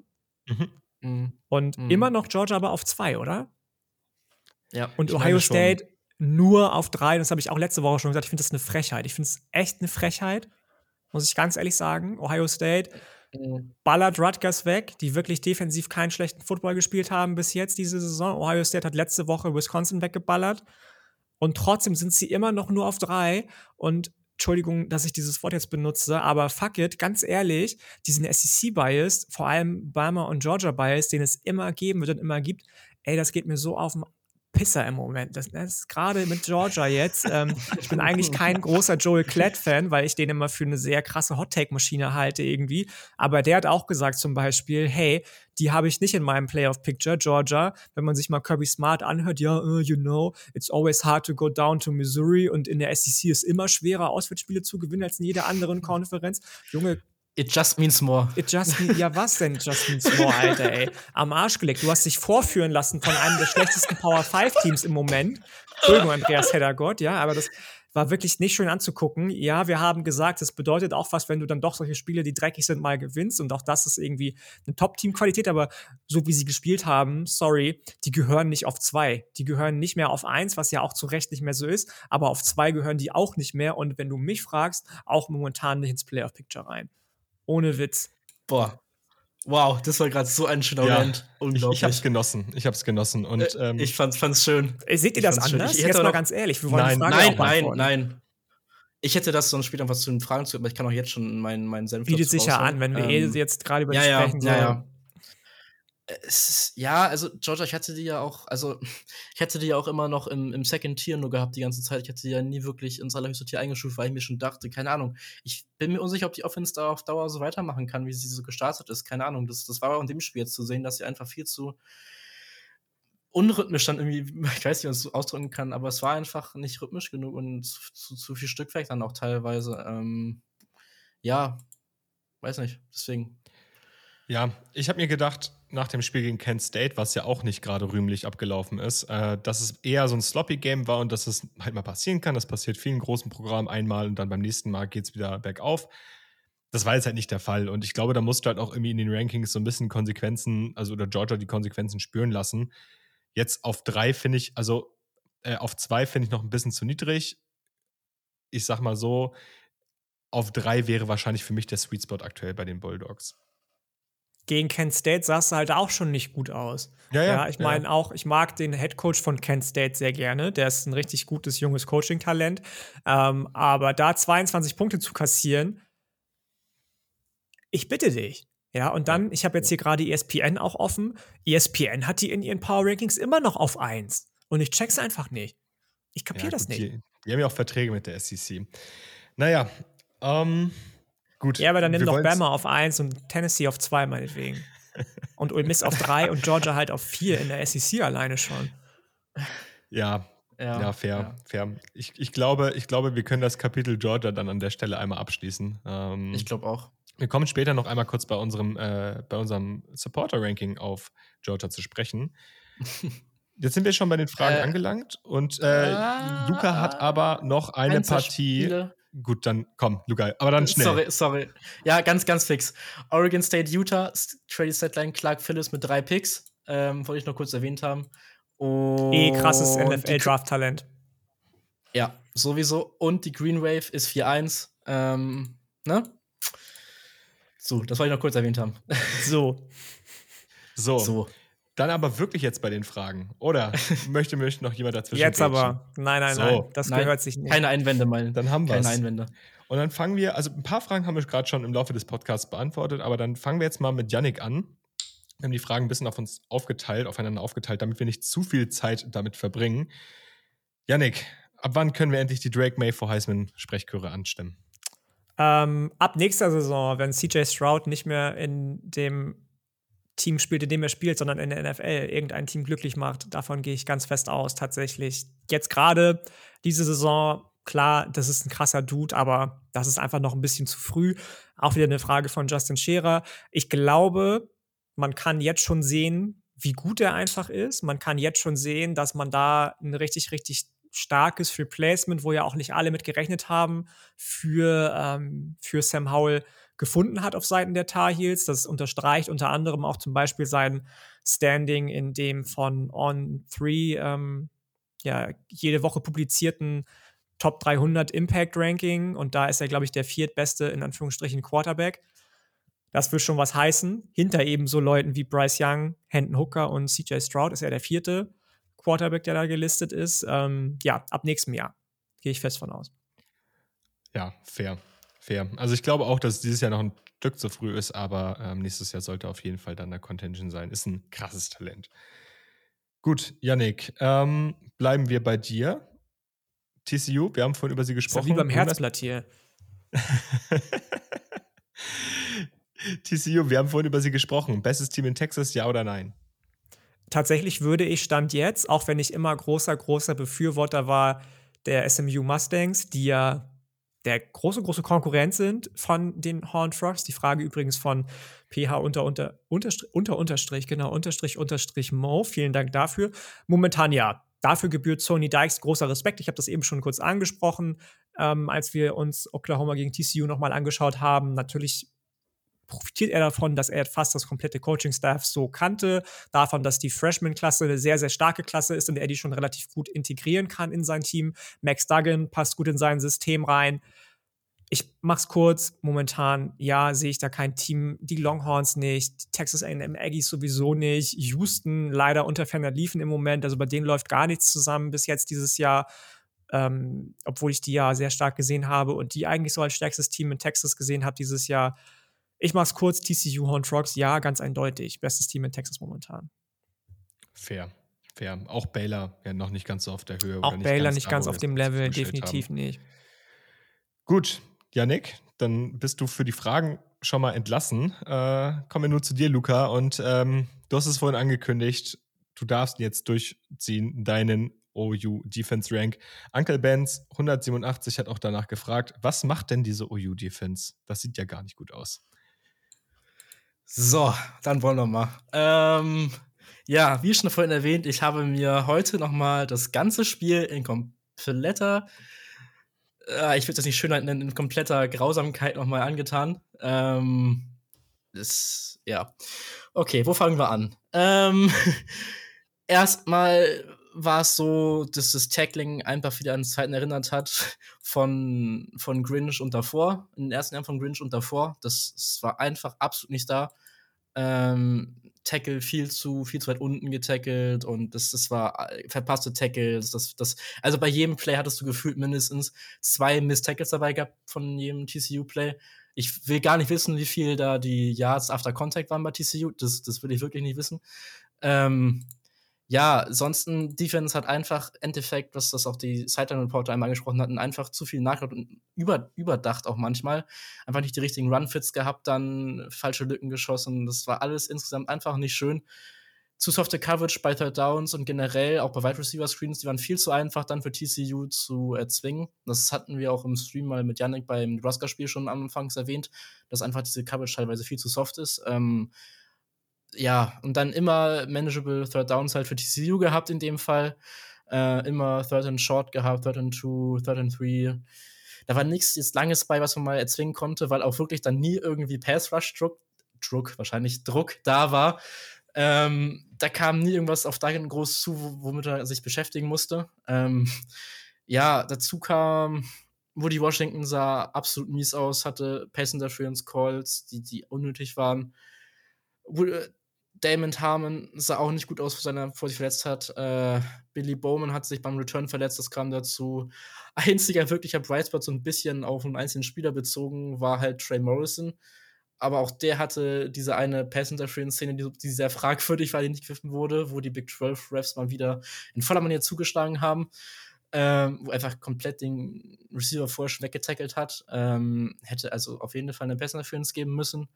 Und immer noch Georgia aber auf 2, oder? Ja. Und Ohio State nur auf 3. Das habe ich auch letzte Woche schon gesagt. Ich finde das eine Frechheit. Ich finde es echt eine Frechheit, muss ich ganz ehrlich sagen. Ohio State ballert Rutgers weg, die wirklich defensiv keinen schlechten Football gespielt haben bis jetzt diese Saison. Ohio State hat letzte Woche Wisconsin weggeballert. Und trotzdem sind sie immer noch nur auf 3. Und Entschuldigung, dass ich dieses Wort jetzt benutze, aber fuck it, ganz ehrlich, diesen SEC-Bias, vor allem Bama und Georgia-Bias, den es immer geben wird und immer gibt, ey, das geht mir so auf den Pisser im Moment. Das ist gerade mit Georgia jetzt. Ich bin eigentlich kein großer Joel Klatt-Fan, weil ich den immer für eine sehr krasse Hot-Take-Maschine halte irgendwie. Aber der hat auch gesagt zum Beispiel, hey, die habe ich nicht in meinem Playoff-Picture, Georgia. Wenn man sich mal Kirby Smart anhört, ja, you know, it's always hard to go down to Missouri und in der SEC ist immer schwerer, Auswärtsspiele zu gewinnen als in jeder anderen Konferenz. Junge, it just means more. Ja, was denn just means more, Alter, ey? Am Arsch gelegt. Du hast dich vorführen lassen von einem der schlechtesten Power-5-Teams im Moment. Entschuldigung, Andreas Heddergott, ja, aber das war wirklich nicht schön anzugucken. Ja, wir haben gesagt, es bedeutet auch was, wenn du dann doch solche Spiele, die dreckig sind, mal gewinnst. Und auch das ist irgendwie eine Top-Team-Qualität. Aber so wie sie gespielt haben, sorry, die gehören nicht auf 2. Die gehören nicht mehr auf 1, was ja auch zu Recht nicht mehr so ist. Aber auf 2 gehören die auch nicht mehr. Und wenn du mich fragst, auch momentan nicht ins Playoff-Picture rein. Ohne Witz. Boah. Wow, das war gerade so ein schöner Moment. Unglaublich. Ich hab's genossen. Und, ich fand's schön. Seht ihr das anders? Jetzt mal ganz ehrlich. Wir wollen Nein. Ich hätte das sonst später was zu den Fragen zu, aber ich kann auch jetzt schon meinen Senf bietet sich ja an, wenn wir jetzt gerade über die sprechen sollen. Ja. Also Georgia, ich hatte die ja auch immer noch im Second Tier nur gehabt die ganze Zeit. Ich hatte die ja nie wirklich ins allerhöchste Tier eingestuft, weil ich mir schon dachte, keine Ahnung, ich bin mir unsicher, ob die Offense da auf Dauer so weitermachen kann, wie sie so gestartet ist. Keine Ahnung, das war auch in dem Spiel jetzt zu sehen, dass sie einfach viel zu unrhythmisch dann irgendwie, ich weiß nicht, wie man es so ausdrücken kann, aber es war einfach nicht rhythmisch genug und zu viel Stückwerk dann auch teilweise. Ja, weiß nicht, deswegen. Ja, ich habe mir gedacht, nach dem Spiel gegen Kent State, was ja auch nicht gerade rühmlich abgelaufen ist, dass es eher so ein Sloppy-Game war und dass es halt mal passieren kann. Das passiert vielen großen Programmen einmal und dann beim nächsten Mal geht es wieder bergauf. Das war jetzt halt nicht der Fall. Und ich glaube, da musst du halt auch irgendwie in den Rankings so ein bisschen Konsequenzen, also oder Georgia die Konsequenzen spüren lassen. Jetzt auf 3 finde ich, also auf 2 finde ich noch ein bisschen zu niedrig. Ich sag mal so, auf 3 wäre wahrscheinlich für mich der Sweet Spot aktuell bei den Bulldogs. Gegen Kent State sah es halt auch schon nicht gut aus. Ja, ich meine auch, ich mag den Headcoach von Kent State sehr gerne. Der ist ein richtig gutes, junges Coaching-Talent. Aber da 22 Punkte zu kassieren, ich bitte dich. Ja, und dann, ich habe jetzt hier gerade ESPN auch offen. ESPN hat die in ihren Power Rankings immer noch auf 1. Und ich check's einfach nicht. Ich kapiere das nicht. Die haben ja auch Verträge mit der SEC. Naja, gut. Ja, aber dann nimm doch Bama auf 1 und Tennessee auf 2 meinetwegen. Und Ole Miss auf 3 und Georgia halt auf 4 in der SEC alleine schon. Ja, fair. Ich glaube, wir können das Kapitel Georgia dann an der Stelle einmal abschließen. Ich glaube auch. Wir kommen später noch einmal kurz bei unserem Supporter-Ranking auf Georgia zu sprechen. Jetzt sind wir schon bei den Fragen angelangt und Luca hat aber noch eine Partie. Gut, dann komm, Luca, aber dann schnell. Sorry. Ja, ganz, ganz fix. Oregon State, Utah, Trade Deadline, Clark Phillips mit 3 Picks. Wollte ich noch kurz erwähnt haben. Und krasses NFL-Draft-Talent. Ja, sowieso. Und die Green Wave ist 4-1. Ne? So, das wollte ich noch kurz erwähnt haben. So. Dann aber wirklich jetzt bei den Fragen. Oder möchte noch jemand dazwischen? Jetzt aber. Nein. Das gehört sich nicht. Keine Einwände, mal. Dann haben wir es. Keine Einwände. Und dann fangen wir, also ein paar Fragen haben wir gerade schon im Laufe des Podcasts beantwortet, aber dann fangen wir jetzt mal mit Yannick an. Wir haben die Fragen ein bisschen aufeinander aufgeteilt, damit wir nicht zu viel Zeit damit verbringen. Yannick, ab wann können wir endlich die Drake May for Heisman-Sprechchöre anstimmen? Ab nächster Saison, wenn CJ Stroud nicht mehr in dem Team spielt, in dem er spielt, sondern in der NFL irgendein Team glücklich macht. Davon gehe ich ganz fest aus, tatsächlich. Jetzt gerade diese Saison, klar, das ist ein krasser Dude, aber das ist einfach noch ein bisschen zu früh. Auch wieder eine Frage von Justin Scherer. Ich glaube, man kann jetzt schon sehen, wie gut er einfach ist. Man kann jetzt schon sehen, dass man da ein richtig, richtig starkes Replacement, wo ja auch nicht alle mit gerechnet haben, für Sam Howell gefunden hat auf Seiten der Tar Heels. Das unterstreicht unter anderem auch zum Beispiel sein Standing in dem von On3 jede Woche publizierten Top 300 Impact Ranking. Und da ist er, glaube ich, der viertbeste, in Anführungsstrichen, Quarterback. Das will schon was heißen. Hinter eben so Leuten wie Bryce Young, Hendon Hooker und CJ Stroud ist er der vierte Quarterback, der da gelistet ist. Ab nächstem Jahr gehe ich fest von aus. Ja, fair. Also ich glaube auch, dass dieses Jahr noch ein Stück zu früh ist, aber nächstes Jahr sollte auf jeden Fall dann der Contention sein. Ist ein krasses Talent. Gut, Yannick, bleiben wir bei dir. TCU, wir haben vorhin über sie gesprochen. Ist ja wie beim Herzblatt hier. TCU, wir haben vorhin über sie gesprochen. Bestes Team in Texas, ja oder nein? Tatsächlich würde ich Stand jetzt, auch wenn ich immer großer Befürworter war der SMU Mustangs, die ja der große Konkurrent sind von den Horned Frogs. Die Frage übrigens von PH unterstrich Mo. Vielen Dank dafür. Momentan ja. Dafür gebührt Sonny Dykes großer Respekt. Ich habe das eben schon kurz angesprochen, als wir uns Oklahoma gegen TCU nochmal angeschaut haben. Natürlich profitiert er davon, dass er fast das komplette Coaching-Staff so kannte, davon, dass die Freshman-Klasse eine sehr, sehr starke Klasse ist und er die schon relativ gut integrieren kann in sein Team. Max Duggan passt gut in sein System rein. Ich mach's kurz, momentan, ja, sehe ich da kein Team, die Longhorns nicht, die Texas A&M Aggies sowieso nicht, Houston leider unter ferner Liefen im Moment, also bei denen läuft gar nichts zusammen bis jetzt dieses Jahr, obwohl ich die ja sehr stark gesehen habe und die eigentlich so als stärkstes Team in Texas gesehen habe dieses Jahr. Ich mach's kurz, TCU Horned Frogs, ja, ganz eindeutig. Bestes Team in Texas momentan. Fair. Auch Baylor ja noch nicht ganz so auf der Höhe. Auch Baylor nicht ganz auf dem Level, definitiv nicht. Gut, Yannick, dann bist du für die Fragen schon mal entlassen. Kommen wir nun zu dir, Luca. Und du hast es vorhin angekündigt, du darfst jetzt durchziehen, deinen OU Defense Rank. Uncle Benz 187 hat auch danach gefragt, was macht denn diese OU Defense? Das sieht ja gar nicht gut aus. So, dann wollen wir mal. Ja, wie schon vorhin erwähnt, ich habe mir heute noch mal das ganze Spiel in kompletter, ich würde das nicht schöner nennen, in kompletter Grausamkeit noch mal angetan. Ja. Okay, wo fangen wir an? Erstmal war es so, dass das Tackling einfach wieder an Zeiten erinnert hat von Grinch und davor, in den ersten Jahren von Grinch und davor. Das war einfach absolut nicht da. Tackle viel zu weit unten getackelt und das war verpasste Tackles. Also bei jedem Play hattest du gefühlt mindestens 2 Miss-Tackles dabei gehabt von jedem TCU-Play. Ich will gar nicht wissen, wie viel da die Yards after Contact waren bei TCU. Das will ich wirklich nicht wissen. Ja, ansonsten, Defense hat einfach im Endeffekt, was das auch die Sideline-Reporter einmal angesprochen hatten, einfach zu viel nachgedacht und überdacht auch manchmal. Einfach nicht die richtigen Run-Fits gehabt, dann falsche Lücken geschossen. Das war alles insgesamt einfach nicht schön. Zu softe Coverage bei Third Downs und generell auch bei Wide Receiver Screens, die waren viel zu einfach dann für TCU zu erzwingen. Das hatten wir auch im Stream mal mit Yannick beim Nebraska-Spiel schon am Anfang erwähnt, dass einfach diese Coverage teilweise viel zu soft ist. Ja, und dann immer manageable Third Downs halt für TCU gehabt in dem Fall. Immer Third and Short gehabt, Third and 2, Third and 3. Da war nichts jetzt Langes bei, was man mal erzwingen konnte, weil auch wirklich dann nie irgendwie Pass-Rush-Druck da war. Da kam nie irgendwas auf Duggan groß zu, womit er sich beschäftigen musste. Ja, dazu kam Woody Washington sah absolut mies aus, hatte Pass-Interference-Calls, die unnötig waren. Damon Harmon sah auch nicht gut aus, bevor sich verletzt hat. Billy Bowman hat sich beim Return verletzt, das kam dazu. Einziger wirklicher Brightspot, so ein bisschen auf einen einzelnen Spieler bezogen, war halt Trey Morrison. Aber auch der hatte diese eine Pass-Interference-Szene, die sehr fragwürdig war, die nicht gepfiffen wurde, wo die Big 12 Refs mal wieder in voller Manier zugeschlagen haben, wo einfach komplett den Receiver vorher schon weggetackelt hat. Hätte also auf jeden Fall eine Pass-Interference geben müssen.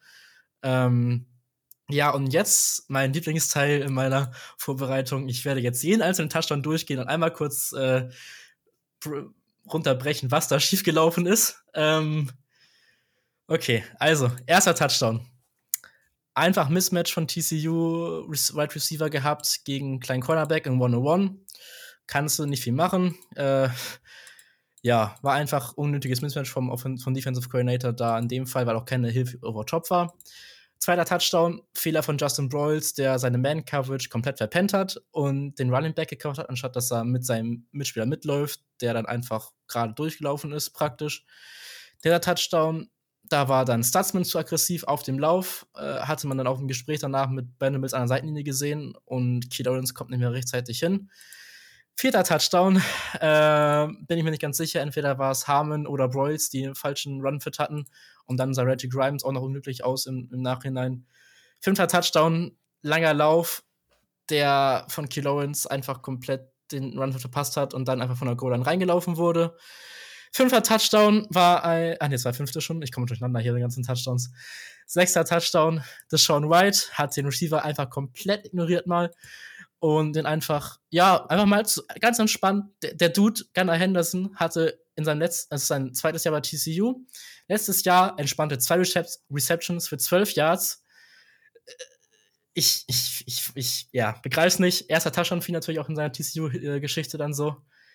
Ja, und jetzt mein Lieblingsteil in meiner Vorbereitung. Ich werde jetzt jeden einzelnen Touchdown durchgehen und einmal kurz runterbrechen, was da schiefgelaufen ist. Okay, also, erster Touchdown. Einfach Mismatch von TCU, Wide Receiver gehabt gegen kleinen Cornerback in 101. Kannst du nicht viel machen. Ja, war einfach unnötiges Mismatch vom Defensive Coordinator da in dem Fall, weil auch keine Hilfe over top war. Zweiter Touchdown, Fehler von Justin Broyles, der seine Man-Coverage komplett verpennt hat und den Running Back gecovert hat, anstatt dass er mit seinem Mitspieler mitläuft, der dann einfach gerade durchgelaufen ist, praktisch. Der Touchdown, da war dann Stutzman zu aggressiv auf dem Lauf, hatte man dann auch im Gespräch danach mit Vanderbilt an der Seitenlinie gesehen und Key Lawrence kommt nicht mehr rechtzeitig hin. Vierter Touchdown, bin ich mir nicht ganz sicher, entweder war es Harmon oder Broyles, die einen falschen Run-Fit hatten und dann sah Reggie Grimes auch noch unglücklich aus im Nachhinein. Fünfter Touchdown, langer Lauf, der von Key Lawrence einfach komplett den Run-Fit verpasst hat und dann einfach von der Goal-Line reingelaufen wurde. Fünfter Touchdown war es war fünfte schon, ich komme durcheinander hier, die ganzen Touchdowns. Sechster Touchdown, Deshaun White hat den Receiver einfach komplett ignoriert mal und den einfach mal ganz entspannt, der Dude, Gunnar Henderson, hatte in sein zweites Jahr bei TCU, letztes Jahr entspannte 2 Receptions für 12 Yards. Ich begreif's nicht. Erster Touchdown fiel natürlich auch in seiner TCU-Geschichte dann so.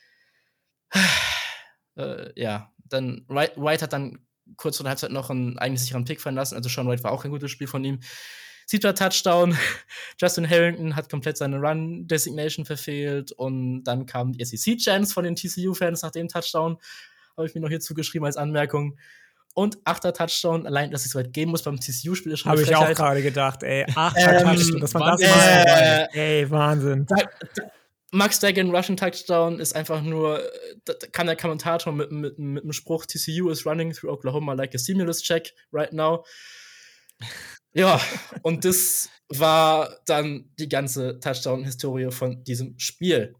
Dann White hat dann kurz vor der Halbzeit noch einen eigentlich sicheren Pick fallen lassen. Also Sean White war auch ein gutes Spiel von ihm. 7. Touchdown. Justin Harrington hat komplett seine Run-Designation verfehlt und dann kam die SEC-Chance von den TCU-Fans nach dem Touchdown. Habe ich mir noch hier zugeschrieben als Anmerkung. Und 8. Touchdown, allein, dass es so weit gehen muss beim TCU-Spiel ist schon eine Frechheit. Habe ich auch gerade gedacht, ey. 8. Touchdown, das war das mal. Ey, Wahnsinn. Max Duggan Rushing Touchdown ist einfach nur, da kann der Kommentator mit dem Spruch TCU is running through Oklahoma like a stimulus check right now. Ja, und das war dann die ganze Touchdown-Historie von diesem Spiel.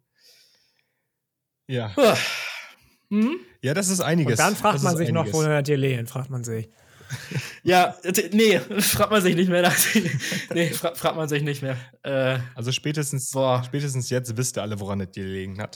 Ja. Ja, das ist einiges. Und dann fragt man sich noch, wo der Delay, fragt man sich. Ja, nee, fragt man sich nicht mehr. Fragt man sich nicht mehr. Also spätestens jetzt wisst ihr alle, woran es gelegen hat.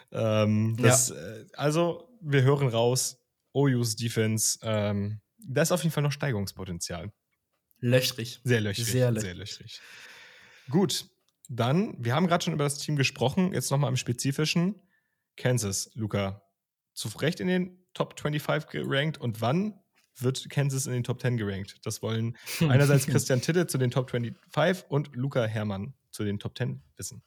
Also, wir hören raus, OU's Defense, da ist auf jeden Fall noch Steigerungspotenzial. Löchrig. Sehr löchrig. Gut, dann, wir haben gerade schon über das Team gesprochen, jetzt nochmal im Spezifischen. Kansas, Luca, zu Recht in den Top 25 gerankt und wann wird Kansas in den Top 10 gerankt? Das wollen einerseits Christian Titte zu den Top 25 und Luca Herrmann zu den Top 10 wissen.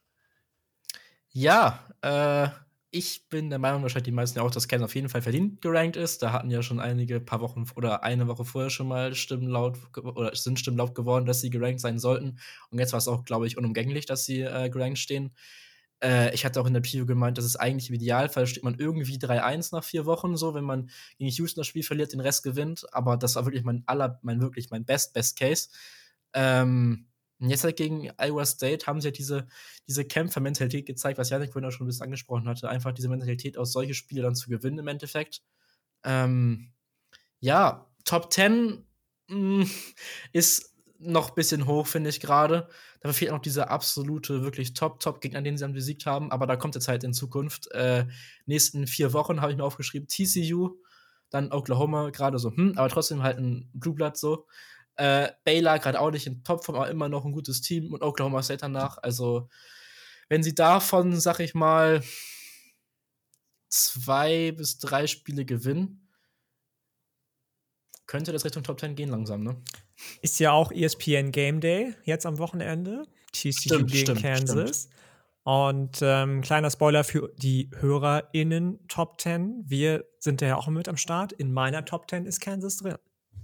Ja, ich bin der Meinung, wahrscheinlich die meisten auch, dass Kansas auf jeden Fall verdient gerankt ist. Da hatten ja schon paar Wochen oder eine Woche vorher schon mal sind Stimmen laut geworden, dass sie gerankt sein sollten. Und jetzt war es auch, glaube ich, unumgänglich, dass sie gerankt stehen. Ich hatte auch in der Preview gemeint, dass es eigentlich im Idealfall steht man irgendwie 3-1 nach 4 Wochen, so, wenn man gegen Houston das Spiel verliert, den Rest gewinnt. Aber das war wirklich mein Best Case. Und jetzt halt gegen Iowa State haben sie halt diese Kämpfer-Mentalität gezeigt, was Janik vorhin auch schon ein bisschen angesprochen hatte. Einfach diese Mentalität, aus solche Spiele dann zu gewinnen im Endeffekt. Ja, Top 10 ist noch ein bisschen hoch, finde ich gerade. Da fehlt noch dieser absolute, wirklich Top-Gegner, den sie dann besiegt haben. Aber da kommt jetzt halt in Zukunft. Nächsten 4 Wochen habe ich mir aufgeschrieben, TCU, dann Oklahoma, gerade so, aber trotzdem halt ein Blue Blood so. Baylor gerade auch nicht in Topform, aber immer noch ein gutes Team und Oklahoma State danach. Also, wenn sie davon, sag ich mal, 2 bis 3 Spiele gewinnen, könnte das Richtung Top 10 gehen langsam, ne? Ist ja auch ESPN Game Day jetzt am Wochenende. TCU gegen Kansas. Und kleiner Spoiler für die HörerInnen Top 10. Wir sind ja auch mit am Start. In meiner Top 10 ist Kansas drin.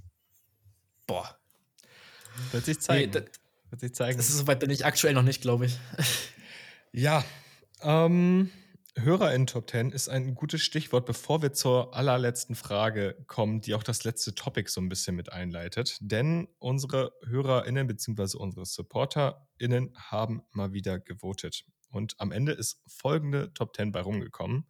Boah. Wird sich zeigen. Das ist soweit bin ich aktuell noch nicht, glaube ich. Ja, Hörer in Top 10 ist ein gutes Stichwort, bevor wir zur allerletzten Frage kommen, die auch das letzte Topic so ein bisschen mit einleitet. Denn unsere HörerInnen bzw. unsere SupporterInnen haben mal wieder gewotet. Und am Ende ist folgende Top 10 bei rumgekommen.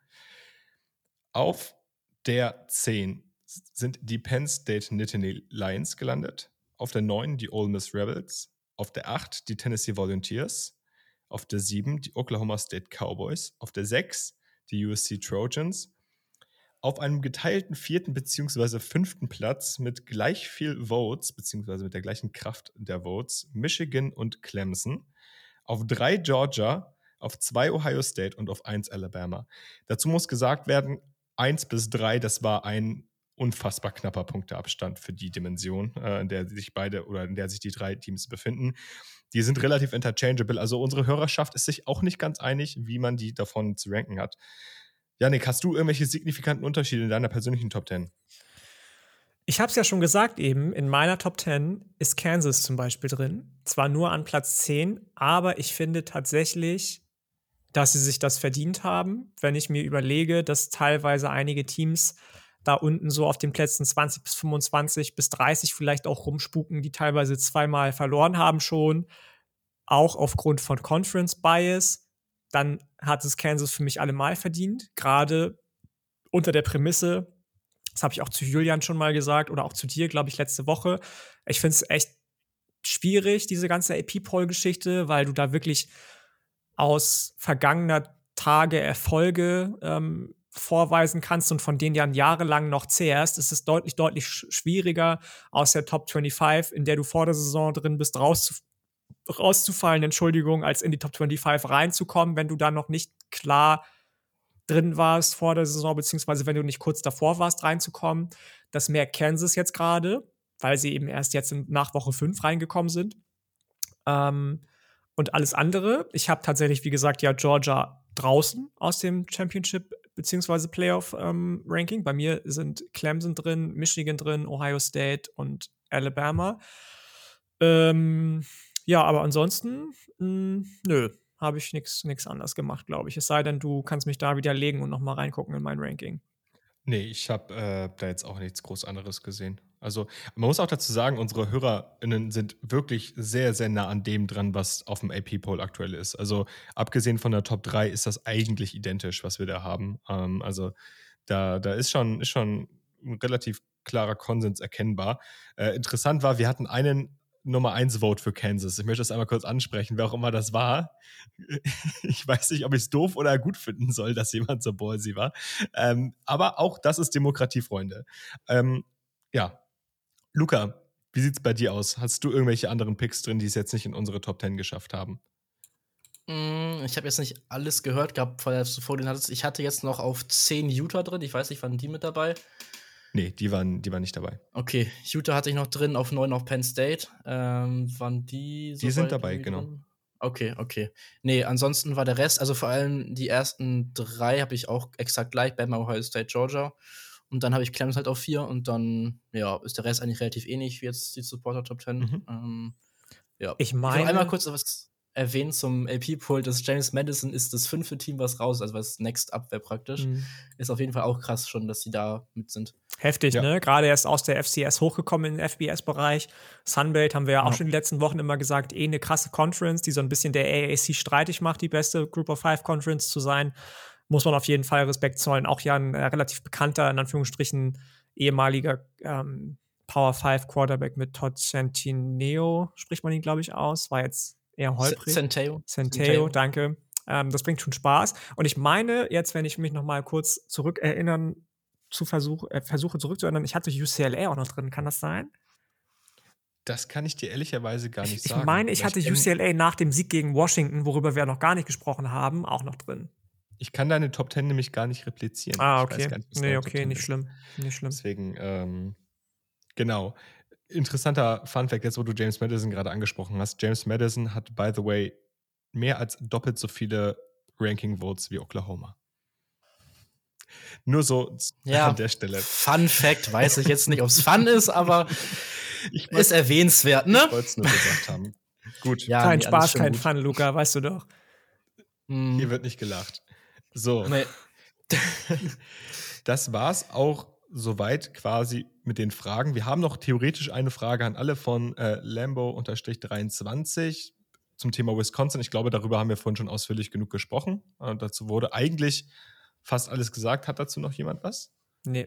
Auf der 10 sind die Penn State Nittany Lions gelandet. Auf der 9 die Ole Miss Rebels. Auf der 8 die Tennessee Volunteers. Auf der 7 die Oklahoma State Cowboys. Auf der 6 die USC Trojans. Auf einem geteilten 4. bzw. 5. Platz mit gleich viel Votes, beziehungsweise mit der gleichen Kraft der Votes, Michigan und Clemson. Auf 3 Georgia, auf 2 Ohio State und auf 1 Alabama. Dazu muss gesagt werden, 1 bis 3, das war ein unfassbar knapper Punkteabstand für die Dimension, in der sich die 3 Teams befinden. Die sind relativ interchangeable. Also unsere Hörerschaft ist sich auch nicht ganz einig, wie man die davon zu ranken hat. Janik, hast du irgendwelche signifikanten Unterschiede in deiner persönlichen Top 10? Ich habe es ja schon gesagt eben, in meiner Top 10 ist Kansas zum Beispiel drin. Zwar nur an Platz 10, aber ich finde tatsächlich, dass sie sich das verdient haben, wenn ich mir überlege, dass teilweise einige Teams da unten so auf den Plätzen 20 bis 25 bis 30 vielleicht auch rumspuken, die teilweise 2-mal verloren haben schon, auch aufgrund von Conference Bias, dann hat es Kansas für mich allemal verdient, gerade unter der Prämisse, das habe ich auch zu Julian schon mal gesagt oder auch zu dir, glaube ich, letzte Woche. Ich finde es echt schwierig, diese ganze AP-Poll-Geschichte, weil du da wirklich aus vergangener Tage Erfolge vorweisen kannst und von denen dann jahrelang noch zehrst, ist es deutlich schwieriger, aus der Top 25, in der du vor der Saison drin bist, rauszufallen, als in die Top 25 reinzukommen, wenn du da noch nicht klar drin warst vor der Saison, beziehungsweise wenn du nicht kurz davor warst, reinzukommen. Das merkt Kansas jetzt gerade, weil sie eben erst jetzt nach Woche 5 reingekommen sind. Und alles andere, ich habe tatsächlich, wie gesagt, ja Georgia draußen aus dem Championship beziehungsweise Playoff-Ranking. Bei mir sind Clemson drin, Michigan drin, Ohio State und Alabama. Ja, aber ansonsten, nö, habe ich nichts anders gemacht, glaube ich. Es sei denn, du kannst mich da widerlegen und noch mal reingucken in mein Ranking. Nee, ich habe da jetzt auch nichts groß anderes gesehen. Also man muss auch dazu sagen, unsere HörerInnen sind wirklich sehr, sehr nah an dem dran, was auf dem AP-Poll aktuell ist. Also abgesehen von der Top 3 ist das eigentlich identisch, was wir da haben. Also da ist schon ein relativ klarer Konsens erkennbar. Interessant war, wir hatten einen Nummer 1 Vote für Kansas. Ich möchte das einmal kurz ansprechen, wer auch immer das war. Ich weiß nicht, ob ich es doof oder gut finden soll, dass jemand so ballsy war. Aber auch das ist Demokratie, Freunde. Ja, Luca, wie sieht's bei dir aus? Hast du irgendwelche anderen Picks drin, die es jetzt nicht in unsere Top 10 geschafft haben? Ich habe jetzt nicht alles gehört gehabt, weil du vor den hattest. Ich hatte jetzt noch auf 10 Utah drin. Ich weiß nicht, waren die mit dabei? Nee, die waren nicht dabei. Okay, Utah hatte ich noch drin, auf 9 auf Penn State. Waren die so Die sind weit dabei, irgendwie genau. drin? Okay. Nee, ansonsten war der Rest, also vor allem die ersten 3 habe ich auch exakt gleich, Bama, Ohio State, Georgia. Und dann habe ich Clemson halt auf 4 und dann, ja, ist der Rest eigentlich relativ ähnlich wie jetzt die Supporter Top 10. Ja. Ich will meine- einmal kurz was erwähnen zum AP-Poll. Das James Madison ist das 5. Team, was raus ist, also was Next Up wäre praktisch. Ist auf jeden Fall auch krass schon, dass sie da mit sind. Heftig, Ja. ne? Gerade erst aus der FCS hochgekommen in den FBS-Bereich. Sunbelt haben wir ja auch schon die letzten Wochen immer gesagt, eine krasse Conference, die so ein bisschen der AAC streitig macht, die beste Group of Five Conference zu sein. Muss man auf jeden Fall Respekt zollen. Auch ja ein relativ bekannter, in Anführungsstrichen, ehemaliger Power 5 Quarterback mit Todd Centineo, spricht man ihn, glaube ich, aus. War jetzt eher holprig. Centeo, danke. Das bringt schon Spaß. Und ich meine, jetzt, wenn ich mich noch mal kurz versuche zurückzuerinnern, ich hatte UCLA auch noch drin. Kann das sein? Das kann ich dir ehrlicherweise gar nicht Ich sagen. meine, ich hatte UCLA nach dem Sieg gegen Washington, worüber wir noch gar nicht gesprochen haben, auch noch drin. Ich kann deine Top 10 nämlich gar nicht replizieren. Ah, Ich weiß okay. gar nicht, was Nee, deine Top okay, 10 nicht ist. schlimm. Nicht schlimm. Deswegen, genau. Interessanter Funfact, jetzt wo du James Madison gerade angesprochen hast. James Madison hat, by the way, mehr als doppelt so viele Ranking-Votes wie Oklahoma. Nur so an der Stelle. Fun Fact, weiß ich jetzt nicht, ob es Fun ist, aber ist erwähnenswert, ne? Ich wollte es nur gesagt haben. Gut. Ja, kein nee, Spaß, alles schon kein gut. Fun, Luca, weißt du doch. Hier wird nicht gelacht. So. Nee. Das war's auch soweit quasi mit den Fragen. Wir haben noch theoretisch eine Frage an alle von Lambo-23 zum Thema Wisconsin. Ich glaube, darüber haben wir vorhin schon ausführlich genug gesprochen. Dazu wurde eigentlich fast alles gesagt. Hat dazu noch jemand was? Nee.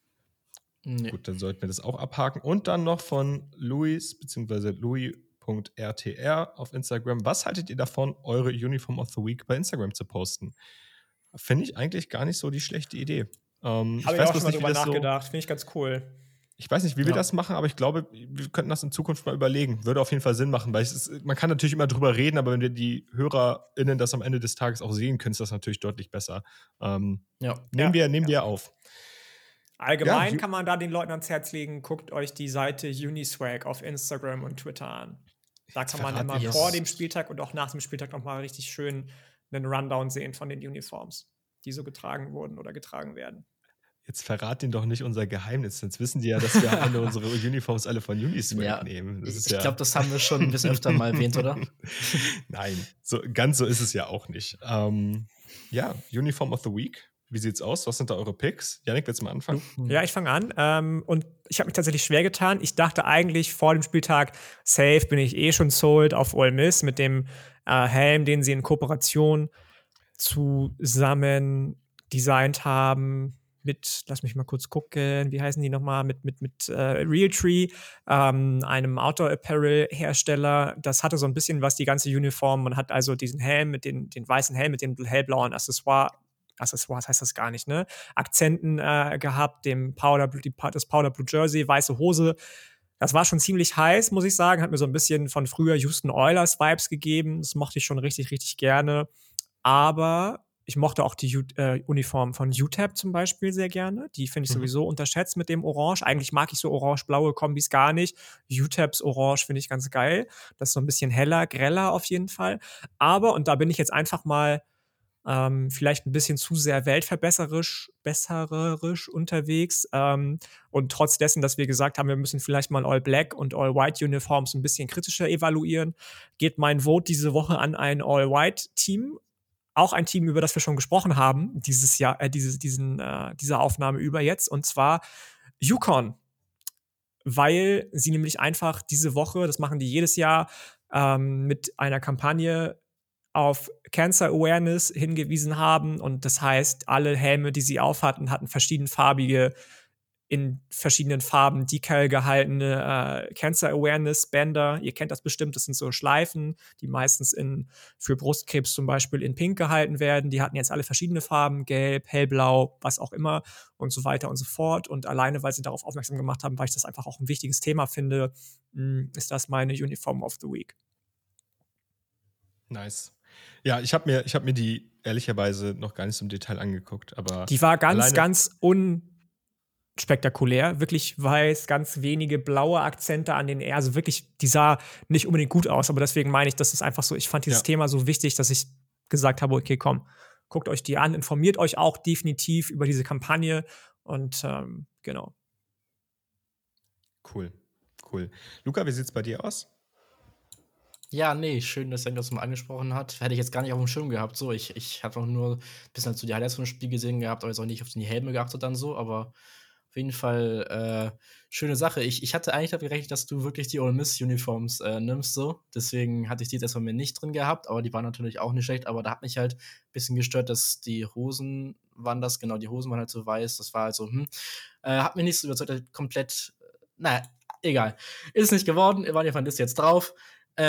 Gut, dann sollten wir das auch abhaken. Und dann noch von Luis, beziehungsweise Louis.rtr auf Instagram. Was haltet ihr davon, eure Uniform of the Week bei Instagram zu posten? Finde ich eigentlich gar nicht so die schlechte Idee. Habe ich auch schon mal drüber nachgedacht. Finde ich ganz cool. Ich weiß nicht, wie wir das machen, aber ich glaube, wir könnten das in Zukunft mal überlegen. Würde auf jeden Fall Sinn machen, weil man kann natürlich immer drüber reden, aber wenn wir die HörerInnen das am Ende des Tages auch sehen können, ist das natürlich deutlich besser. Nehmen wir auf. Allgemein kann man da den Leuten ans Herz legen, guckt euch die Seite Uniswag auf Instagram und Twitter an. Da kann man immer vor dem Spieltag und auch nach dem Spieltag nochmal richtig schön einen Rundown sehen von den Uniforms, die so getragen wurden oder getragen werden. Jetzt verrat ihnen doch nicht unser Geheimnis, sonst wissen die ja, dass wir alle unsere Uniforms alle von Uniswag nehmen. Ich glaube, das haben wir schon ein bisschen öfter mal erwähnt, oder? Nein, ganz so ist es ja auch nicht. Uniform of the Week. Wie sieht's aus? Was sind da eure Picks? Yannick, willst du mal anfangen? Ja, ich fange an. Und ich habe mich tatsächlich schwer getan. Ich dachte eigentlich vor dem Spieltag, safe bin ich schon sold auf Ole Miss mit dem Helm, den sie in Kooperation zusammen designt haben. Lass mich mal kurz gucken, wie heißen die nochmal, mit Realtree, einem Outdoor-Apparel-Hersteller. Das hatte so ein bisschen was, die ganze Uniform. Man hat also diesen Helm den weißen Helm mit den hellblauen Accessoires heißt das gar nicht, ne? Akzenten gehabt, das Powder Blue Jersey, weiße Hose. Das war schon ziemlich heiß, muss ich sagen. Hat mir so ein bisschen von früher Houston Oilers Vibes gegeben. Das mochte ich schon richtig, richtig gerne. Aber ich mochte auch die Uniform von UTEP zum Beispiel sehr gerne. Die finde ich sowieso unterschätzt mit dem Orange. Eigentlich mag ich so orange-blaue Kombis gar nicht. UTEPs Orange finde ich ganz geil. Das ist so ein bisschen heller, greller auf jeden Fall. Aber, und da bin ich jetzt einfach mal vielleicht ein bisschen zu sehr weltverbessererisch unterwegs. Und trotz dessen, dass wir gesagt haben, wir müssen vielleicht mal All-Black und All-White-Uniforms ein bisschen kritischer evaluieren, geht mein Vote diese Woche an ein All-White-Team. Auch ein Team, über das wir schon gesprochen haben, dieses Jahr, diese Aufnahme über jetzt, und zwar UConn. Weil sie nämlich einfach diese Woche, das machen die jedes Jahr, mit einer Kampagne auf Cancer Awareness hingewiesen haben, und das heißt, alle Helme, die sie aufhatten, hatten verschiedenfarbige in verschiedenen Farben Decal gehaltene Cancer Awareness Bänder. Ihr kennt das bestimmt, das sind so Schleifen, die meistens für Brustkrebs zum Beispiel in Pink gehalten werden. Die hatten jetzt alle verschiedene Farben, gelb, hellblau, was auch immer und so weiter und so fort. Und alleine, weil sie darauf aufmerksam gemacht haben, weil ich das einfach auch ein wichtiges Thema finde, ist das meine Uniform of the Week. Nice. Ja, ich hab mir die ehrlicherweise noch gar nicht so im Detail angeguckt, aber die war ganz unspektakulär, wirklich weiß, ganz wenige blaue Akzente an den Ärmeln, also wirklich, die sah nicht unbedingt gut aus, aber deswegen meine ich, das ist einfach so, ich fand dieses Thema so wichtig, dass ich gesagt habe, okay, komm, guckt euch die an, informiert euch auch definitiv über diese Kampagne und genau. Cool. Luca, wie sieht's bei dir aus? Ja, nee, schön, dass er das mal angesprochen hat. Hätte ich jetzt gar nicht auf dem Schirm gehabt. So, ich habe auch nur ein bisschen so die Highlights vom Spiel gesehen gehabt, aber jetzt auch nicht auf die Helme geachtet dann so, aber auf jeden Fall schöne Sache. Ich hatte eigentlich damit gerechnet, dass du wirklich die Ole Miss-Uniforms nimmst, so. Deswegen hatte ich die jetzt erstmal mir nicht drin gehabt, aber die waren natürlich auch nicht schlecht. Aber da hat mich halt ein bisschen gestört, dass die Hosen waren die Hosen waren halt so weiß. Das war halt so, hat mich nicht so überzeugt, dass komplett, naja, egal. Ist nicht geworden, waren ja von das jetzt drauf. Ich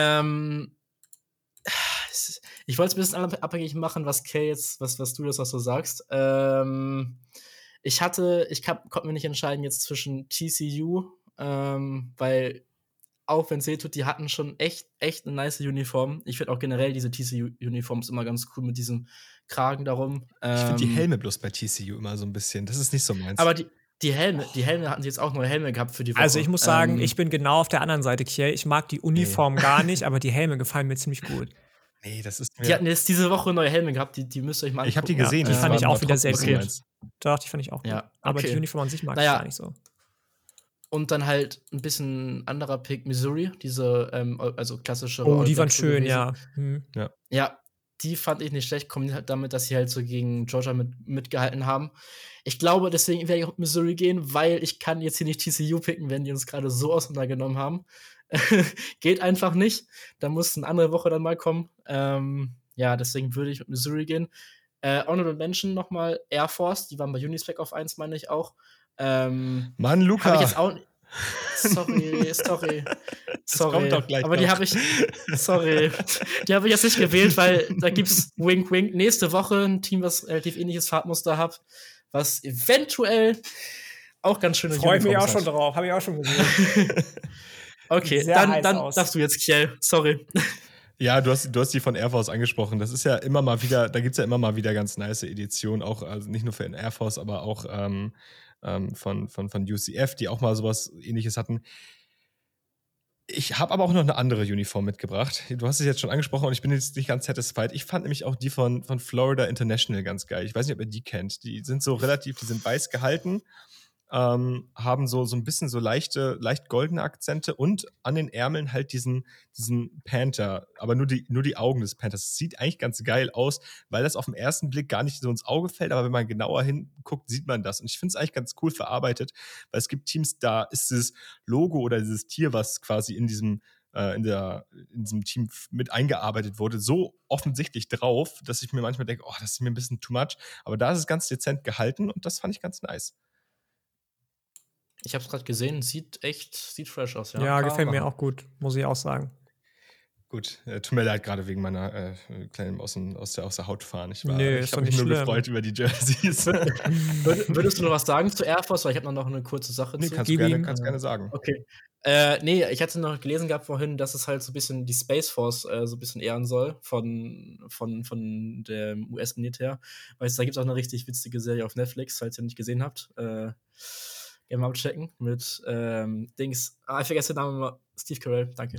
wollte es ein bisschen abhängig machen, was Kay jetzt, was du das auch so sagst. Ich konnte mir nicht entscheiden jetzt zwischen TCU, weil auch wenn es weh tut, die hatten schon echt eine nice Uniform. Ich finde auch generell diese TCU-Uniforms immer ganz cool mit diesem Kragen darum. Ich finde die Helme bloß bei TCU immer so ein bisschen, das ist nicht so meins. Aber die Helme hatten sie jetzt auch neue Helme gehabt für die Woche. Also ich muss sagen, ich bin genau auf der anderen Seite, Kiel. Ich mag die Uniform gar nicht, aber die Helme gefallen mir ziemlich gut. Nee, das ist mir... Die hatten jetzt diese Woche neue Helme gehabt, die müsst ihr euch mal angucken. Ich habe die gesehen. Die fand ich auch wieder sehr gut. Doch, die fand ich auch gut. Ja, okay. Aber die Uniform an sich mag ich gar nicht so. Und dann halt ein bisschen anderer Pick, Missouri, diese, also klassische. Oh, die waren schön, ja. Ja, die fand ich nicht schlecht, kombiniert halt damit, dass sie halt so gegen Georgia mitgehalten haben. Ich glaube, deswegen werde ich auch mit Missouri gehen, weil ich kann jetzt hier nicht TCU picken, wenn die uns gerade so auseinandergenommen haben. Geht einfach nicht. Da muss eine andere Woche dann mal kommen. Ja, deswegen würde ich mit Missouri gehen. Honorable Mention nochmal Air Force, die waren bei Unispec auf 1, meine ich auch. Mann, Luca. Hab ich jetzt auch. Sorry. Kommt doch gleich aber noch. Die habe ich jetzt nicht gewählt, weil da gibt's Wink Wink nächste Woche ein Team, was relativ ähnliches Farbmuster hat, was eventuell auch ganz schöne Freue ich mich auch schon drauf, habe ich auch schon gesehen. Okay, dann darfst du jetzt, Kiel. Sorry. Ja, du hast die von Air Force angesprochen. Das ist ja immer mal wieder, da gibt es ja immer mal wieder ganz nice Editionen, auch also nicht nur für den Air Force, aber auch von UCF, die auch mal sowas Ähnliches hatten. Ich habe aber auch noch eine andere Uniform mitgebracht. Du hast es jetzt schon angesprochen und ich bin jetzt nicht ganz satisfied. Ich fand nämlich auch die von Florida International ganz geil. Ich weiß nicht, ob ihr die kennt. Die sind so die sind weiß gehalten, haben so ein bisschen so leicht goldene Akzente und an den Ärmeln halt diesen Panther, aber nur die Augen des Panthers. Das sieht eigentlich ganz geil aus, weil das auf den ersten Blick gar nicht so ins Auge fällt, aber wenn man genauer hinguckt, sieht man das. Und ich finde es eigentlich ganz cool verarbeitet, weil es gibt Teams, da ist dieses Logo oder dieses Tier, was quasi in diesem Team mit eingearbeitet wurde, so offensichtlich drauf, dass ich mir manchmal denke, oh, das ist mir ein bisschen too much. Aber da ist es ganz dezent gehalten und das fand ich ganz nice. Ich habe es gerade gesehen, sieht fresh aus. Ja, gefällt mir auch gut, muss ich auch sagen. Gut, tut mir leid, gerade wegen meiner kleinen aus der Haut fahren. Ich habe mich nur gefreut über die Jerseys. Würdest du noch was sagen zu Air Force? Weil ich habe noch eine kurze Sache zu. Kannst gerne sagen. Okay. Ich hatte noch gelesen gehabt vorhin, dass es halt so ein bisschen die Space Force so ein bisschen ehren soll von dem US-Militär. Weißt du, da gibt es auch eine richtig witzige Serie auf Netflix, falls ihr nicht gesehen habt. Gerne mal checken mit ich vergesse den Namen immer, Steve Carell, danke.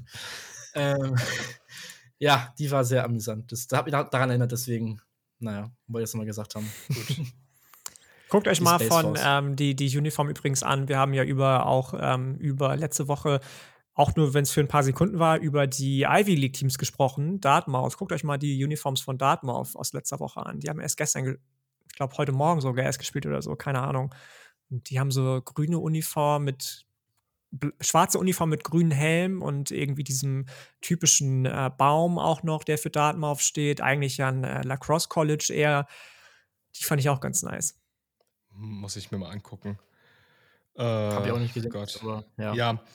Ja, die war sehr amüsant. Das hat mich daran erinnert, deswegen, wollte ich das mal gesagt haben. Gut. Guckt euch mal von die Uniform übrigens an. Wir haben ja über letzte Woche, auch nur wenn es für ein paar Sekunden war, über die Ivy League Teams gesprochen. Dartmouth. Guckt euch mal die Uniforms von Dartmouth aus letzter Woche an. Die haben erst gestern, ich glaube heute Morgen sogar erst gespielt oder so, keine Ahnung. Und die haben so grüne Uniform schwarze Uniform mit grünen Helm und irgendwie diesem typischen Baum auch noch, der für Dartmouth steht. Eigentlich ja ein Lacrosse College eher. Die fand ich auch ganz nice. Muss ich mir mal angucken. Hab ich auch nicht gesehen. Gott. Aber, ja. Ja.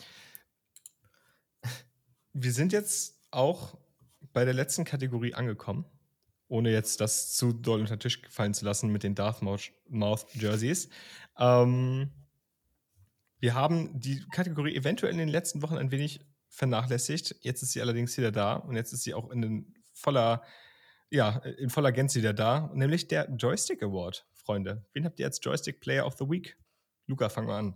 Wir sind jetzt auch bei der letzten Kategorie angekommen, ohne jetzt das zu doll unter den Tisch fallen zu lassen mit den Darth Mouth Jerseys. Wir haben die Kategorie eventuell in den letzten Wochen ein wenig vernachlässigt. Jetzt ist sie allerdings wieder da und jetzt ist sie auch in voller Gänze wieder da, nämlich der Joystick Award, Freunde. Wen habt ihr als Joystick Player of the Week? Luca, fang mal an.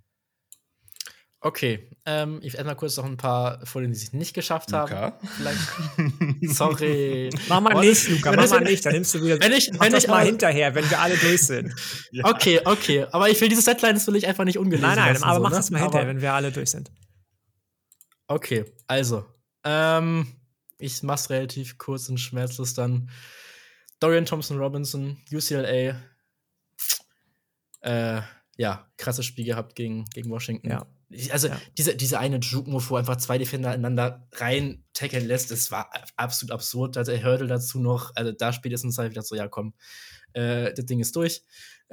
Okay, ich werde mal kurz noch ein paar von denen, die es nicht geschafft haben. Vielleicht. Sorry. Mach mal nicht, Luca, mach mal nicht. Dann nimmst du wieder. Mach das mal hinterher, wenn wir alle durch sind. Ja. Okay. Aber ich will dieses Deadline, will ich einfach nicht ungelesen Nein, lassen, aber so, mach das mal hinterher, wenn wir alle durch sind. Okay, also. Ich mach's relativ kurz und schmerzlos dann. Dorian Thompson-Robinson, UCLA. Krasses Spiel gehabt gegen Washington. Ja. Also, diese eine Juke-Move, wo einfach zwei Defender ineinander rein tackeln lässt, das war absolut absurd. Da der Hurdle dazu noch, also da spätestens halt wieder so, ja komm, das Ding ist durch.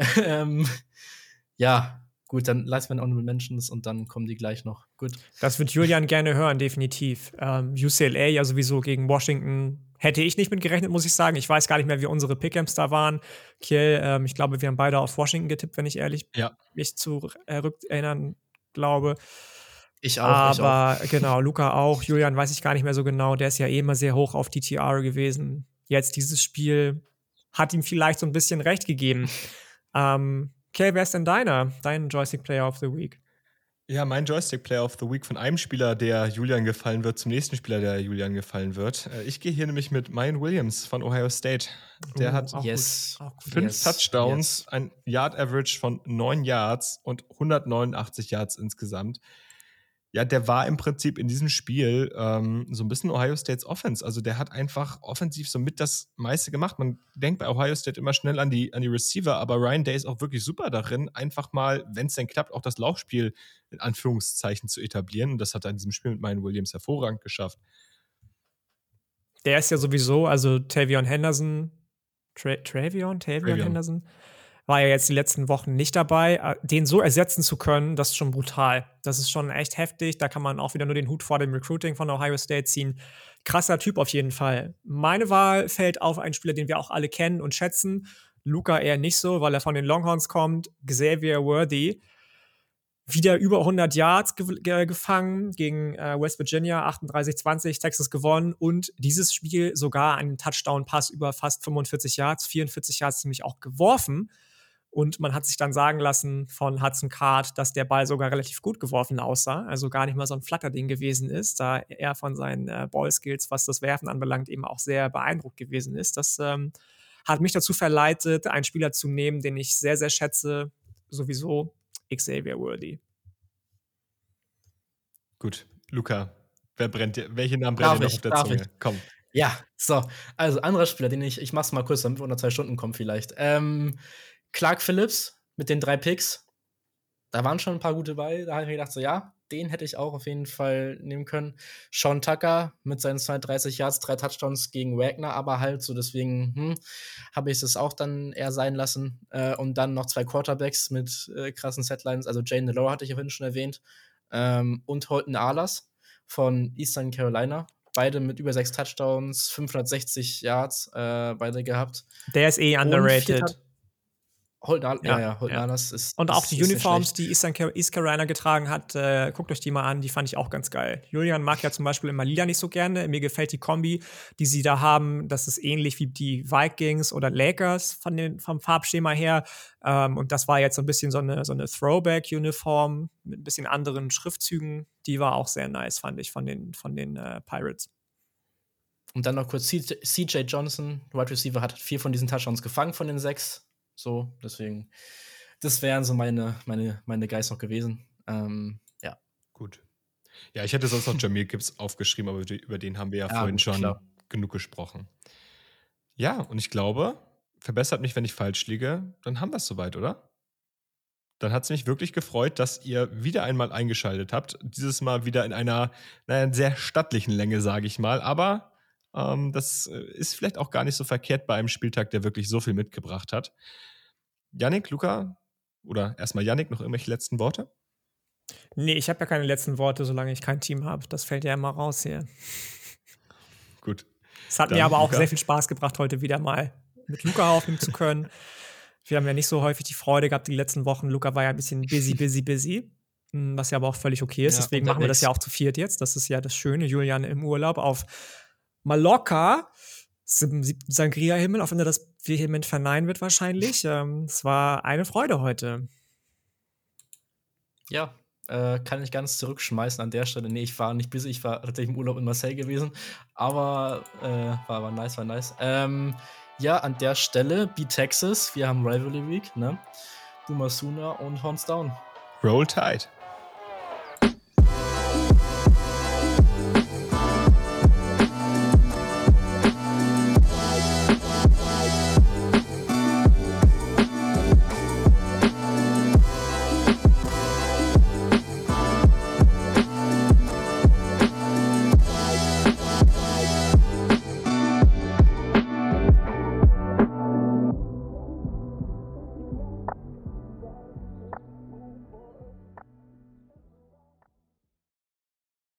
Ja, gut, dann lassen wir Honorable Mentions und dann kommen die gleich noch. Gut. Das wird Julian gerne hören, definitiv. UCLA ja sowieso gegen Washington hätte ich nicht mit gerechnet, muss ich sagen. Ich weiß gar nicht mehr, wie unsere Pick'ems da waren. Kiel, ich glaube, wir haben beide auf Washington getippt, wenn ich ehrlich mich zurückerinnern glaube. Ich auch. Aber genau, Luca auch. Julian weiß ich gar nicht mehr so genau. Der ist ja immer sehr hoch auf DTR gewesen. Jetzt dieses Spiel hat ihm vielleicht so ein bisschen recht gegeben. Kay, wer ist denn dein Joystick Player of the Week? Ja, mein Joystick Player of the Week von einem Spieler, der Julian gefallen wird, zum nächsten Spieler, der Julian gefallen wird. Ich gehe hier nämlich mit Mayan Williams von Ohio State. Der hat 5 Touchdowns, ein Yard-Average von 9 Yards und 189 Yards insgesamt. Ja, der war im Prinzip in diesem Spiel so ein bisschen Ohio States Offense. Also der hat einfach offensiv so mit das meiste gemacht. Man denkt bei Ohio State immer schnell an die Receiver, aber Ryan Day ist auch wirklich super darin, einfach mal, wenn es denn klappt, auch das Laufspiel in Anführungszeichen zu etablieren. Und das hat er in diesem Spiel mit Mayan Williams hervorragend geschafft. Der ist ja sowieso, also Tavion Henderson, Tavion Henderson, war ja jetzt die letzten Wochen nicht dabei. Den so ersetzen zu können, das ist schon brutal. Das ist schon echt heftig. Da kann man auch wieder nur den Hut vor dem Recruiting von Ohio State ziehen. Krasser Typ auf jeden Fall. Meine Wahl fällt auf einen Spieler, den wir auch alle kennen und schätzen. Luca eher nicht so, weil er von den Longhorns kommt. Xavier Worthy. Wieder über 100 Yards gefangen gegen West Virginia, 38-20, Texas gewonnen und dieses Spiel sogar einen Touchdown-Pass über fast 45 Yards, 44 Yards nämlich auch geworfen. Und man hat sich dann sagen lassen von Hudson Card, dass der Ball sogar relativ gut geworfen aussah, also gar nicht mal so ein Flatterding gewesen ist, da er von seinen Ballskills, was das Werfen anbelangt, eben auch sehr beeindruckt gewesen ist. Das hat mich dazu verleitet, einen Spieler zu nehmen, den ich sehr, sehr schätze, sowieso Xavier Worthy. Gut, Luca, welche Namen brennt dir noch auf der Zunge? Komm. Ja, so, also anderer Spieler, den ich mach's mal kurz, damit wir unter 2 Stunden kommen vielleicht. Clark Phillips mit den 3 Picks. Da waren schon ein paar gute bei. Da habe ich mir gedacht, so ja, den hätte ich auch auf jeden Fall nehmen können. Sean Tucker mit seinen 32 Yards, 3 Touchdowns gegen Wagner, aber halt so deswegen habe ich es auch dann eher sein lassen. Und dann noch 2 Quarterbacks mit krassen Setlines. Also Jane Delore hatte ich ja vorhin schon erwähnt. Und Holton Ahlers von Eastern Carolina. Beide mit über 6 Touchdowns, 560 Yards beide gehabt. Der ist underrated. Holton Ahlers ist. Und auch die Uniforms, die East Carolina getragen hat, guckt euch die mal an, die fand ich auch ganz geil. Julian mag ja zum Beispiel immer lila nicht so gerne. Mir gefällt die Kombi, die sie da haben. Das ist ähnlich wie die Vikings oder Lakers vom Farbschema her. Und das war jetzt so ein bisschen so eine Throwback-Uniform mit ein bisschen anderen Schriftzügen. Die war auch sehr nice, fand ich, von den Pirates. Und dann noch kurz CJ Johnson, Wide Receiver, hat 4 von diesen Touchdowns gefangen von den 6. So, deswegen, das wären so meine Guys noch gewesen. Ja. Gut. Ja, ich hätte sonst noch Jahmyr Gibbs aufgeschrieben, aber über den haben wir ja vorhin schon genug gesprochen. Ja, und ich glaube, verbessert mich, wenn ich falsch liege, dann haben wir es soweit, oder? Dann hat es mich wirklich gefreut, dass ihr wieder einmal eingeschaltet habt. Dieses Mal wieder in einer sehr stattlichen Länge, sage ich mal. Aber das ist vielleicht auch gar nicht so verkehrt bei einem Spieltag, der wirklich so viel mitgebracht hat. Yannick, Luca, Oder erstmal Yannick, noch irgendwelche letzten Worte? Nee, ich habe ja keine letzten Worte, solange ich kein Team habe. Das fällt ja immer raus hier. Gut. Es hat mir aber auch sehr viel Spaß gebracht, heute wieder mal mit Luca aufnehmen zu können. Wir haben ja nicht so häufig die Freude gehabt die letzten Wochen. Luca war ja ein bisschen busy. Was ja aber auch völlig okay ist. Ja, deswegen machen wir das ja auch zu viert jetzt. Das ist ja das Schöne. Julian im Urlaub auf Mallorca. Sangria-Himmel, auch wenn er das vehement verneinen wird wahrscheinlich. Es war eine Freude heute. Ja, kann ich ganz zurückschmeißen an der Stelle. Nee, ich war nicht busy, ich war tatsächlich im Urlaub in Marseille gewesen. Aber war nice. Ja, an der Stelle, Beat Texas, wir haben Rivalry Week, ne? Boomer Sooner und Horns Down. Roll Tide.